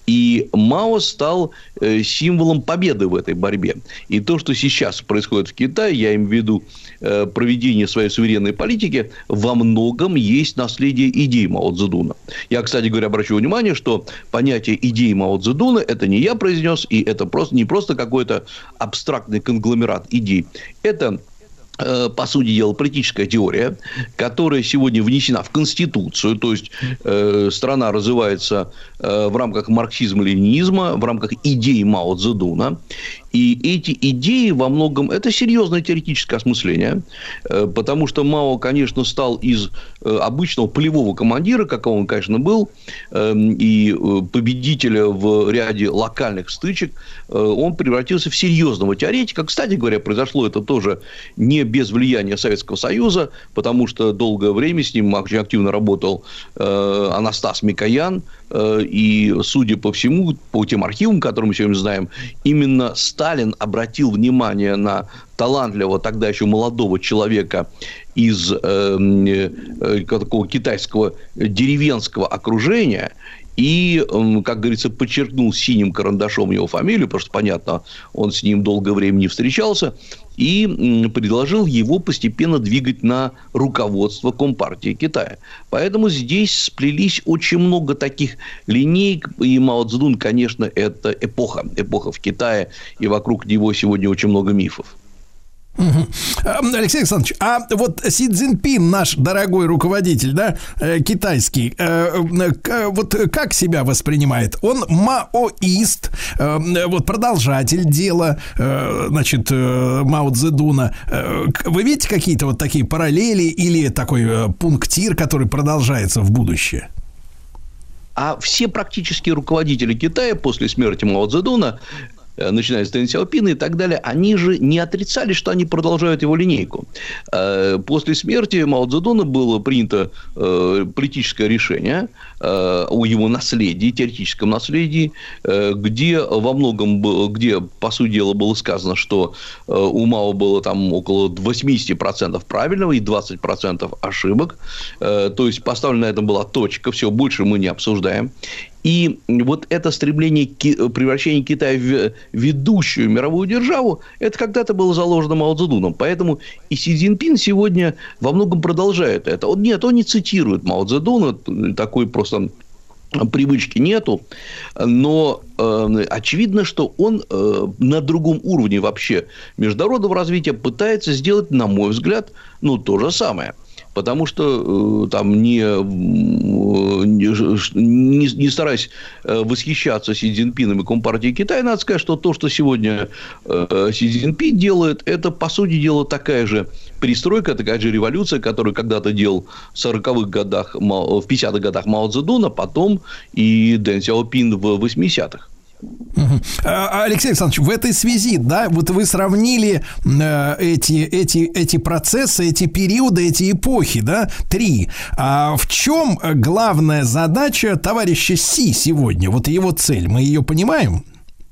И Мао стал э, символом победы в этой борьбе. И то, что сейчас происходит в Китае, я имею в виду э, проведение своей суверенной политики, во многом есть наследие идей Мао Цзэдуна. Я, кстати говоря, обращу внимание, что понятие идей Мао Цзэдуна это не я произнес, и это просто, не просто какой-то абстрактный конгломерат идей. Это, по сути дела, политическая теория, которая сегодня внесена в Конституцию, то есть э, страна развивается э, в рамках марксизма-ленинизма, в рамках идей Мао Цзэдуна. И эти идеи во многом это серьезное теоретическое осмысление, э, потому что Мао, конечно, стал из э, обычного полевого командира, какого он, конечно, был, э, и победителя в ряде локальных стычек, э, он превратился в серьезного теоретика. Кстати говоря, произошло это тоже не без влияния Советского Союза, потому что долгое время с ним очень активно работал э, Анастас Микоян, э, и, судя по всему, по тем архивам, которые мы сегодня знаем, именно Сталин обратил внимание на талантливого тогда еще молодого человека из э, э, такого китайского деревенского окружения. И, как говорится, подчеркнул синим карандашом его фамилию, потому что, понятно, он с ним долгое время не встречался. и предложил его постепенно двигать на руководство Компартии Китая. Поэтому здесь сплелись очень много таких линеек, и Мао Цзэдун, конечно, это эпоха, эпоха в Китае, и вокруг него сегодня очень много мифов. Угу. Алексей Александрович, а вот Си Цзиньпин, наш дорогой руководитель, да, э, китайский, э, э, вот как себя воспринимает? Он маоист, э, вот продолжатель дела, э, значит, э, Мао Цзэдуна. Э, вы видите какие-то вот такие параллели или такой э, пунктир, который продолжается в будущее? А все практически руководители Китая после смерти Мао Цзэдуна, начиная с Дэн Сяопина и так далее, они же не отрицали, что они продолжают его линейку. После смерти Мао Цзэдуна было принято политическое решение о его наследии, теоретическом наследии, где во многом, где, по сути дела, было сказано, что у Мао было там около восемьдесят процентов правильного и двадцать процентов ошибок. То есть, поставлена на этом была точка, все, больше мы не обсуждаем. И вот это стремление к превращению Китая в ведущую мировую державу, это когда-то было заложено Мао Цзэдуном. Поэтому и Си Цзиньпин сегодня во многом продолжает это. Он, нет, он не цитирует Мао Цзэдуна, такой просто привычки нету, но э, очевидно, что он э, на другом уровне вообще международного развития пытается сделать, на мой взгляд, ну, то же самое. Потому что э, там не, не, не стараясь восхищаться Си Цзиньпином и Компартией Китая, надо сказать, что то, что сегодня э, Си Цзиньпин делает, это, по сути дела, такая же перестройка, такая же революция, которую когда-то делал в сороковых годах, в пятидесятых годах Мао Цзэдун, а потом и Дэн Сяопин в восьмидесятых. Алексей Александрович, в этой связи, да, вот вы сравнили э, эти, эти, эти процессы, эти периоды, эти эпохи, да, три. А в чем главная задача товарища Си сегодня? Вот его цель, мы ее понимаем?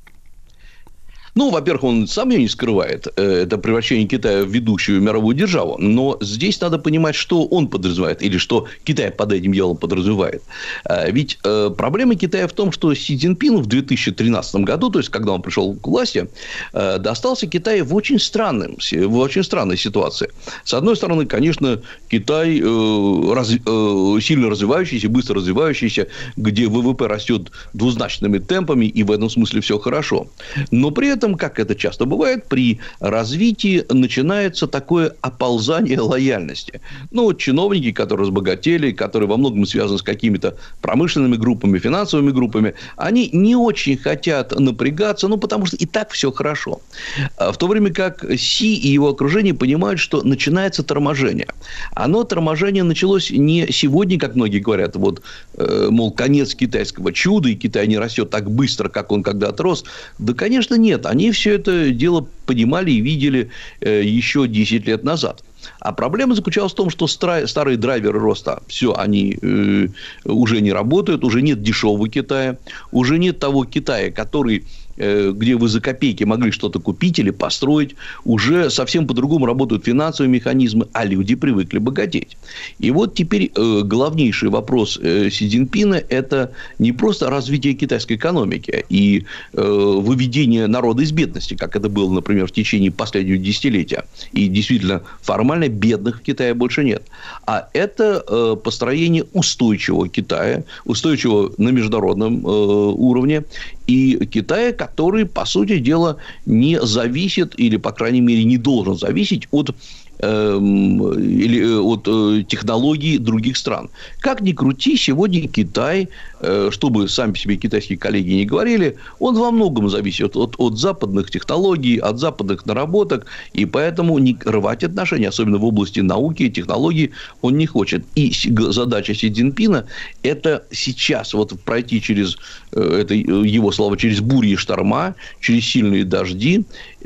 Ну, во-первых, он сам ее не скрывает, это превращение Китая в ведущую мировую державу, но здесь надо понимать, что он подразумевает, или что Китай под этим делом подразумевает. Ведь проблема Китая в том, что Си Цзиньпину в две тысячи тринадцатом году, то есть, когда он пришел к власти, достался Китай в очень, странном, в очень странной ситуации. С одной стороны, конечно, Китай раз, сильно развивающийся, быстро развивающийся, где ВВП растет двузначными темпами, и в этом смысле все хорошо. Но при этом, как это часто бывает, при развитии начинается такое оползание лояльности. Ну, вот чиновники, которые разбогатели, которые во многом связаны с какими-то промышленными группами, финансовыми группами, они не очень хотят напрягаться, ну, потому что и так все хорошо. В то время как Си и его окружение понимают, что начинается торможение. Оно, торможение, началось не сегодня, как многие говорят, вот, мол, конец китайского чуда, и Китай не растет так быстро, как он когда-то рос. Да, конечно, нет. Они все это дело понимали и видели э, еще десять лет назад. А проблема заключалась в том, что стра- старые драйверы роста, все, они э, уже не работают, уже нет дешевого Китая, уже нет того Китая, который... где вы за копейки могли что-то купить или построить, уже совсем по-другому работают финансовые механизмы, а люди привыкли богатеть. И вот теперь э, главнейший вопрос э, Си Цзиньпина – это не просто развитие китайской экономики и э, выведение народа из бедности, как это было, например, в течение последнего десятилетия. И действительно, формально бедных в Китае больше нет. А это э, построение устойчивого Китая, устойчивого на международном э, уровне, и Китая, который, по сути дела, не зависит, или, по крайней мере, не должен зависеть от, э, или, от э, технологий других стран. Как ни крути, сегодня Китай, э, чтобы сами себе китайские коллеги не говорили, он во многом зависит от, от западных технологий, от западных наработок, и поэтому не рвать отношения, особенно в области науки и технологий, он не хочет. И задача Си Цзиньпина – это сейчас вот пройти через, это его слова, через бури и шторма, через сильные дожди,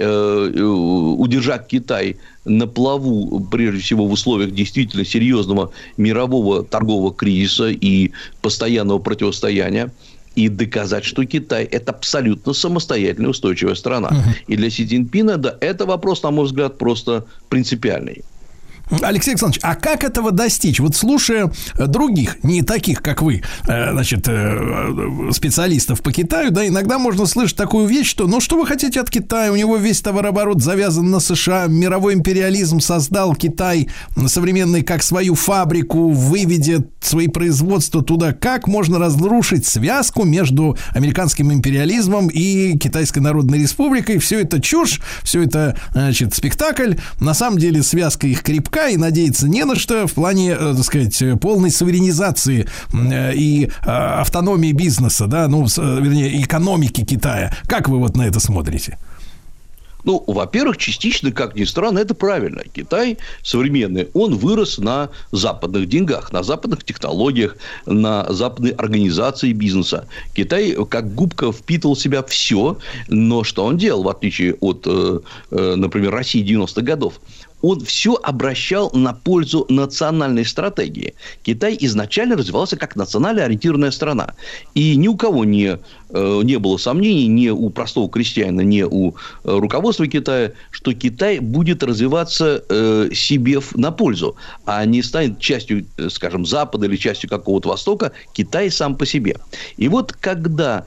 удержать Китай на плаву, прежде всего, в условиях действительно серьезного мирового торгового кризиса и постоянного противостояния, и доказать, что Китай – это абсолютно самостоятельная устойчивая страна. Uh-huh. И для Си Цзиньпина, да, это вопрос, на мой взгляд, просто принципиальный. Алексей Александрович, а как этого достичь? Вот слушая других, не таких, как вы, значит, специалистов по Китаю, да, иногда можно слышать такую вещь, что, ну, что вы хотите от Китая? У него весь товарооборот завязан на США, мировой империализм создал Китай современный как свою фабрику, выведет свои производства туда. Как можно разрушить связку между американским империализмом и Китайской Народной Республикой? Все это чушь, все это, значит, спектакль. На самом деле связка их крепка, и надеяться не на что в плане, так сказать, полной суверенизации и автономии бизнеса, да, ну, вернее, экономики Китая. Как вы вот на это смотрите? Ну, во-первых, частично, как ни странно, это правильно. Китай современный, он вырос на западных деньгах, на западных технологиях, на западной организации бизнеса. Китай как губка впитывал в себя все, но что он делал, в отличие от, например, России девяностых годов? Он все обращал на пользу национальной стратегии. Китай изначально развивался как национально ориентированная страна. И ни у кого не, не было сомнений, ни у простого крестьянина, ни у руководства Китая, что Китай будет развиваться себе на пользу, а не станет частью, скажем, Запада или частью какого-то Востока. Китай сам по себе. И вот когда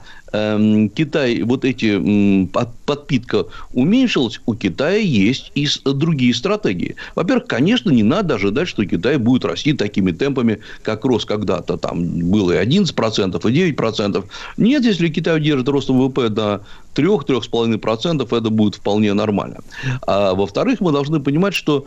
Китай, вот эти подпитка уменьшилась, у Китая есть и другие стратегии. Во-первых, конечно, не надо ожидать, что Китай будет расти такими темпами, как рос когда-то. Там было и одиннадцать процентов, и девять процентов. Нет, если Китай удержит рост ВВП до три-три с половиной процентов, это будет вполне нормально. А во-вторых, мы должны понимать, что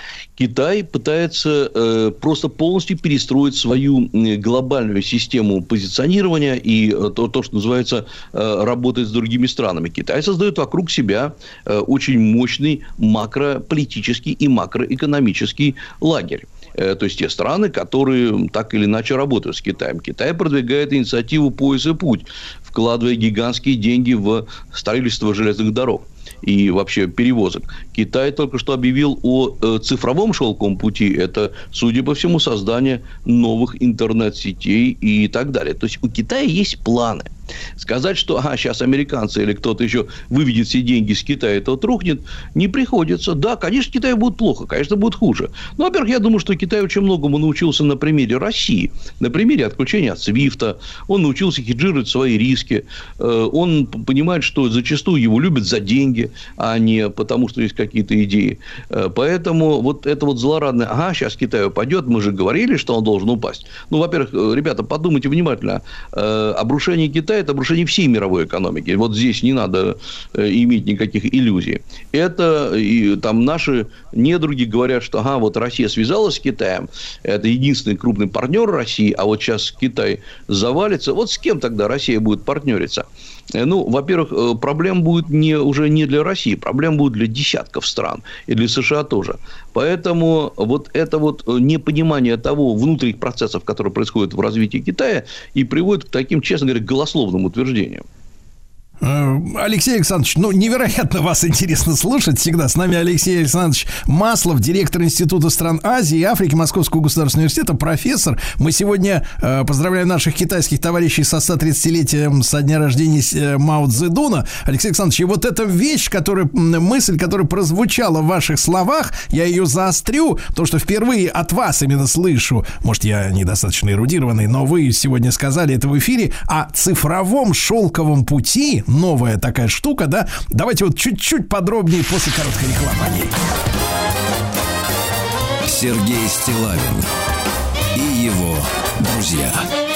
Китай пытается э, просто полностью перестроить свою глобальную систему позиционирования и то, то что называется, э, работать с другими странами. Китай создает вокруг себя э, очень мощный макрополитический и макроэкономический лагерь. То есть те страны, которые так или иначе работают с Китаем. Китай продвигает инициативу «Пояс и путь», вкладывая гигантские деньги в строительство железных дорог и вообще перевозок. Китай только что объявил о цифровом шелковом пути. Это, судя по всему, создание новых интернет-сетей и так далее. То есть у Китая есть планы. Сказать, что ага, сейчас американцы или кто-то еще выведет все деньги с Китая, это вот рухнет, не приходится. Да, конечно, Китаю будет плохо, конечно, будет хуже. Но, во-первых, я думаю, что Китай очень многому научился на примере России, на примере отключения от свифта. Он научился хеджировать свои риски. Он понимает, что зачастую его любят за деньги, а не потому, что есть какие-то идеи. Поэтому вот это вот злорадное, ага, сейчас Китай упадет, мы же говорили, что он должен упасть. Ну, во-первых, ребята, подумайте внимательно. Обрушение Китая – это обрушение всей мировой экономики. Вот здесь не надо иметь никаких иллюзий. Это и, там наши недруги говорят, что ага, вот Россия связалась с Китаем, это единственный крупный партнер России, а вот сейчас Китай завалится. Вот с кем тогда Россия будет партнериться? Ну, во-первых, проблем будет не, уже не для России, проблем будет для десятков стран, и для США тоже. Поэтому вот это вот непонимание того внутренних процессов, которые происходят в развитии Китая, и приводит к таким, честно говоря, голословным утверждениям. Алексей Александрович, ну, невероятно вас интересно слушать всегда. С нами Алексей Александрович Маслов, директор Института стран Азии и Африки Московского государственного университета, профессор. Мы сегодня э, поздравляем наших китайских товарищей со сто тридцатилетием со дня рождения э, Мао Цзэдуна. Алексей Александрович, и вот эта вещь, которая, мысль, которая прозвучала в ваших словах, я ее заострю, потому что впервые от вас именно слышу, может, я недостаточно эрудированный, но вы сегодня сказали это в эфире, о цифровом шелковом пути. Новая такая штука, да? Давайте вот чуть-чуть подробнее после короткой рекламы. Сергей Стиллавин и его друзья.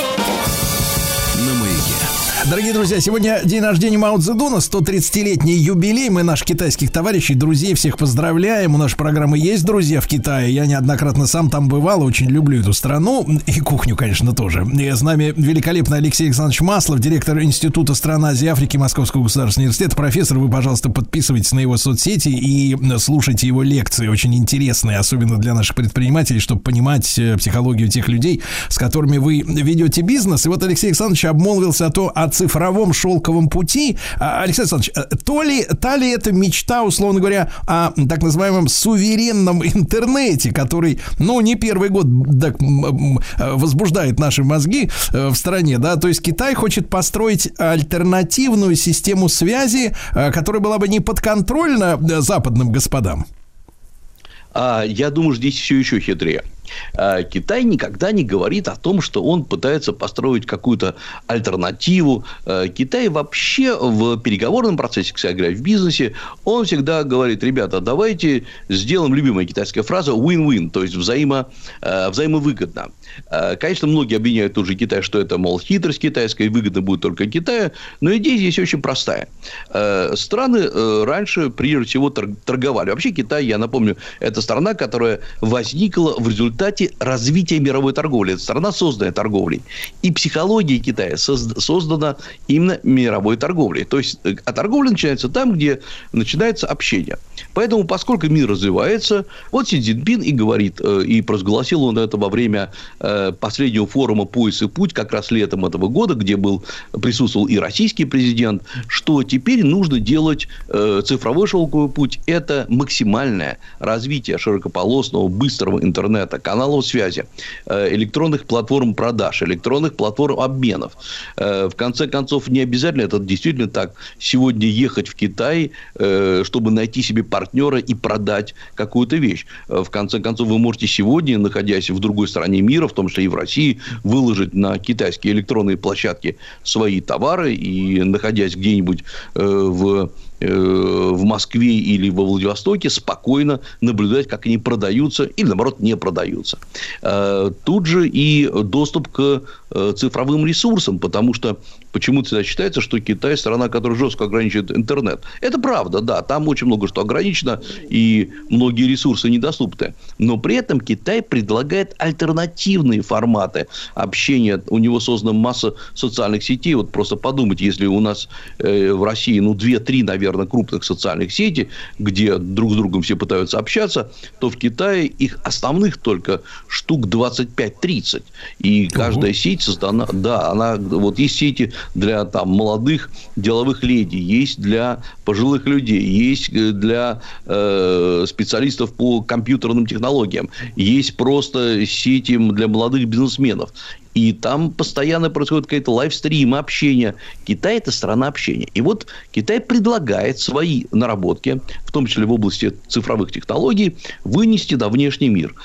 На Маяке. Дорогие друзья, сегодня день рождения Мао Цзэдуна, сто тридцатилетний юбилей. Мы наших китайских товарищей, друзей всех поздравляем. У нашей программы есть друзья в Китае. Я неоднократно сам там бывал, очень люблю эту страну. И кухню, конечно, тоже. И с нами великолепный Алексей Александрович Маслов, директор Института стран Азии и Африки Московского государственного университета. Профессор, вы, пожалуйста, подписывайтесь на его соцсети и слушайте его лекции. Очень интересные, особенно для наших предпринимателей, чтобы понимать психологию тех людей, с которыми вы ведете бизнес. И вот Алексей Александрович обмолвился о том, о цифровом шелковом пути. Алексей Александрович, то ли, та ли это мечта, условно говоря, о так называемом суверенном интернете, который, ну, не первый год так, возбуждает наши мозги в стране, да, то есть Китай хочет построить альтернативную систему связи, которая была бы не подконтрольна западным господам? А я думаю, здесь все еще хитрее. Китай никогда не говорит о том, что он пытается построить какую-то альтернативу. Китай вообще в переговорном процессе, кстати говоря, в бизнесе, он всегда говорит: ребята, давайте сделаем, любимая китайская фраза, win-win, то есть взаимо, взаимовыгодно. Конечно, многие обвиняют тот же Китай, что это, мол, хитрость китайская, и выгодно будет только Китаю, но идея здесь очень простая. Страны раньше, прежде всего, торговали. Вообще, Китай, я напомню, это страна, которая возникла в результате развития мировой торговли. Это страна, созданная торговлей. И психология Китая создана именно мировой торговлей. То есть, а торговля начинается там, где начинается общение. Поэтому, поскольку мир развивается, вот Си Цзиньпин и говорит, и провозгласил он это во время последнего форума «Пояс и путь», как раз летом этого года, где был, присутствовал и российский президент, что теперь нужно делать цифровой шелковый путь. Это максимальное развитие широкополосного, быстрого интернета, каналов связи, электронных платформ продаж, электронных платформ обменов. В конце концов, не обязательно, это действительно так, сегодня ехать в Китай, чтобы найти себе партнера и продать какую-то вещь. В конце концов, вы можете сегодня, находясь в другой стране мира, в том числе и в России, выложить на китайские электронные площадки свои товары и, находясь где-нибудь в в Москве или во Владивостоке, спокойно наблюдать, как они продаются или, наоборот, не продаются. Тут же и доступ к цифровым ресурсам, потому что почему-то всегда считается, что Китай – страна, которая жестко ограничивает интернет. Это правда, да, там очень много что ограничено, и многие ресурсы недоступны. Но при этом Китай предлагает альтернативные форматы общения. У него создана масса социальных сетей. Вот просто подумайте, если у нас в России, ну, две-три, наверное, крупных социальных сетей, где друг с другом все пытаются общаться, то в Китае их основных только штук двадцать пять тридцать. И каждая угу. сеть создана, да, она, вот есть сети для там молодых деловых леди, есть для пожилых людей, есть для э, специалистов по компьютерным технологиям, есть просто сети для молодых бизнесменов. И там постоянно происходит какая-то лайвстрим, общение. Китай – это страна общения. И вот Китай предлагает свои наработки, в том числе в области цифровых технологий, вынести на внешний мир.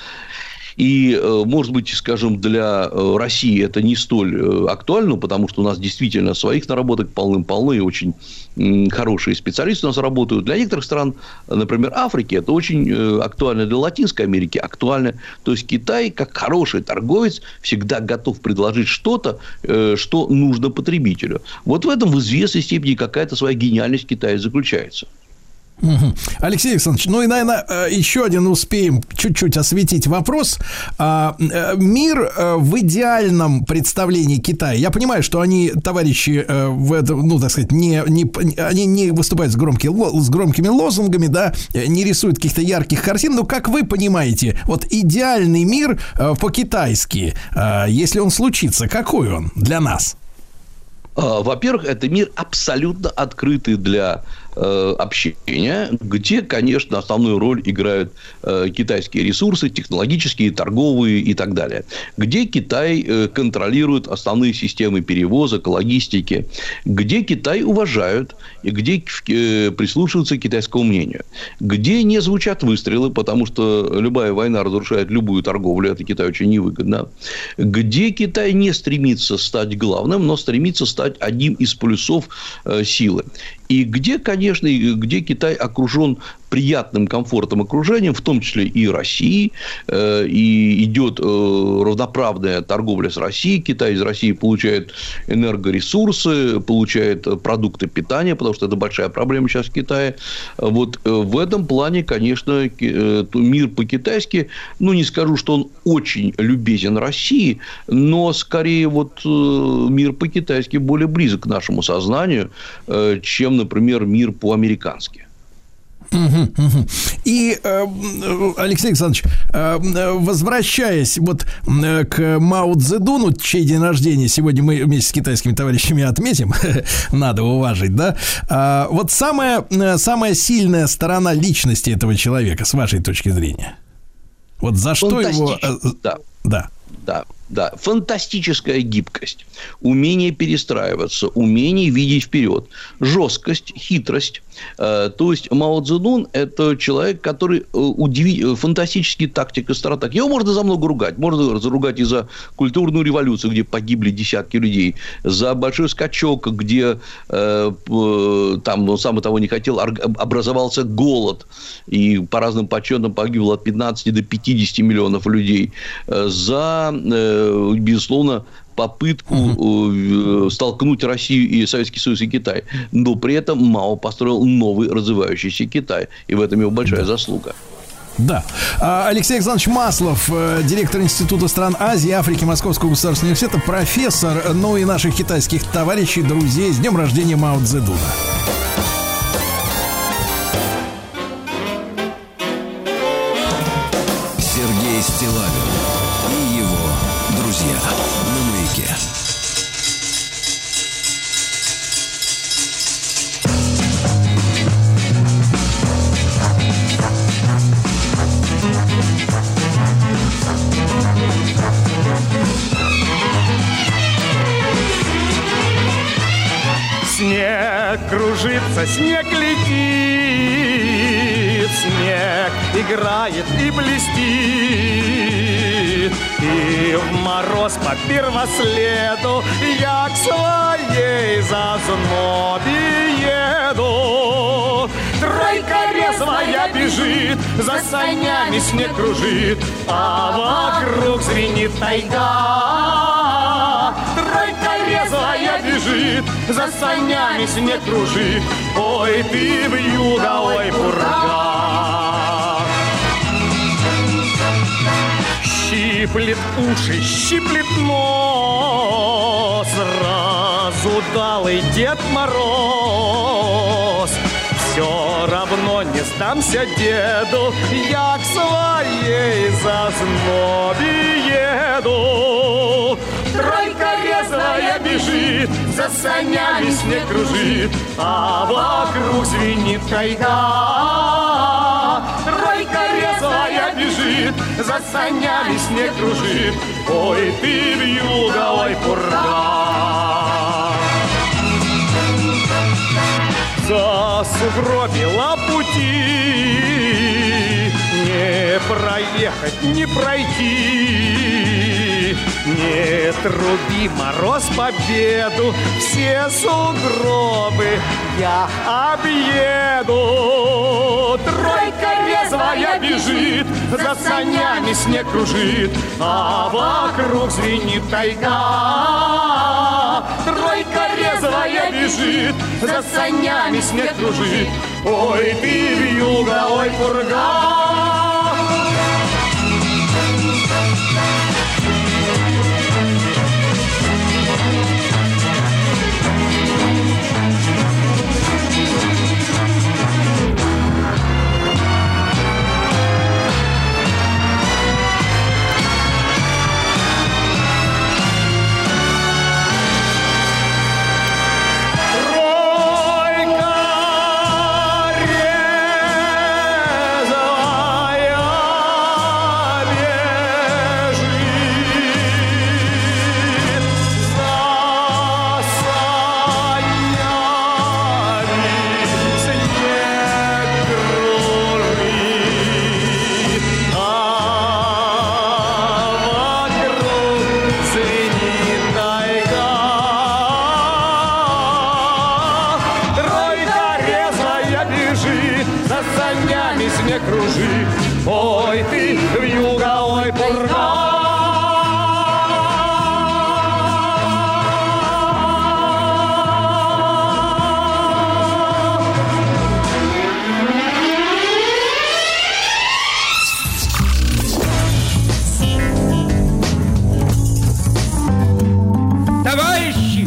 И, может быть, скажем, для России это не столь актуально, потому что у нас действительно своих наработок полным-полно, и очень хорошие специалисты у нас работают. Для некоторых стран, например, Африки, это очень актуально, для Латинской Америки актуально. То есть, Китай, как хороший торговец, всегда готов предложить что-то, что нужно потребителю. Вот в этом в известной степени какая-то своя гениальность Китая заключается. Угу. Алексей Александрович, ну и, наверное, еще один успеем чуть-чуть осветить вопрос. Мир в идеальном представлении Китая. Я понимаю, что они, товарищи, в этом, ну, так сказать, не, не, они не выступают с, громкими, с громкими лозунгами, да, не рисуют каких-то ярких картин, но, как вы понимаете, вот идеальный мир по-китайски, если он случится, какой он для нас? Во-первых, это мир абсолютно открытый для э, общения, где, конечно, основную роль играют э, китайские ресурсы, технологические, торговые и так далее. Где Китай э, контролирует основные системы перевозок, логистики, где Китай уважают и где э, прислушиваются к китайскому мнению, где не звучат выстрелы, потому что любая война разрушает любую торговлю, это Китаю очень невыгодно, где Китай не стремится стать главным, но стремится стать одним из плюсов э, силы. И где, конечно, где Китай окружен приятным, комфортным окружением, в том числе и России, э, и идет э, равноправная торговля с Россией. Китай из России получает энергоресурсы, получает продукты питания, потому что это большая проблема сейчас в Китае. Вот э, в этом плане, конечно, э, мир по-китайски, ну, не скажу, что он очень любезен России, но скорее вот э, мир по-китайски более близок к нашему сознанию, э, чем, например, мир по-американски. Угу, угу. И, э, Алексей Александрович, э, возвращаясь вот э, к Мао Цзэдуну, чей день рождения сегодня мы вместе с китайскими товарищами отметим, надо уважить, да? А, вот самая, самая сильная сторона личности этого человека, с вашей точки зрения? Вот за что его... Да. Да. Да. Да, фантастическая гибкость, умение перестраиваться, умение видеть вперед, жесткость, хитрость. То есть Мао Цзэдун – это человек, который удив... фантастический тактик и стратег. Его можно за много ругать. Можно заругать и за культурную революцию, где погибли десятки людей, за большой скачок, где э, там, сам того не хотел, образовался голод, и по разным подсчетам погибло от пятнадцати до пятидесяти миллионов людей, за, э, безусловно, попытку uh-huh. столкнуть Россию и Советский Союз и Китай. Но при этом Мао построил новый развивающийся Китай. И в этом его большая заслуга. Да. Алексей Александрович Маслов, директор Института стран Азии и Африки Московского государственного университета, профессор, ну и наших китайских товарищей, друзей. С днем рождения Мао Цзэдуна. Сергей Стиллавин и его друзья на Маяке. Снег кружится, снег летит, снег играет и блестит, и в мороз по первоследу я к своей зазнобе еду. Тройка резвая бежит, за санями снег кружит, а вокруг звенит тайга. Тройка резвая бежит, за санями снег кружит, ой ты вьюга, ой пурга. Щиплет уши, щиплет нос, разудалый Дед Мороз. Все равно не сдамся деду, я к своей зазнобе еду. Тройка резвая бежит, за санями снег кружит, а вокруг звенит тайга. Тройка резвая бежит, за санями снег кружит, ой ты вьюга, ой пурга. Засугробила пути, не проехать, не пройти. Не труби, мороз, победу, все сугробы я объеду. Тройка резвая бежит, за санями снег кружит, а вокруг звенит тайга. Тройка резвая бежит, за санями снег кружит, ой ты вьюга, ой пурга. Ой, ты вьюга, ой, пурга. Товарищи!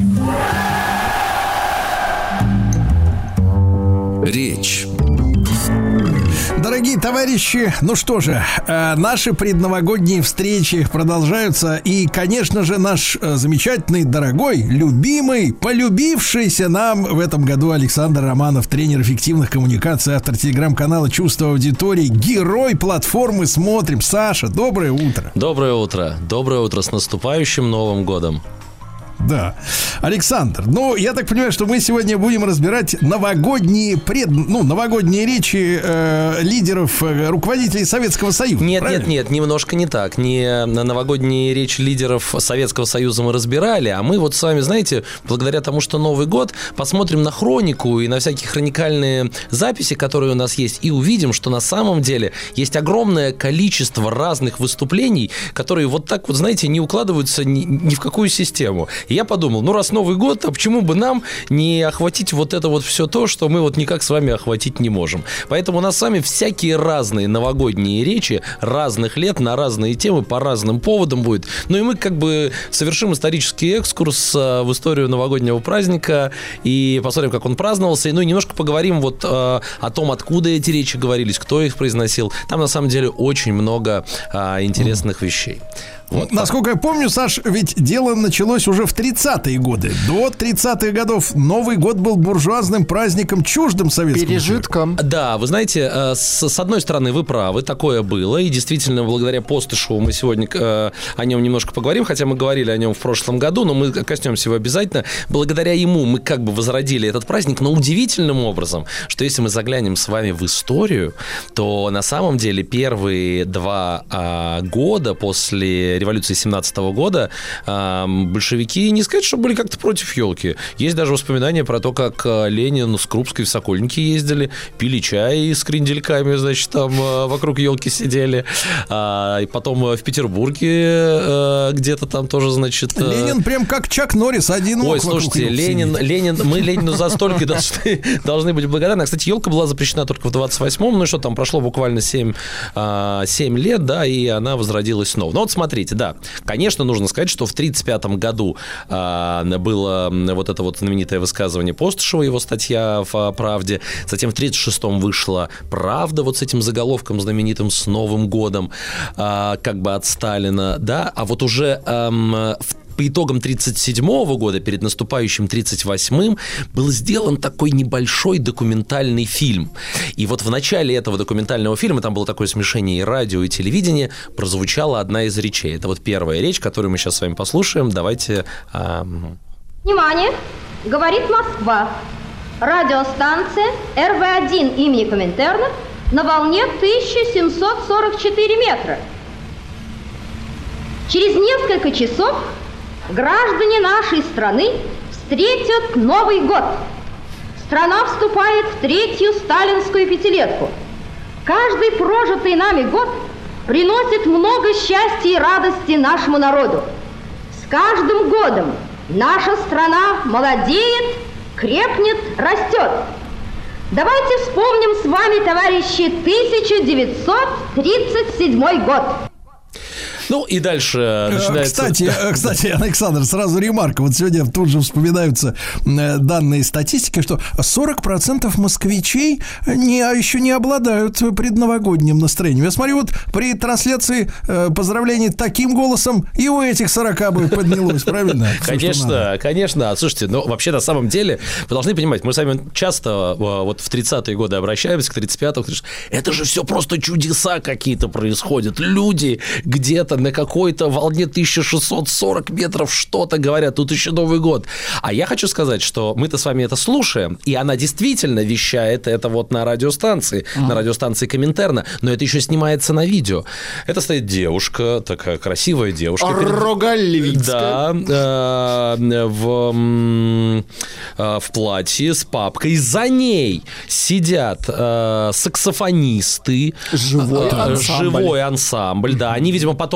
Речь. дорогие товарищи, ну что же, э, наши предновогодние встречи продолжаются. И, конечно же, наш э, замечательный, дорогой, любимый, полюбившийся нам в этом году Александр Романов, тренер эффективных коммуникаций, автор телеграм-канала «Чувство аудитории», герой платформы «Смотрим». Саша, доброе утро. Доброе утро. Доброе утро с наступающим Новым годом. Да. Александр, ну, я так понимаю, что мы сегодня будем разбирать новогодние пред... ну, новогодние речи э, лидеров, э, руководителей Советского Союза. Нет, правильно? нет, нет, немножко не так. Не новогодние речи лидеров Советского Союза мы разбирали, а мы вот с вами, знаете, благодаря тому, что Новый год, посмотрим на хронику и на всякие хроникальные записи, которые у нас есть, и увидим, что на самом деле есть огромное количество разных выступлений, которые вот так вот, знаете, не укладываются ни, ни в какую систему. И я подумал, ну раз Новый год, а почему бы нам не охватить вот это вот все то, что мы вот никак с вами охватить не можем. Поэтому у нас с вами всякие разные новогодние речи разных лет на разные темы по разным поводам будет. Ну и мы как бы совершим исторический экскурс в историю новогоднего праздника и посмотрим, как он праздновался. Ну и немножко поговорим вот о том, откуда эти речи говорились, кто их произносил. Там на самом деле очень много интересных вещей. Вот Насколько я помню, Саш, ведь дело началось уже в тридцатые годы. До тридцатых годов Новый год был буржуазным праздником, чуждым советскому пережитком. Да, вы знаете, с, с одной стороны, вы правы, такое было. И действительно, благодаря Постышеву мы сегодня э, о нем немножко поговорим, хотя мы говорили о нем в прошлом году, но мы коснемся его обязательно. Благодаря ему мы как бы возродили этот праздник, но удивительным образом, что если мы заглянем с вами в историю, то на самом деле первые два э, года после революции семнадцатого года э, большевики, не сказать, что были как-то против елки. Есть даже воспоминания про то, как Ленин с Крупской в Сокольники ездили, пили чай с крендельками, значит, там э, вокруг елки сидели. А, и потом в Петербурге э, где-то там тоже, значит... Э... Ленин прям как Чак Норрис, один Ой, слушайте, Ленин, Ленин, мы Ленину за столько должны, должны быть благодарны. Кстати, елка была запрещена только в двадцать восьмом, ну и что там, прошло буквально семь, семь лет, да, и она возродилась снова. Ну вот смотрите, да, конечно, нужно сказать, что в тридцать пятом году а, было вот это вот знаменитое высказывание Постышева, его статья в «Правде». Затем в тридцать шестом вышла «Правда» вот с этим заголовком знаменитым «С Новым годом», а, как бы от Сталина, да, а вот уже ам, в по итогам тридцать седьмого года, перед наступающим тридцать восьмым, был сделан такой небольшой документальный фильм. И вот в начале этого документального фильма, там было такое смешение и радио, и телевидения, прозвучала одна из речей. Это вот первая речь, которую мы сейчас с вами послушаем. Давайте... Эм... Внимание! Говорит Москва. Радиостанция эр вэ один имени Коминтерна на волне тысяча семьсот сорок четыре метра. Через несколько часов граждане нашей страны встретят Новый год. Страна вступает в третью сталинскую пятилетку. Каждый прожитый нами год приносит много счастья и радости нашему народу. С каждым годом наша страна молодеет, крепнет, растет. Давайте вспомним с вами, товарищи, тысяча девятьсот тридцать седьмой год. Ну и дальше начинается... Кстати, кстати, Александр, сразу ремарка. Вот сегодня тут же вспоминаются данные статистики, что сорок процентов москвичей не, еще не обладают предновогодним настроением. Я смотрю, вот при трансляции поздравлений таким голосом и у этих сорока бы поднялось, правильно? Конечно, конечно. Слушайте, ну вообще на самом деле вы должны понимать, мы с вами часто вот в тридцатые годы обращаемся, к тридцать пятым, это же все просто чудеса какие-то происходят. Люди где-то на какой-то волне тысяча шестьсот сорок метров что-то говорят, тут еще Новый год. А я хочу сказать, что мы-то с вами это слушаем, и она действительно вещает это вот на радиостанции, mm-hmm. на радиостанции Коминтерна, но это еще снимается на видео. Это стоит девушка, такая красивая девушка. Рогалевицкая. Да, э, в, э, в платье с папкой. За ней сидят э, саксофонисты. Живой э, ансамбль. Живой ансамбль, да. Они, видимо, потом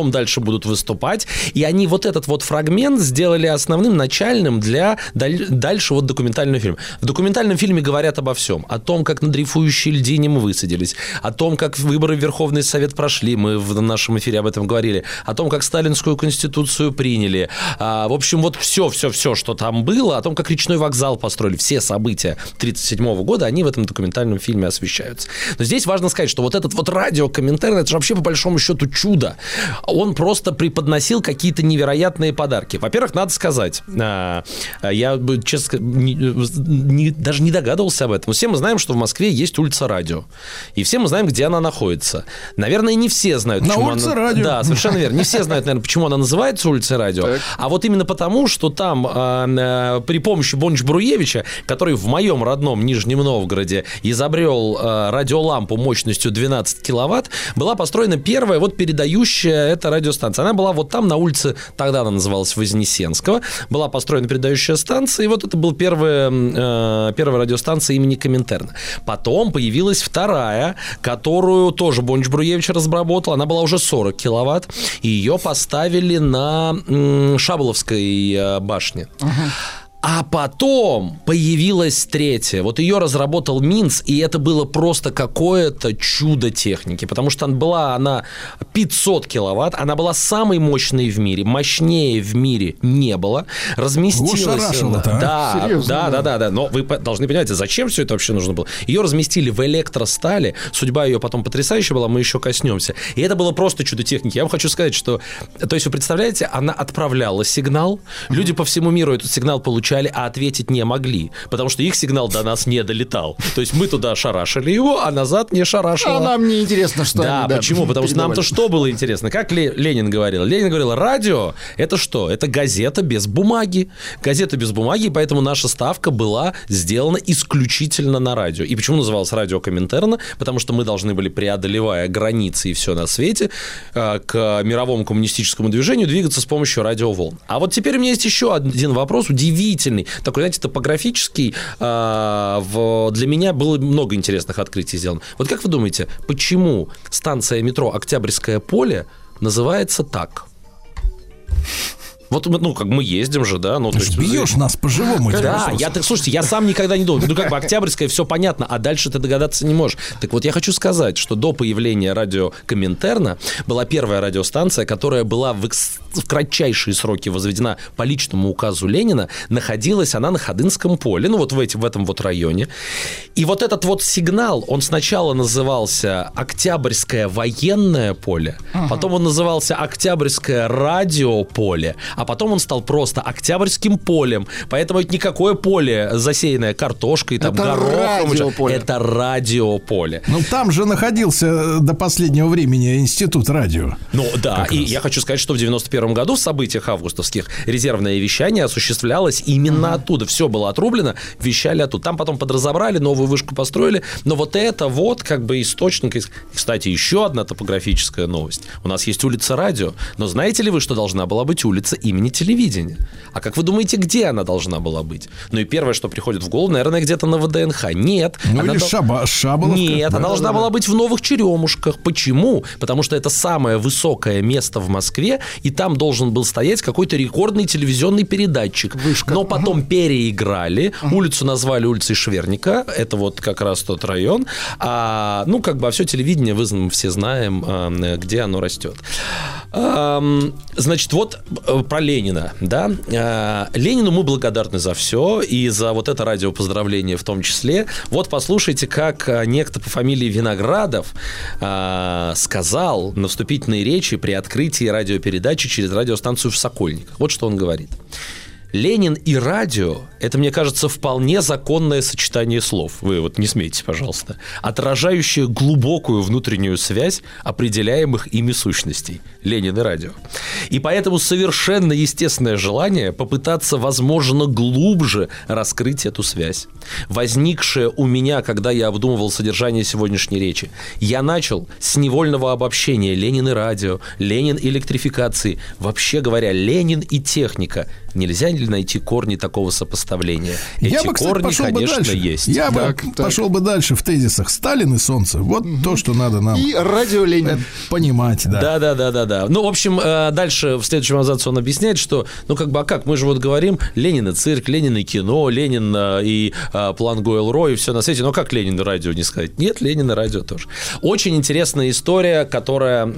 чем дальше будут выступать. И они вот этот вот фрагмент сделали основным, начальным для даль- дальше вот документального фильма. В документальном фильме говорят обо всем. О том, как на дрейфующей льдине мы высадились. О том, как выборы в Верховный Совет прошли. Мы в нашем эфире об этом говорили. О том, как Сталинскую конституцию приняли. А, в общем, вот все, все, все, что там было. О том, как речной вокзал построили. Все события тысяча девятьсот тридцать седьмого года, они в этом документальном фильме освещаются. Но здесь важно сказать, что вот этот вот радиокомментарий, это же вообще по большому счету чудо. Он просто преподносил какие-то невероятные подарки. Во-первых, надо сказать, я, честно, не, не, даже не догадывался об этом. Все мы знаем, что в Москве есть улица Радио. И все мы знаем, где она находится. Наверное, не все знают, на почему улице она... Радио. Да, совершенно верно. Не все знают, наверное, почему она называется улицей Радио. Так. А вот именно потому, что там э, при помощи Бонч-Бруевича, который в моем родном Нижнем Новгороде изобрел э, радиолампу мощностью двенадцать киловатт, была построена первая вот передающая эта радиостанция. Она была вот там на улице, тогда она называлась Вознесенского, была построена передающая станция, и вот это была первая, э, первая радиостанция имени Коминтерна. Потом появилась вторая, которую тоже Бонч-Бруевич разработал, она была уже сорок киловатт, и ее поставили на м, Шаболовской э, башне. Uh-huh. А потом появилась третья. Вот ее разработал Минц, и это было просто какое-то чудо техники, потому что была она пятьсот киловатт, она была самой мощной в мире, мощнее в мире не было. Разместилась она. Да, Серьезно, да, да, да, да. Но вы должны понимать, зачем все это вообще нужно было? Ее разместили в электростали. Судьба ее потом потрясающая была, мы еще коснемся. И это было просто чудо техники. Я вам хочу сказать, что, то есть вы представляете, она отправляла сигнал, люди по всему миру этот сигнал получали, а ответить не могли, потому что их сигнал до нас не долетал. То есть мы туда шарашили его, а назад не шарашило. А нам не интересно, что да, они, да, почему? Потому что нам-то что было интересно? Как Ленин говорил? Ленин говорил, радио – это что? Это газета без бумаги. Газета без бумаги, поэтому наша ставка была сделана исключительно на радио. И почему называлось радио Коминтерна? Потому что мы должны были, преодолевая границы и все на свете, к мировому коммунистическому движению двигаться с помощью радиоволн. А вот теперь у меня есть еще один вопрос, удивительный. Такой, знаете, топографический. Э, в, для меня было много интересных открытий сделано. Вот как вы думаете, почему станция метро Октябрьское поле называется так? Вот, ну, как мы ездим же, да. Ну, то есть, бьешь нас по-живому. Да, я, так, слушайте, я сам никогда не думал. Ну, как бы Октябрьское, все понятно, а дальше ты догадаться не можешь. Так вот, я хочу сказать, что до появления радио Коминтерна была первая радиостанция, которая была в, экс... в кратчайшие сроки возведена по личному указу Ленина. Находилась она на Ходынском поле, ну, вот в, эти, в этом вот районе. И вот этот вот сигнал, он сначала назывался Октябрьское военное поле, ага. Потом он назывался Октябрьское радиополе, а потом он стал просто Октябрьским полем. Поэтому это никакое поле, засеянное картошкой, там, горохом. Радиополе. Это радиополе. Ну, там же находился до последнего времени институт радио. Ну, да. Как и раз. Я хочу сказать, что в девяносто первом году в событиях августовских резервное вещание осуществлялось именно ага. оттуда. Все было отрублено, вещали оттуда. Там потом подразобрали, новую вышку построили. Но вот это вот как бы источник. Кстати, еще одна топографическая новость. У нас есть улица Радио. Но знаете ли вы, что должна была быть улица имени телевидения? А как вы думаете, где она должна была быть? Ну и первое, что приходит в голову, наверное, где-то на ВДНХ. Нет. Ну она или дол... Шаба... Шаболовка. Нет, да, она да, должна да. была быть в Новых Черемушках. Почему? Потому что это самое высокое место в Москве, и там должен был стоять какой-то рекордный телевизионный передатчик. Вышка. Но потом ага. переиграли, ага. улицу назвали улицей Шверника, это вот как раз тот район. А, ну, как бы, а все телевидение, вы все знаем, где оно растет. Значит, вот про Ленина, да. Ленину мы благодарны за все, и за вот это радиопоздравление в том числе. Вот послушайте, как некто по фамилии Виноградов сказал на вступительной речи при открытии радиопередачи через радиостанцию в Сокольниках. Вот что он говорит. Ленин и радио – это, мне кажется, вполне законное сочетание слов. Вы вот не смейтесь, пожалуйста. Отражающее глубокую внутреннюю связь определяемых ими сущностей. Ленин и радио. И поэтому совершенно естественное желание попытаться, возможно, глубже раскрыть эту связь. Возникшее у меня, когда я обдумывал содержание сегодняшней речи. Я начал с невольного обобщения Ленин и радио, Ленин и электрификации. Вообще говоря, Ленин и техника. Нельзя ли ли найти корни такого сопоставления. Эти Я бы, кстати, корни, пошел бы конечно, дальше. есть. Я Так, бы так. пошел бы дальше в тезисах Сталин и Солнце. Вот угу. то, что надо нам И радио Ленин. понимать, да. Да, да, да, да, да. Ну, в общем, э, дальше в следующем абзаце он объясняет, что, ну, как бы, а как? Мы же вот говорим, Ленин и цирк, Ленин и кино, Ленин э, и э, план Гойл-Рой, и все на свете. Но как Ленин и радио не сказать? Нет, Ленин и радио тоже. Очень интересная история, которая,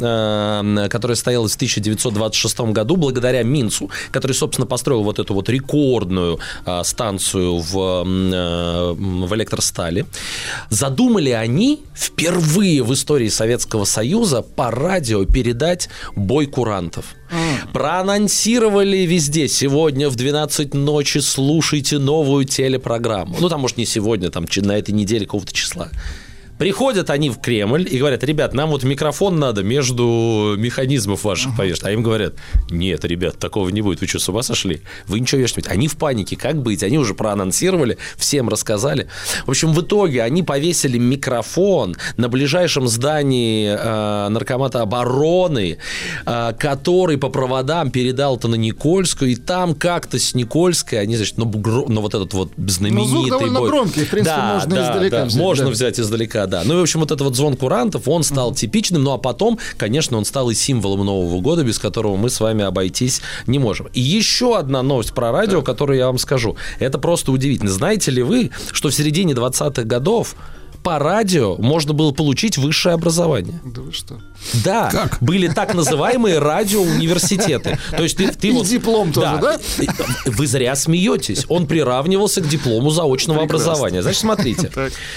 э, которая состоялась в тысяча девятьсот двадцать шестом году благодаря Минцу, который, собственно, построил вот эту вот рекордную э, станцию в, э, в электростали. Задумали они впервые в истории Советского Союза по радио передать бой курантов. Mm. Проанонсировали везде: сегодня в двенадцать ночи слушайте новую телепрограмму. Ну, там, может, не сегодня, там, на этой неделе какого-то числа. Приходят они в Кремль и говорят: ребят, нам вот микрофон надо между механизмов ваших uh-huh. повешать. А им говорят: нет, ребят, такого не будет. Вы что, с ума сошли? Вы ничего вешать не будете. Они в панике. Как быть? Они уже проанонсировали, всем рассказали. В общем, в итоге они повесили микрофон на ближайшем здании э, Наркомата обороны, э, который по проводам передал-то на Никольскую. И там как-то с Никольской они, значит, ну, гро... ну вот этот вот знаменитый... Ну, звук довольно бой... громкий. В принципе, да, можно да, издалека да, взять. Можно да. взять издалека. Да. Ну и, в общем, вот этот вот звон курантов, он стал uh-huh. типичным, ну а потом, конечно, он стал и символом Нового года, без которого мы с вами обойтись не можем. И еще одна новость про радио, которую я вам скажу. Это просто удивительно. Знаете ли вы, что в середине двадцатых годов по радио можно было получить высшее образование? Да вы что? Да, как? Были так называемые радиоуниверситеты. То есть ты, ты и вот, диплом тоже, да? Вы зря смеетесь. Он приравнивался к диплому заочного Прекрасно. образования. Значит, смотрите.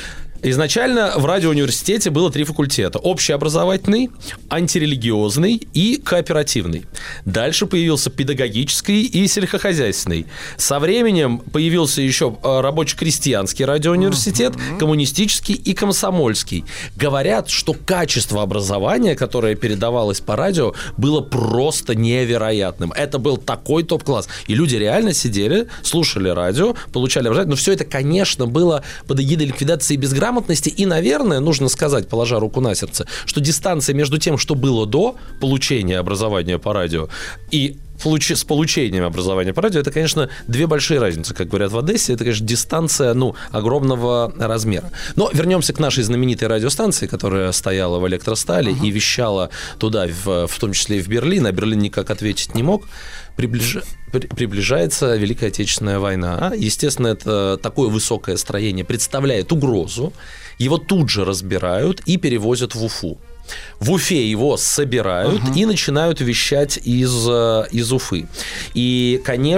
Изначально в радиоуниверситете было три факультета: общеобразовательный, антирелигиозный и кооперативный. Дальше появился педагогический и сельскохозяйственный. Со временем появился еще рабоче-крестьянский радиоуниверситет, uh-huh. коммунистический и комсомольский. Говорят, что качество образования, которое передавалось по радио, было просто невероятным. Это был такой топ-класс. И люди реально сидели, слушали радио, получали образование. Но все это, конечно, было под эгидой ликвидации безграмотности. И, наверное, нужно сказать, положа руку на сердце, что дистанция между тем, что было до получения образования по радио, и с получением образования по радио, это, конечно, две большие разницы. Как говорят в Одессе, это, конечно, дистанция, ну, огромного размера. Но вернемся к нашей знаменитой радиостанции, которая стояла в электростале uh-huh. и вещала туда, в, в том числе и в Берлин, а Берлин никак ответить не мог. Приближ... Приближается Великая Отечественная война. Естественно, это такое высокое строение представляет угрозу. Его тут же разбирают и перевозят в Уфу. В Уфе его собирают uh-huh. и начинают вещать из, из Уфы. И,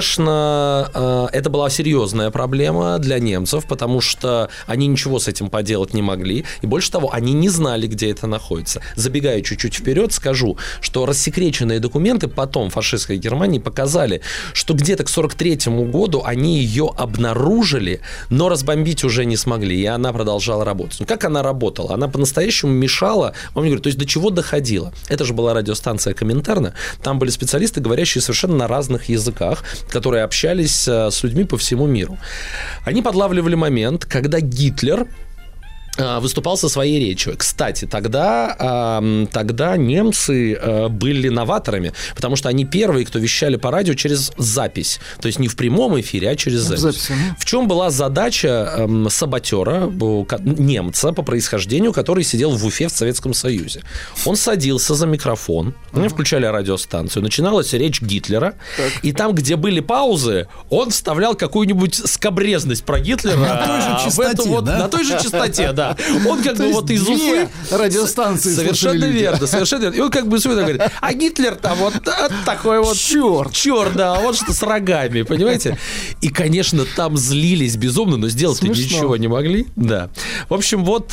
конечно, это была серьезная проблема для немцев, потому что они ничего с этим поделать не могли. И больше того, они не знали, где это находится. Забегая чуть-чуть вперед, скажу, что рассекреченные документы потом фашистской Германии показали, что где-то к сорок третьему году они ее обнаружили, но разбомбить уже не смогли, и она продолжала работать. Ну, как она работала? Она по-настоящему мешала, вам не говорю, то есть до чего доходило? Это же была радиостанция Коминтерна. Там были специалисты, говорящие совершенно на разных языках, которые общались с людьми по всему миру. Они подлавливали момент, когда Гитлер выступал со своей речью. Кстати, тогда, тогда немцы были новаторами, потому что они первые, кто вещали по радио через запись. То есть не в прямом эфире, а через запись. запись угу. В чем была задача саботера, немца по происхождению, который сидел в Уфе в Советском Союзе? Он садился за микрофон, угу. включали радиостанцию, начиналась речь Гитлера, так. и там, где были паузы, он вставлял какую-нибудь скабрезность про Гитлера. На той же частоте, вот, да? На той же частоте, да. Он как То бы вот из Уфы радиостанции совершенно верно, совершенно верно. И он как бы все это говорит: а Гитлер там вот такой вот черт, черт, да, вот что с рогами, понимаете? И, конечно, там злились безумно, но сделать-то ничего не могли. Да. В общем, вот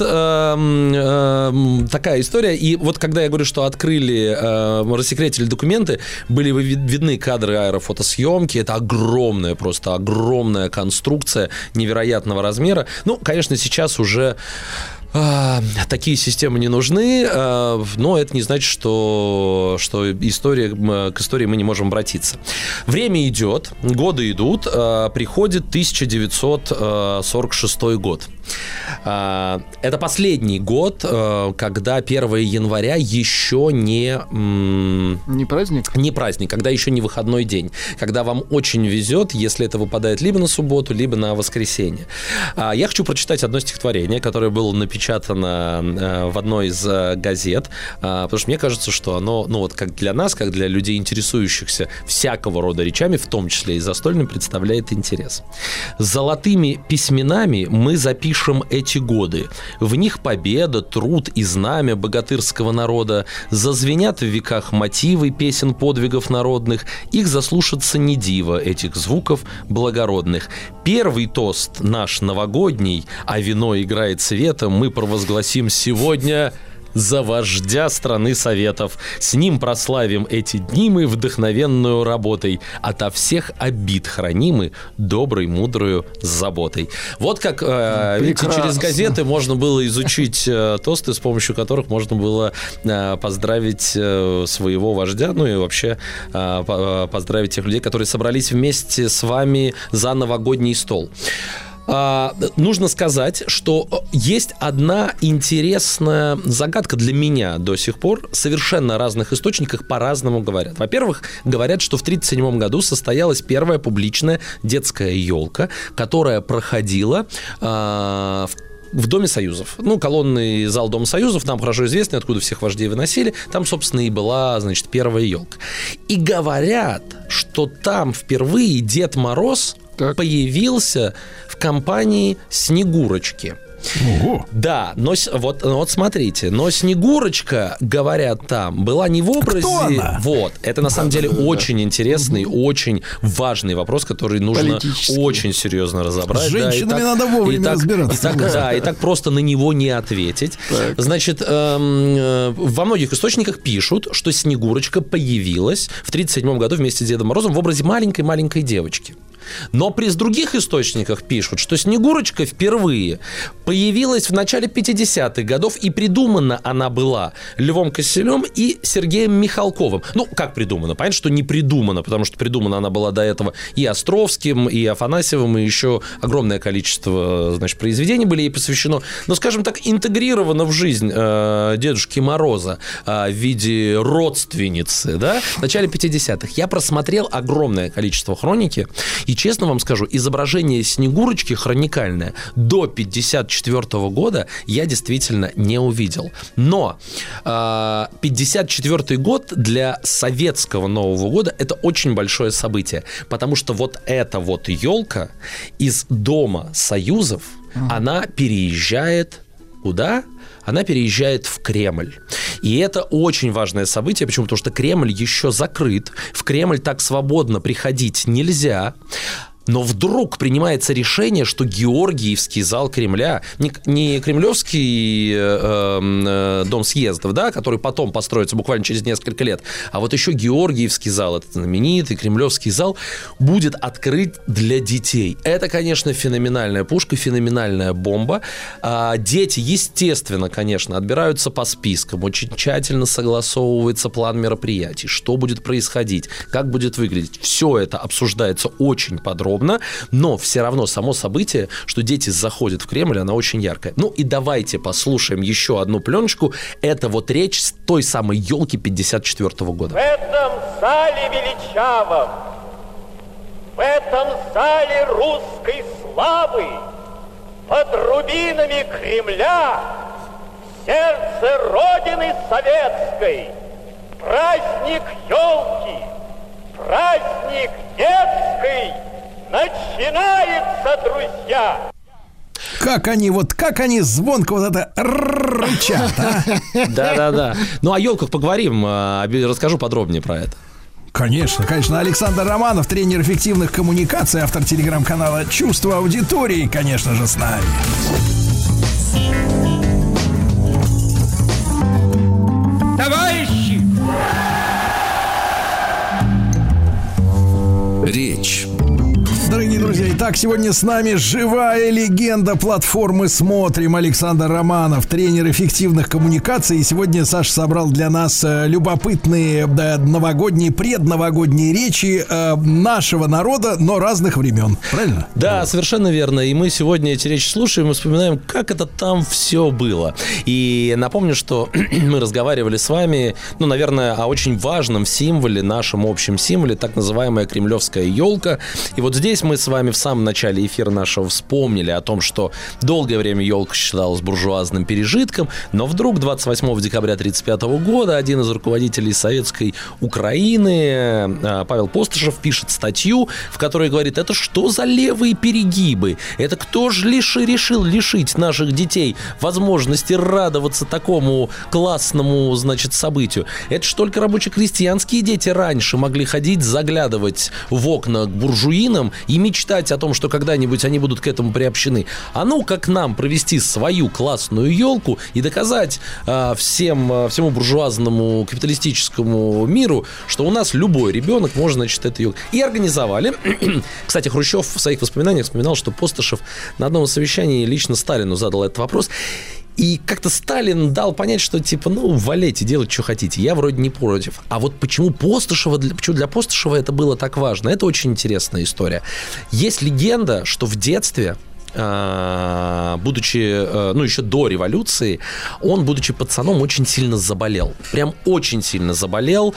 такая история. И вот когда я говорю, что открыли, рассекретили документы, были видны кадры аэрофотосъемки. Это огромная, просто огромная конструкция невероятного размера. Ну, конечно, сейчас уже Такие системы не нужны, но это не значит, что, что история, к истории мы не можем обратиться. Время идет, годы идут, приходит тысяча девятьсот сорок шестой год. Это последний год, когда первое января еще не... Не праздник? Не праздник, когда еще не выходной день. Когда вам очень везет, если это выпадает либо на субботу, либо на воскресенье. Я хочу прочитать одно стихотворение, которое было напечатано в одной из газет, потому что мне кажется, что оно, ну вот как для нас, как для людей, интересующихся всякого рода речами, в том числе и застольным, представляет интерес. «Золотыми письменами мы запишем эти годы. В них победа, труд и знамя богатырского народа. Зазвенят в веках мотивы песен подвигов народных. Их заслушаться не диво, этих звуков благородных. Первый тост наш новогодний, а вино играет цветом, мы провозгласим сегодня за вождя страны Советов. С ним прославим эти дни мы вдохновенную работой. Ото всех обид хранимы доброй, мудрою заботой». Вот как, э, видите, через газеты можно было изучить э, тосты, с помощью которых можно было э, поздравить э, своего вождя, ну и вообще э, поздравить тех людей, которые собрались вместе с вами за новогодний стол. Нужно сказать, что есть одна интересная загадка для меня до сих пор. Совершенно разных источниках по-разному говорят. Во-первых, говорят, что в тысяча девятьсот тридцать седьмом году состоялась первая публичная детская елка, которая проходила э, в в Доме Союзов. Ну, колонный зал Дома Союзов, нам хорошо известный, откуда всех вождей выносили. Там, собственно, и была, значит, первая елка. И говорят, что там впервые Дед Мороз так. появился в компании Снегурочки. Ого. Да, но вот, вот смотрите, но Снегурочка, говорят там, была не в образе. Кто она? Вот, это на самом деле очень интересный, очень важный вопрос, который нужно очень серьезно разобрать. С женщинами да, и так, надо вовремя и так, разбираться. И так, да, и так просто на него не ответить. Так. Значит, эм, во многих источниках пишут, что Снегурочка появилась в тридцать седьмом году вместе с Дедом Морозом в образе маленькой-маленькой девочки. Но при других источниках пишут, что Снегурочка впервые появилась в начале пятидесятых годов, и придумана она была Львом Киселем и Сергеем Михалковым. Ну, как придумана? Понятно, что не придумана, потому что придумана она была до этого и Островским, и Афанасьевым, и еще огромное количество, значит, произведений были ей посвящено. Но, скажем так, интегрирована в жизнь э, Дедушки Мороза э, в виде родственницы, да, в начале пятидесятых. Я просмотрел огромное количество хроники, и, честно вам скажу, изображение Снегурочки хроникальное до пятьдесят четвёртого года я действительно не увидел. Но э, пятьдесят четвёртый год для советского Нового года это очень большое событие, потому что вот эта вот елка из Дома Союзов, ага. она переезжает куда? Она переезжает в Кремль. И это очень важное событие. Почему? Потому что Кремль еще закрыт. В Кремль так свободно приходить нельзя. Но вдруг принимается решение, что Георгиевский зал Кремля, не, не Кремлевский э, э, дом съездов, да, который потом построится буквально через несколько лет, а вот еще Георгиевский зал, этот знаменитый Кремлевский зал, будет открыт для детей. Это, конечно, феноменальная пушка, феноменальная бомба. А дети, естественно, конечно, отбираются по спискам, очень тщательно согласовывается план мероприятий, что будет происходить, как будет выглядеть. Все это обсуждается очень подробно. Но все равно само событие, что дети заходят в Кремль, оно очень яркое. Ну и давайте послушаем еще одну пленочку. Это вот речь с той самой елки пятьдесят четвёртого года. В этом зале величавом, в этом зале русской славы, под рубинами Кремля, в сердце Родины Советской, праздник елки, праздник детской начинается, друзья! Как они, вот как они звонко вот это рычат, а? Да-да-да. Ну, о елках поговорим, расскажу подробнее про это. Конечно, конечно. Александр Романов, тренер эффективных коммуникаций, автор телеграм-канала «Чувство аудитории», конечно же, с нами. Товарищи! Речь. Дорогие дорогие друзья. Итак, сегодня с нами живая легенда платформы «Смотрим» Александр Романов, тренер эффективных коммуникаций. И сегодня Саша собрал для нас любопытные да, новогодние, предновогодние речи э, нашего народа, но разных времен. Правильно? Да, совершенно верно. И мы сегодня эти речи слушаем и вспоминаем, как это там все было. И напомню, что мы разговаривали с вами, ну, наверное, о очень важном символе, нашем общем символе, так называемая кремлевская елка. И вот здесь мы с вами в самом начале эфира нашего вспомнили о том, что долгое время елка считалась буржуазным пережитком, но вдруг двадцать восьмого декабря тысяча девятьсот тридцать пятого года один из руководителей советской Украины, Павел Постышев, пишет статью, в которой говорит: это что за левые перегибы? Это кто же лишь решил лишить наших детей возможности радоваться такому классному, значит, событию? Это ж только рабоче-крестьянские дети раньше могли ходить, заглядывать в окна к буржуинам и мечтать о том, что когда-нибудь они будут к этому приобщены. А ну, как нам провести свою классную елку и доказать а, всем, а, всему буржуазному капиталистическому миру, что у нас любой ребенок может, значит, эту елку. И организовали. Кстати, Хрущев в своих воспоминаниях вспоминал, что Постышев на одном из совещаний лично Сталину задал этот вопрос. И как-то Сталин дал понять, что типа, ну, валяйте, делать, что хотите. Я вроде не против. А вот почему Постышева, для, почему для Постышева это было так важно? Это очень интересная история. Есть легенда, что в детстве, будучи, ну, еще до революции, он, будучи пацаном, очень сильно заболел. Прям очень сильно заболел.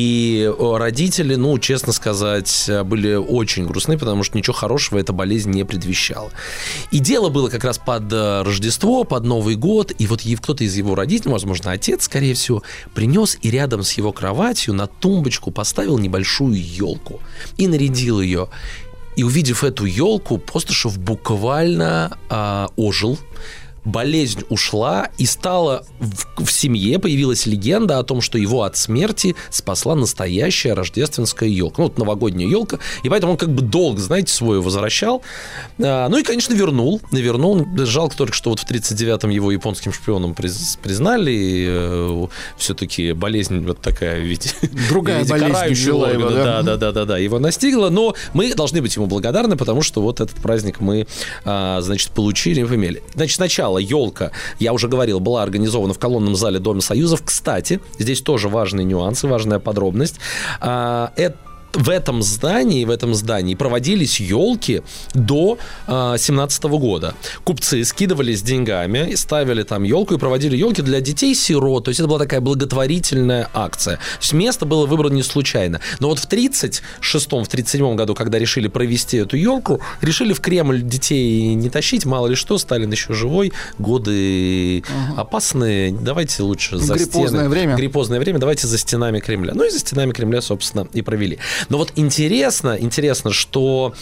И родители, ну, честно сказать, были очень грустны, потому что ничего хорошего эта болезнь не предвещала. И дело было как раз под Рождество, под Новый год. И вот кто-то из его родителей, возможно, отец, скорее всего, принес и рядом с его кроватью на тумбочку поставил небольшую елку и нарядил ее. И увидев эту елку, Постышев буквально а, ожил. Болезнь ушла, и стала в, в семье появилась легенда о том, что его от смерти спасла настоящая рождественская елка. Ну, вот новогодняя елка. И поэтому он как бы долг, знаете, свой возвращал. А, ну и, конечно, вернул. Вернул. Жалко только, что вот в тридцать девятом его японским шпионом приз, признали. И, э, все-таки болезнь вот такая, ведь... Другая ведь болезнь ввела его, да? Да, да, да, да, да. Его настигла. Но мы должны быть ему благодарны, потому что вот этот праздник мы, а, значит, получили и имели. Значит, сначала елка, я уже говорил, была организована в колонном зале Дома Союзов. Кстати, здесь тоже важный нюанс и важная подробность. Это В этом здании, в этом здании проводились елки до э, семнадцатого года. Купцы скидывались деньгами, ставили там елку и проводили елки для детей-сирот. То есть это была такая благотворительная акция. То есть место было выбрано не случайно. Но вот в тридцать шестом, в тридцать седьмом году, когда решили провести эту елку, решили в Кремль детей не тащить, мало ли что, Сталин еще живой, годы ага. опасные. Давайте лучше за Гриппозное стены. время. Гриппозное время. Давайте за стенами Кремля. Ну и за стенами Кремля, собственно, и провели. Но вот интересно, интересно, что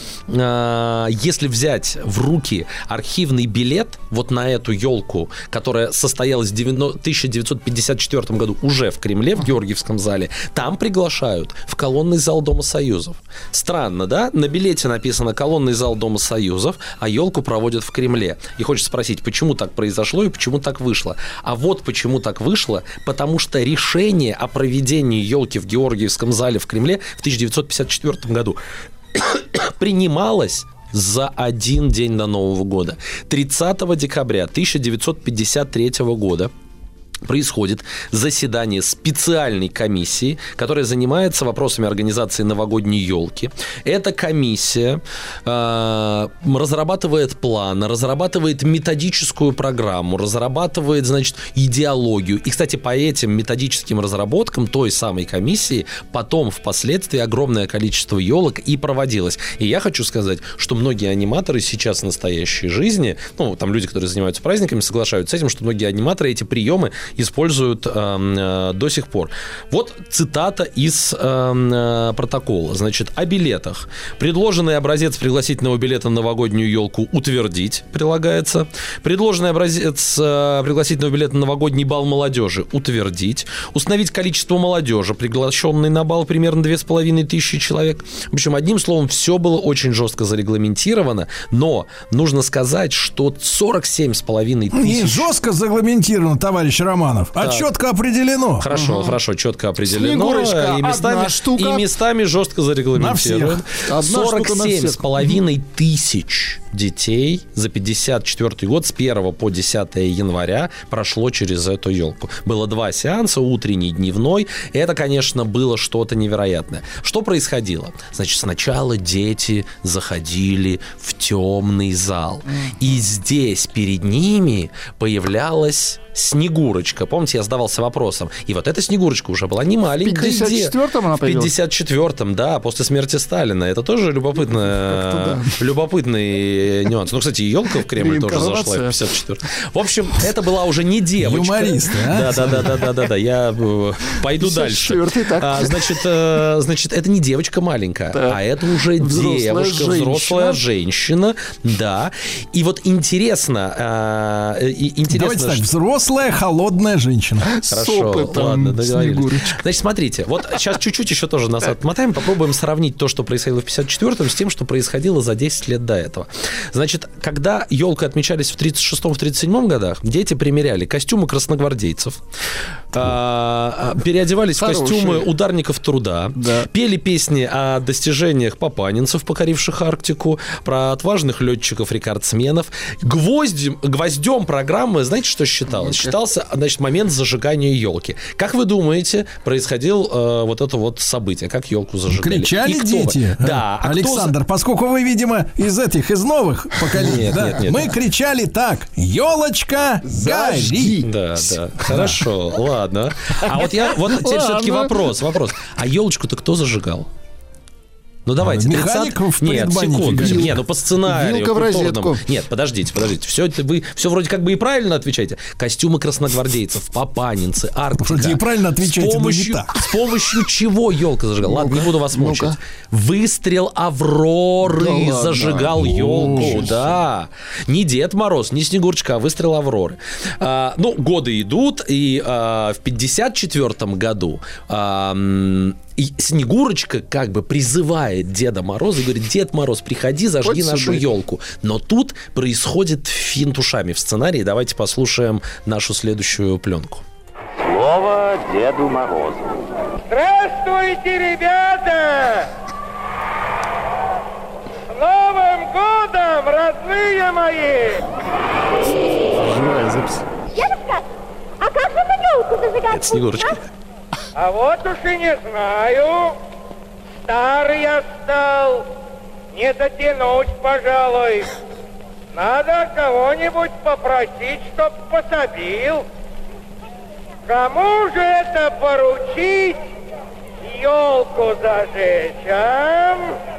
э, если взять в руки архивный билет вот на эту елку, которая состоялась в тысяча девятьсот пятьдесят четвёртом году уже в Кремле, в Георгиевском зале, там приглашают в колонный зал Дома Союзов. Странно, да? На билете написано «Колонный зал Дома Союзов», а елку проводят в Кремле. И хочется спросить, почему так произошло и почему так вышло? А вот почему так вышло, потому что решение о проведении елки в Георгиевском зале в Кремле в тысяча девятьсот пятьдесят четвёртом году принималось за один день до Нового года. тридцатого декабря тысяча девятьсот пятьдесят третьего года происходит заседание специальной комиссии, которая занимается вопросами организации новогодней елки. Эта комиссия э, разрабатывает план, разрабатывает методическую программу, разрабатывает, значит, идеологию. И, кстати, по этим методическим разработкам той самой комиссии потом впоследствии огромное количество елок и проводилось. И я хочу сказать, что многие аниматоры сейчас в настоящей жизни, ну, там люди, которые занимаются праздниками, соглашаются с этим, что многие аниматоры эти приемы используют э, э, до сих пор. Вот цитата из э, э, протокола. Значит, о билетах. Предложенный образец пригласительного билета на новогоднюю елку утвердить прилагается. Предложенный образец э, пригласительного билета на новогодний бал молодежи утвердить. Установить количество молодежи, приглашенной на бал, примерно две с половиной тысячи человек. В общем, одним словом, все было очень жестко зарегламентировано, но нужно сказать, что сорок семь с половиной тысяч... Не жестко зарегламентировано, товарищ Роман. Романов, а Так. четко определено. Хорошо, Ага. хорошо, четко определено. Снегурочка, И местами, одна штука. и местами жестко зарегламентировано. На всех. Одна штука сорок на семь всех. с половиной тысяч детей за пятьдесят четвёртый год с первого по десятое января прошло через эту елку. Было два сеанса, утренний, дневной. Это, конечно, было что-то невероятное. Что происходило? Значит, сначала дети заходили в темный зал. И здесь перед ними появлялась Снегурочка. Помните, я задавался вопросом. И вот эта Снегурочка уже была не маленькая. В пятьдесят четвёртом она В появилась? пятьдесят четвёртом, да, после смерти Сталина. Это тоже любопытно, любопытный нюанс. Ну, кстати, и елка в Кремль тоже зашла в пятьдесят четвёртом. В общем, это была уже не девочка. Юмористы, а? Да, да, да, да, да, да. Я э, пойду дальше. А, значит, э, значит, это не девочка маленькая, а это уже Взрослая девушка, женщина. взрослая женщина, да. И вот интересно, э, и- интересно. Давайте так, что- взрослая холодная женщина. Хорошо, ладно, договорились. Значит, смотрите, вот сейчас чуть-чуть еще тоже нас отмотаем, попробуем сравнить то, что происходило в пятьдесят четвёртом с тем, что происходило за десять лет до этого. Значит, когда елкой отмечались в тридцать шестом - тридцать седьмом годах, дети примеряли костюмы красногвардейцев, а, переодевались Хорошие. в костюмы ударников труда, Да. пели песни о достижениях папанинцев, покоривших Арктику, про отважных летчиков-рекордсменов. Гвоздем, гвоздем программы, знаете, что считалось? Считался, значит, момент зажигания елки. Как вы думаете, происходил э, вот это вот событие? Как елку зажигали? Кричали И кто- дети. Да. А кто Александр, поскольку вы, видимо, из этих, из новых поколений, Нет, да, нет, нет. мы кричали так: елочка, гори. Да, да. Хорошо, ладно. А вот я, вот теперь Ладно. все-таки вопрос, вопрос. А елочку-то кто зажигал? Ну давайте, Механик тридцать... в Нет, предбаннике. секундочку. Вилка. Нет, ну по сценарию. Вилка в культурному. розетку. Нет, подождите, подождите. Все это вы, все вроде как бы и правильно отвечаете. Костюмы красногвардейцев, папанинцы, Арктика. Вроде и правильно отвечаете, с но не помощью, так. С помощью чего елка зажигала? Ладно, не буду вас мучить. ну-ка. Выстрел Авроры Да ладно. зажигал елку, да. Не Дед Мороз, не Снегурочка, а выстрел Авроры. А, ну, годы идут, и а, в пятьдесят четвёртом году а, м, и Снегурочка как бы призывает Деда Мороза и говорит: Дед Мороз, приходи, зажги Вот нашу сюда. елку. Но тут происходит финт ушами в сценарии. Давайте послушаем нашу следующую пленку. Слово Деду Морозу. Здравствуйте, ребята! С Новым годом, родные мои! Живая запись. Дедушка, а как же на елку зажигать? Это Снегурочка. А вот уж и не знаю. Старый я стал. Не дотянуть, пожалуй. Надо кого-нибудь попросить, чтоб пособил. Кому же это поручить елку зажечь, а?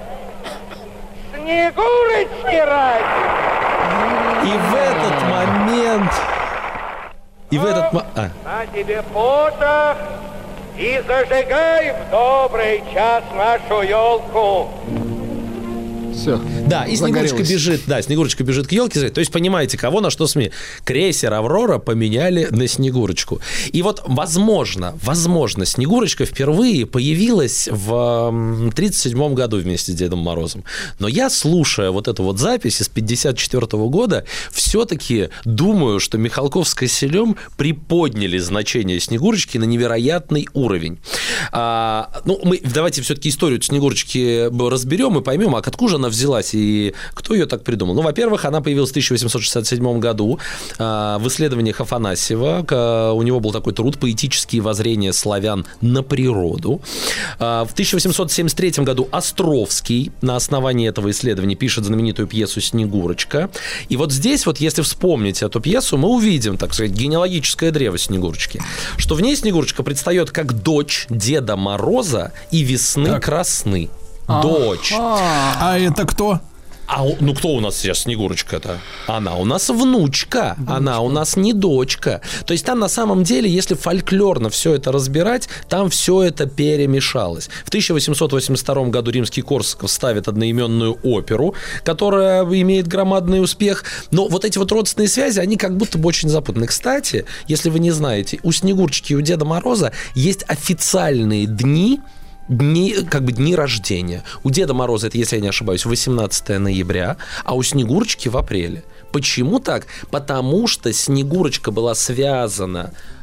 Снегурочки ради. И в этот момент... И в этот... мо- А, На тебе посох и зажигай в добрый час нашу елку. Все. да, и Снегурочка бежит, да, Снегурочка бежит к елке. То есть, понимаете, кого на что СМИ? Крейсер «Аврора» поменяли на Снегурочку. И вот, возможно, возможно, Снегурочка впервые появилась в тридцать седьмом году вместе с Дедом Морозом. Но я, слушая вот эту вот запись из пятьдесят четвёртого года, все-таки думаю, что Михалков с Киселем приподняли значение Снегурочки на невероятный уровень. А, ну, мы давайте все-таки историю Снегурочки разберем и поймем, а откуда же она взялась и кто ее так придумал. Ну, во-первых, она появилась в тысяча восемьсот шестьдесят седьмом году а, в исследованиях Афанасьева. К, у него был такой труд «Поэтические воззрения славян на природу». А, в тысяча восемьсот семьдесят третьем году Островский на основании этого исследования пишет знаменитую пьесу «Снегурочка». И вот здесь вот, если вспомнить эту пьесу, мы увидим, так сказать, генеалогическое древо Снегурочки, что в ней Снегурочка предстает как дочь Деда Мороза и Весны Так. Красны. Дочь. А это кто? А у- ну кто у нас сейчас Снегурочка-то? Она у нас внучка, она у нас не дочка. То есть там на самом деле, если фольклорно все это разбирать, там все это перемешалось. В тысяча восемьсот восемьдесят втором году Римский-Корсаков ставит одноименную оперу, которая имеет громадный успех. Но вот эти вот родственные связи, они как будто бы очень запутаны. Кстати, если вы не знаете, у Снегурочки и у Деда Мороза есть официальные дни, Дни, как бы дни рождения. У Деда Мороза, это, если я не ошибаюсь, восемнадцатого ноября, а у Снегурочки в апреле. Почему так? Потому что Снегурочка была связана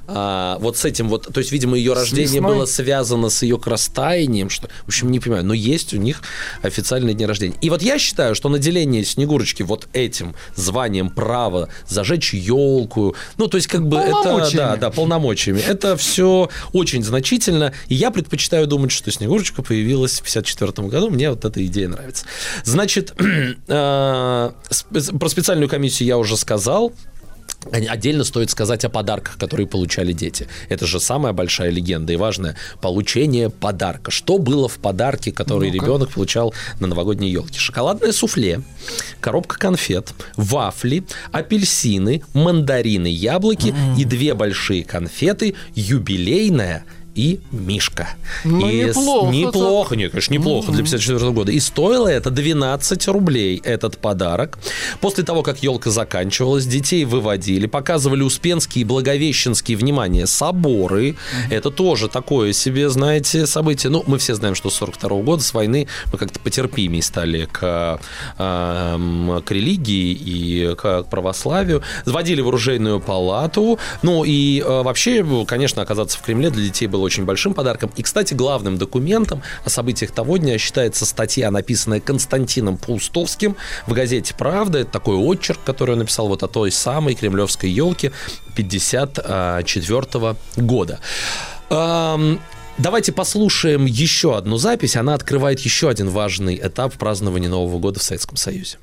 А, вот с этим вот, то есть, видимо, ее рождение было связано с ее растаянием, что, в общем, не понимаю, но есть у них официальные дни рождения. И вот я считаю, что наделение Снегурочки вот этим званием права зажечь елку, ну, то есть, как бы это, да, да, полномочиями, это все очень значительно, и я предпочитаю думать, что Снегурочка появилась в пятьдесят четвёртом году, мне вот эта идея нравится. Значит, про специальную комиссию я уже сказал. Отдельно стоит сказать о подарках, которые получали дети. Это же самая большая легенда и важная. Получение подарка. Что было в подарке, который ну-ка. ребенок получал на новогодней елке? Шоколадное суфле, коробка конфет, вафли, апельсины, мандарины, яблоки mm-hmm. и две большие конфеты, юбилейная и Мишка. Ну, и неплохо. С... Неплохо, нет, конечно, неплохо mm-hmm. для пятьдесят четвёртого года. И стоило это двенадцать рублей, этот подарок. После того, как елка заканчивалась, детей выводили, показывали Успенские и Благовещенские, внимание, соборы. Mm-hmm. Это тоже такое себе, знаете, событие. Ну, мы все знаем, что с сорок второго года, с войны, мы как-то потерпимее стали к, э, к религии и к православию. Вводили в оружейную палату. Ну, и э, вообще, конечно, оказаться в Кремле для детей было очень большим подарком. И, кстати, главным документом о событиях того дня считается статья, написанная Константином Паустовским в газете «Правда». Это такой очерк, который он написал вот о той самой кремлевской елке пятьдесят четвёртого года. Давайте послушаем еще одну запись. Она открывает еще один важный этап в праздновании Нового года в Советском Союзе.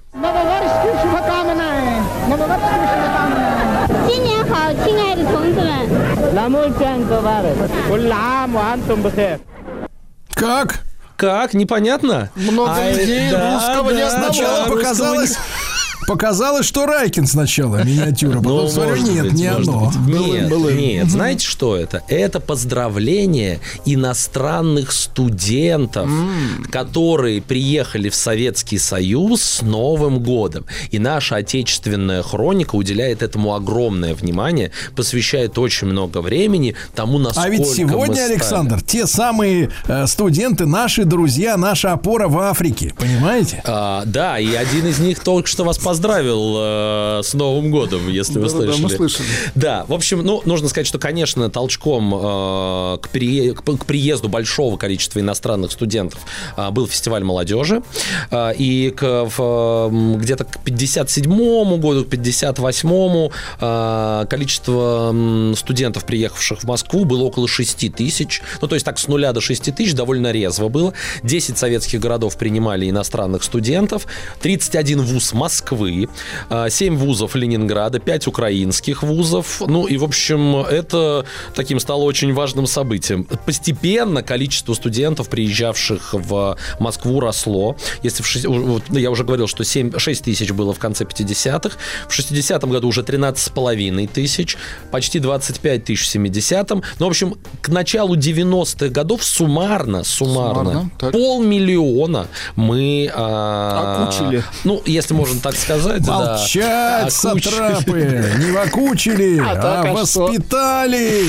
Как? Как? Непонятно? Много а людей да, русского да, не знало. Сначала показалось... Показалось, что Райкин сначала миниатюра, потом ну, смотрю, нет, быть, не оно. Быть. Нет, было, было. нет, знаете, что это? Это поздравление иностранных студентов, mm. которые приехали в Советский Союз с Новым годом. И наша отечественная хроника уделяет этому огромное внимание, посвящает очень много времени тому, насколько А ведь сегодня, Александр, те самые э, студенты, наши друзья, наша опора в Африке, понимаете? А, да, и один из них только что вас поздравил. Поздравил э, с Новым годом, если да, вы слышали. Да, мы слышали. Да, в общем, ну, нужно сказать, что, конечно, толчком э, к, пере... к приезду большого количества иностранных студентов э, был фестиваль молодежи. Э, и к, в, где-то к пятьдесят седьмому году, к пятьдесят восьмому э, количество студентов, приехавших в Москву, было около шесть тысяч. Ну, то есть так с нуля до шести тысяч довольно резво было. десять советских городов принимали иностранных студентов. тридцать один вуз Москвы. семь вузов Ленинграда, пять украинских вузов. Ну и, в общем, это таким стало очень важным событием. Постепенно количество студентов, приезжавших в Москву, росло. Если в шесть... Я уже говорил, что семь... шесть тысяч было в конце пятидесятых. В шестидесятом году уже тринадцать с половиной тысяч. Почти двадцать пять тысяч в семидесятом. Ну, в общем, к началу девяностых годов суммарно, суммарно, суммарно полмиллиона мы... А... Окучили. Ну, если можно так сказать. Молчать, да. сатрапы! Не вокучили, а, а, а воспитали!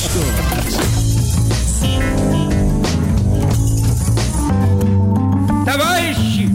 Вот что! Товарищи!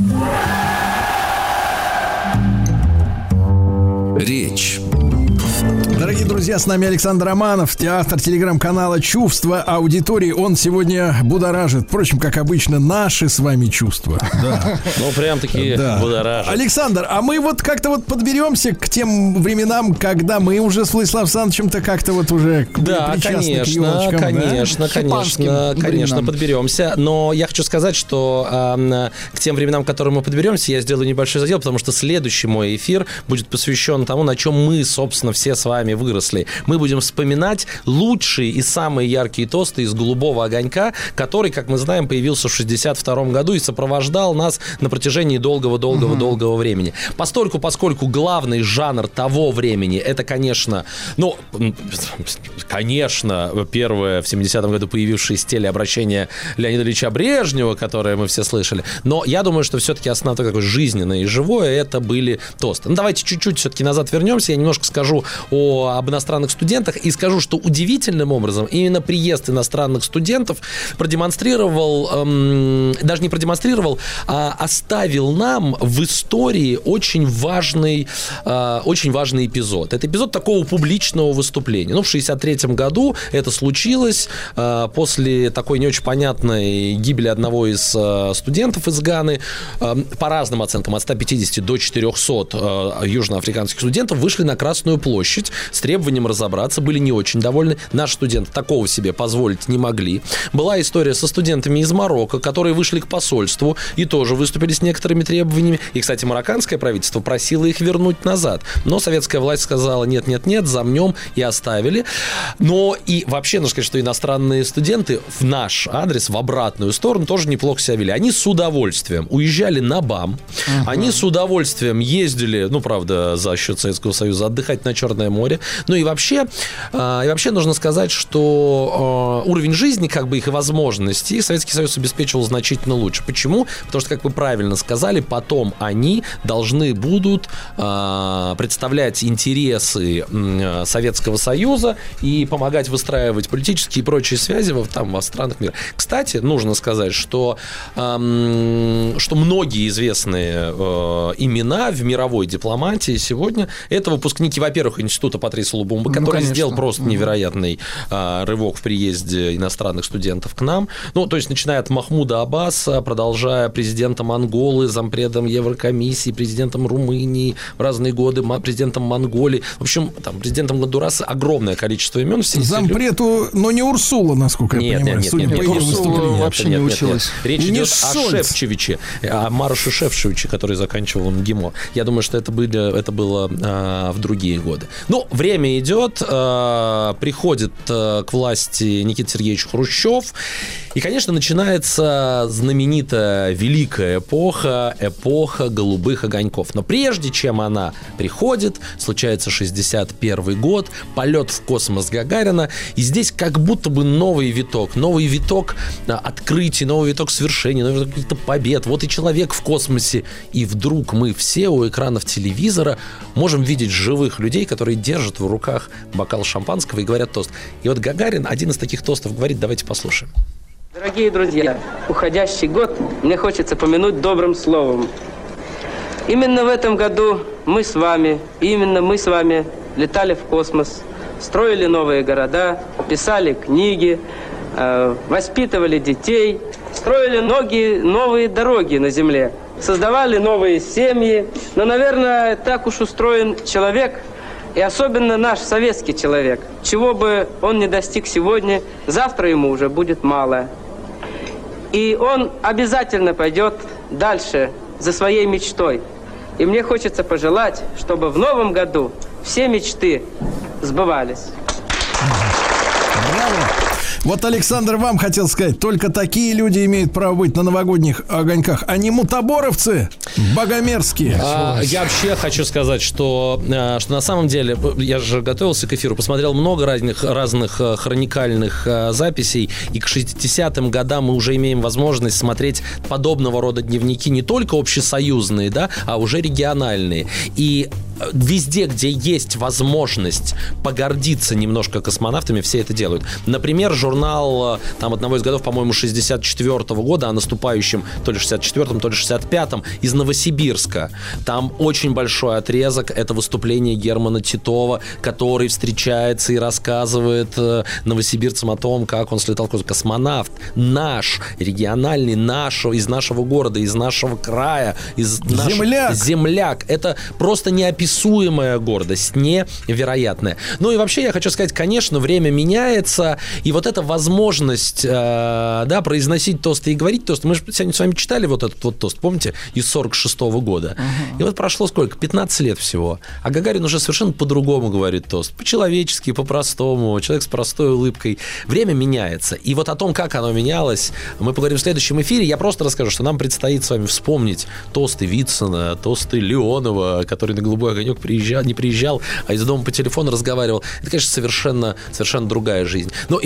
Речь. Дорогие друзья, с нами Александр Романов, автор телеграм-канала «Чувства аудитории». Он сегодня будоражит, впрочем, как обычно, наши с вами чувства. Да. Ну, прям таки да. будоражит. Александр, а мы вот как-то вот подберемся к тем временам, когда мы уже с Владиславом Александровичем-то как-то вот уже да, причастны конечно, к елочкам, конечно, да? конечно, конечно, подберемся. Но я хочу сказать, что э, к тем временам, к которым мы подберемся, я сделаю небольшой задел, потому что следующий мой эфир будет посвящен тому, на чем мы, собственно, все с вами выросли. Мы будем вспоминать лучшие и самые яркие тосты из «Голубого огонька», который, как мы знаем, появился в шестьдесят втором году и сопровождал нас на протяжении долгого-долгого-долгого времени. Постольку, поскольку главный жанр того времени, это, конечно, ну, конечно, первое в семидесятом году появившееся телеобращение Леонида Ильича Брежнева, которое мы все слышали, но я думаю, что все-таки основное такое жизненное и живое это были тосты. Ну, давайте чуть-чуть все-таки назад вернемся, я немножко скажу о, об иностранных студентах и скажу, что удивительным образом именно приезд иностранных студентов продемонстрировал, эм, даже не продемонстрировал, а оставил нам в истории очень важный, э, очень важный эпизод. Это эпизод такого публичного выступления. Ну, в шестьдесят третьем году это случилось э, после такой не очень понятной гибели одного из э, студентов из Ганы. Э, по разным оценкам, от ста пятидесяти до четырехсот э, южноафриканских студентов вышли на Красную площадь с требованием разобраться, были не очень довольны. Наши студенты такого себе позволить не могли. Была история со студентами из Марокко, которые вышли к посольству и тоже выступили с некоторыми требованиями. И, кстати, марокканское правительство просило их вернуть назад. Но советская власть сказала: нет-нет-нет, замнем, и оставили. Но и вообще, нужно сказать, что иностранные студенты в наш адрес, в обратную сторону, тоже неплохо себя вели. Они с удовольствием уезжали на БАМ, uh-huh. они с удовольствием ездили, ну, правда, за счет Советского Союза, отдыхать на Черное море. Ну и вообще, э, и вообще нужно сказать, что э, уровень жизни, как бы их и возможности, Советский Союз обеспечивал значительно лучше. Почему? Потому что, как вы правильно сказали, потом они должны будут э, представлять интересы э, Советского Союза и помогать выстраивать политические и прочие связи в, там, во странах мира. Кстати, нужно сказать, что, э, что многие известные э, имена в мировой дипломатии сегодня это выпускники, во-первых, Института Патриса Лумумбы, ну, который конечно. сделал просто невероятный э, рывок в приезде иностранных студентов к нам. Ну, то есть, начиная от Махмуда Аббаса, продолжая президентом Анголы, зампредом Еврокомиссии, президентом Румынии в разные годы, президентом Монголии. В общем, там, президентом Гондураса огромное количество имен. Все Зампреду, но не Урсула, насколько нет, я понимаю. Нет, нет, нет, нет, Урсула вообще нет, не нет, училась. Нет. Речь не идет Шольц. О Шефчевиче, о Маруше Шефчевиче, который заканчивал МГИМО. Я думаю, что это, были, это было а, в другие годы. Ну, время идет, а, приходит а, к власти Никита Сергеевич Хрущев, и, конечно, начинается знаменитая великая эпоха, эпоха голубых огоньков. Но прежде чем она приходит, случается шестьдесят первый год, полет в космос Гагарина, и здесь как будто бы новый виток, новый виток открытий, новый виток свершений, новый виток каких-то побед. Вот и человек в космосе, и вдруг мы все у экранов телевизора можем видеть живых людей, которые держат в руках бокал шампанского и говорят тост. И вот Гагарин один из таких тостов говорит, давайте послушаем. Дорогие друзья, уходящий год мне хочется помянуть добрым словом. Именно в этом году мы с вами, именно мы с вами летали в космос, строили новые города, писали книги, э, воспитывали детей, строили многие новые дороги на Земле, создавали новые семьи. Но, наверное, так уж устроен человек, и особенно наш советский человек. Чего бы он ни достиг сегодня, завтра ему уже будет мало. И он обязательно пойдет дальше за своей мечтой. И мне хочется пожелать, чтобы в новом году все мечты сбывались. Браво! Вот, Александр, вам хотел сказать, только такие люди имеют право быть на новогодних огоньках, а не мутаборовцы богомерзкие. А, я вообще хочу сказать, что, что на самом деле, я же готовился к эфиру, посмотрел много разных, разных хроникальных записей, и к шестидесятым годам мы уже имеем возможность смотреть подобного рода дневники, не только общесоюзные, да, а уже региональные. И везде, где есть возможность погордиться немножко космонавтами, все это делают. Например, журнал там, одного из годов, по-моему, шестьдесят четвёртого года, о наступающем то ли шестьдесят четвёртом, то ли шестьдесят пятом, из Новосибирска. Там очень большой отрезок. Это выступление Германа Титова, который встречается и рассказывает новосибирцам о том, как он слетал. Космонавт наш, региональный, наш, из нашего города, из нашего края, из земляк. Наш... земляк. Это просто неописуемая гордость, невероятная. Ну и вообще я хочу сказать, конечно, время меняется, и вот эта возможность, э, да, произносить тосты и говорить тосты. Мы же сегодня с вами читали вот этот вот тост, помните, из сорок шестого года. Uh-huh. И вот прошло сколько? пятнадцать лет всего. А Гагарин уже совершенно по-другому говорит тост. По-человечески, по-простому. Человек с простой улыбкой. Время меняется. И вот о том, как оно менялось, мы поговорим в следующем эфире. Я просто расскажу, что нам предстоит с вами вспомнить тосты Вицина, тосты Леонова, который на «Голубой огонек» приезжал, не приезжал, а из дома по телефону разговаривал. Это, конечно, совершенно, совершенно другая жизнь. Ну и вообще мы благодарим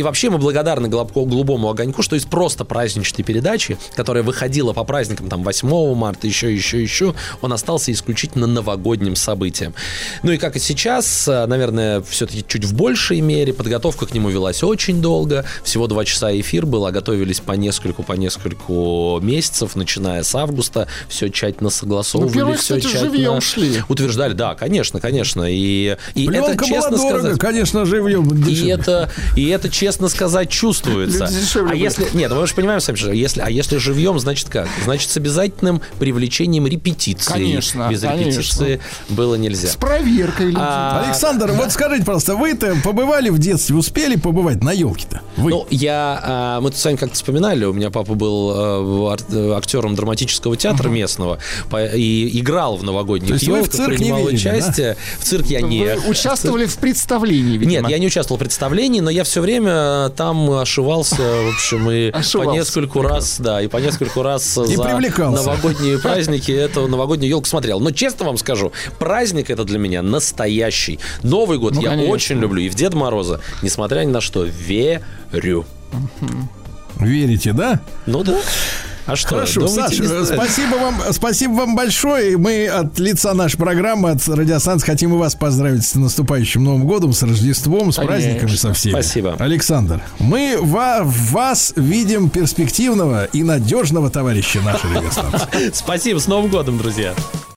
благодарны «Голубому огоньку», что из просто праздничной передачи, которая выходила по праздникам там восьмого марта, еще, еще, еще, он остался исключительно новогодним событием. Ну и как и сейчас, наверное, все-таки чуть в большей мере, подготовка к нему велась очень долго, всего два часа эфир был, а готовились по нескольку, по нескольку месяцев, начиная с августа, все тщательно согласовывали, ну, первые, все кстати, тщательно живьем шли. Утверждали, да, конечно, конечно, и, и Пленка это, честно была дорого, сказать, конечно, живьем и это, и это, честно сказать, чувствуется. А если, нет, мы же понимаем сами же, если, а если живьем, значит как? Значит, с обязательным привлечением репетиции. Конечно, без конечно. репетиции было нельзя. С проверкой людей. А, Александр, вот скажите, пожалуйста, вы-то побывали в детстве, успели побывать на елке-то? Вы? Ну, я, а, мы тут с вами как-то вспоминали, у меня папа был а, актером драматического театра uh-huh. местного по, и играл в новогодних елках, принимал верили, участие. Да? В цирк я не... Вы участвовали в представлении, видимо. Нет, я не участвовал в представлении, но я все время там ошивался, в общем, и по нескольку раз, да, и по нескольку раз за новогодние праздники эту новогоднюю елку смотрел. Но честно вам скажу, праздник это для меня настоящий. Новый год ну, я конечно. очень люблю. И в Деда Мороза, несмотря ни на что, верю. Верите, да? Ну да. А что? Хорошо, Думаете, Саша, спасибо вам, спасибо вам большое. Мы от лица нашей программы, от радиостанции, хотим и вас поздравить с наступающим Новым годом, с Рождеством, с Конечно. праздниками, со всеми. Спасибо. Александр, мы в вас видим перспективного и надежного товарища нашей радиостанции. Спасибо, с Новым годом, друзья.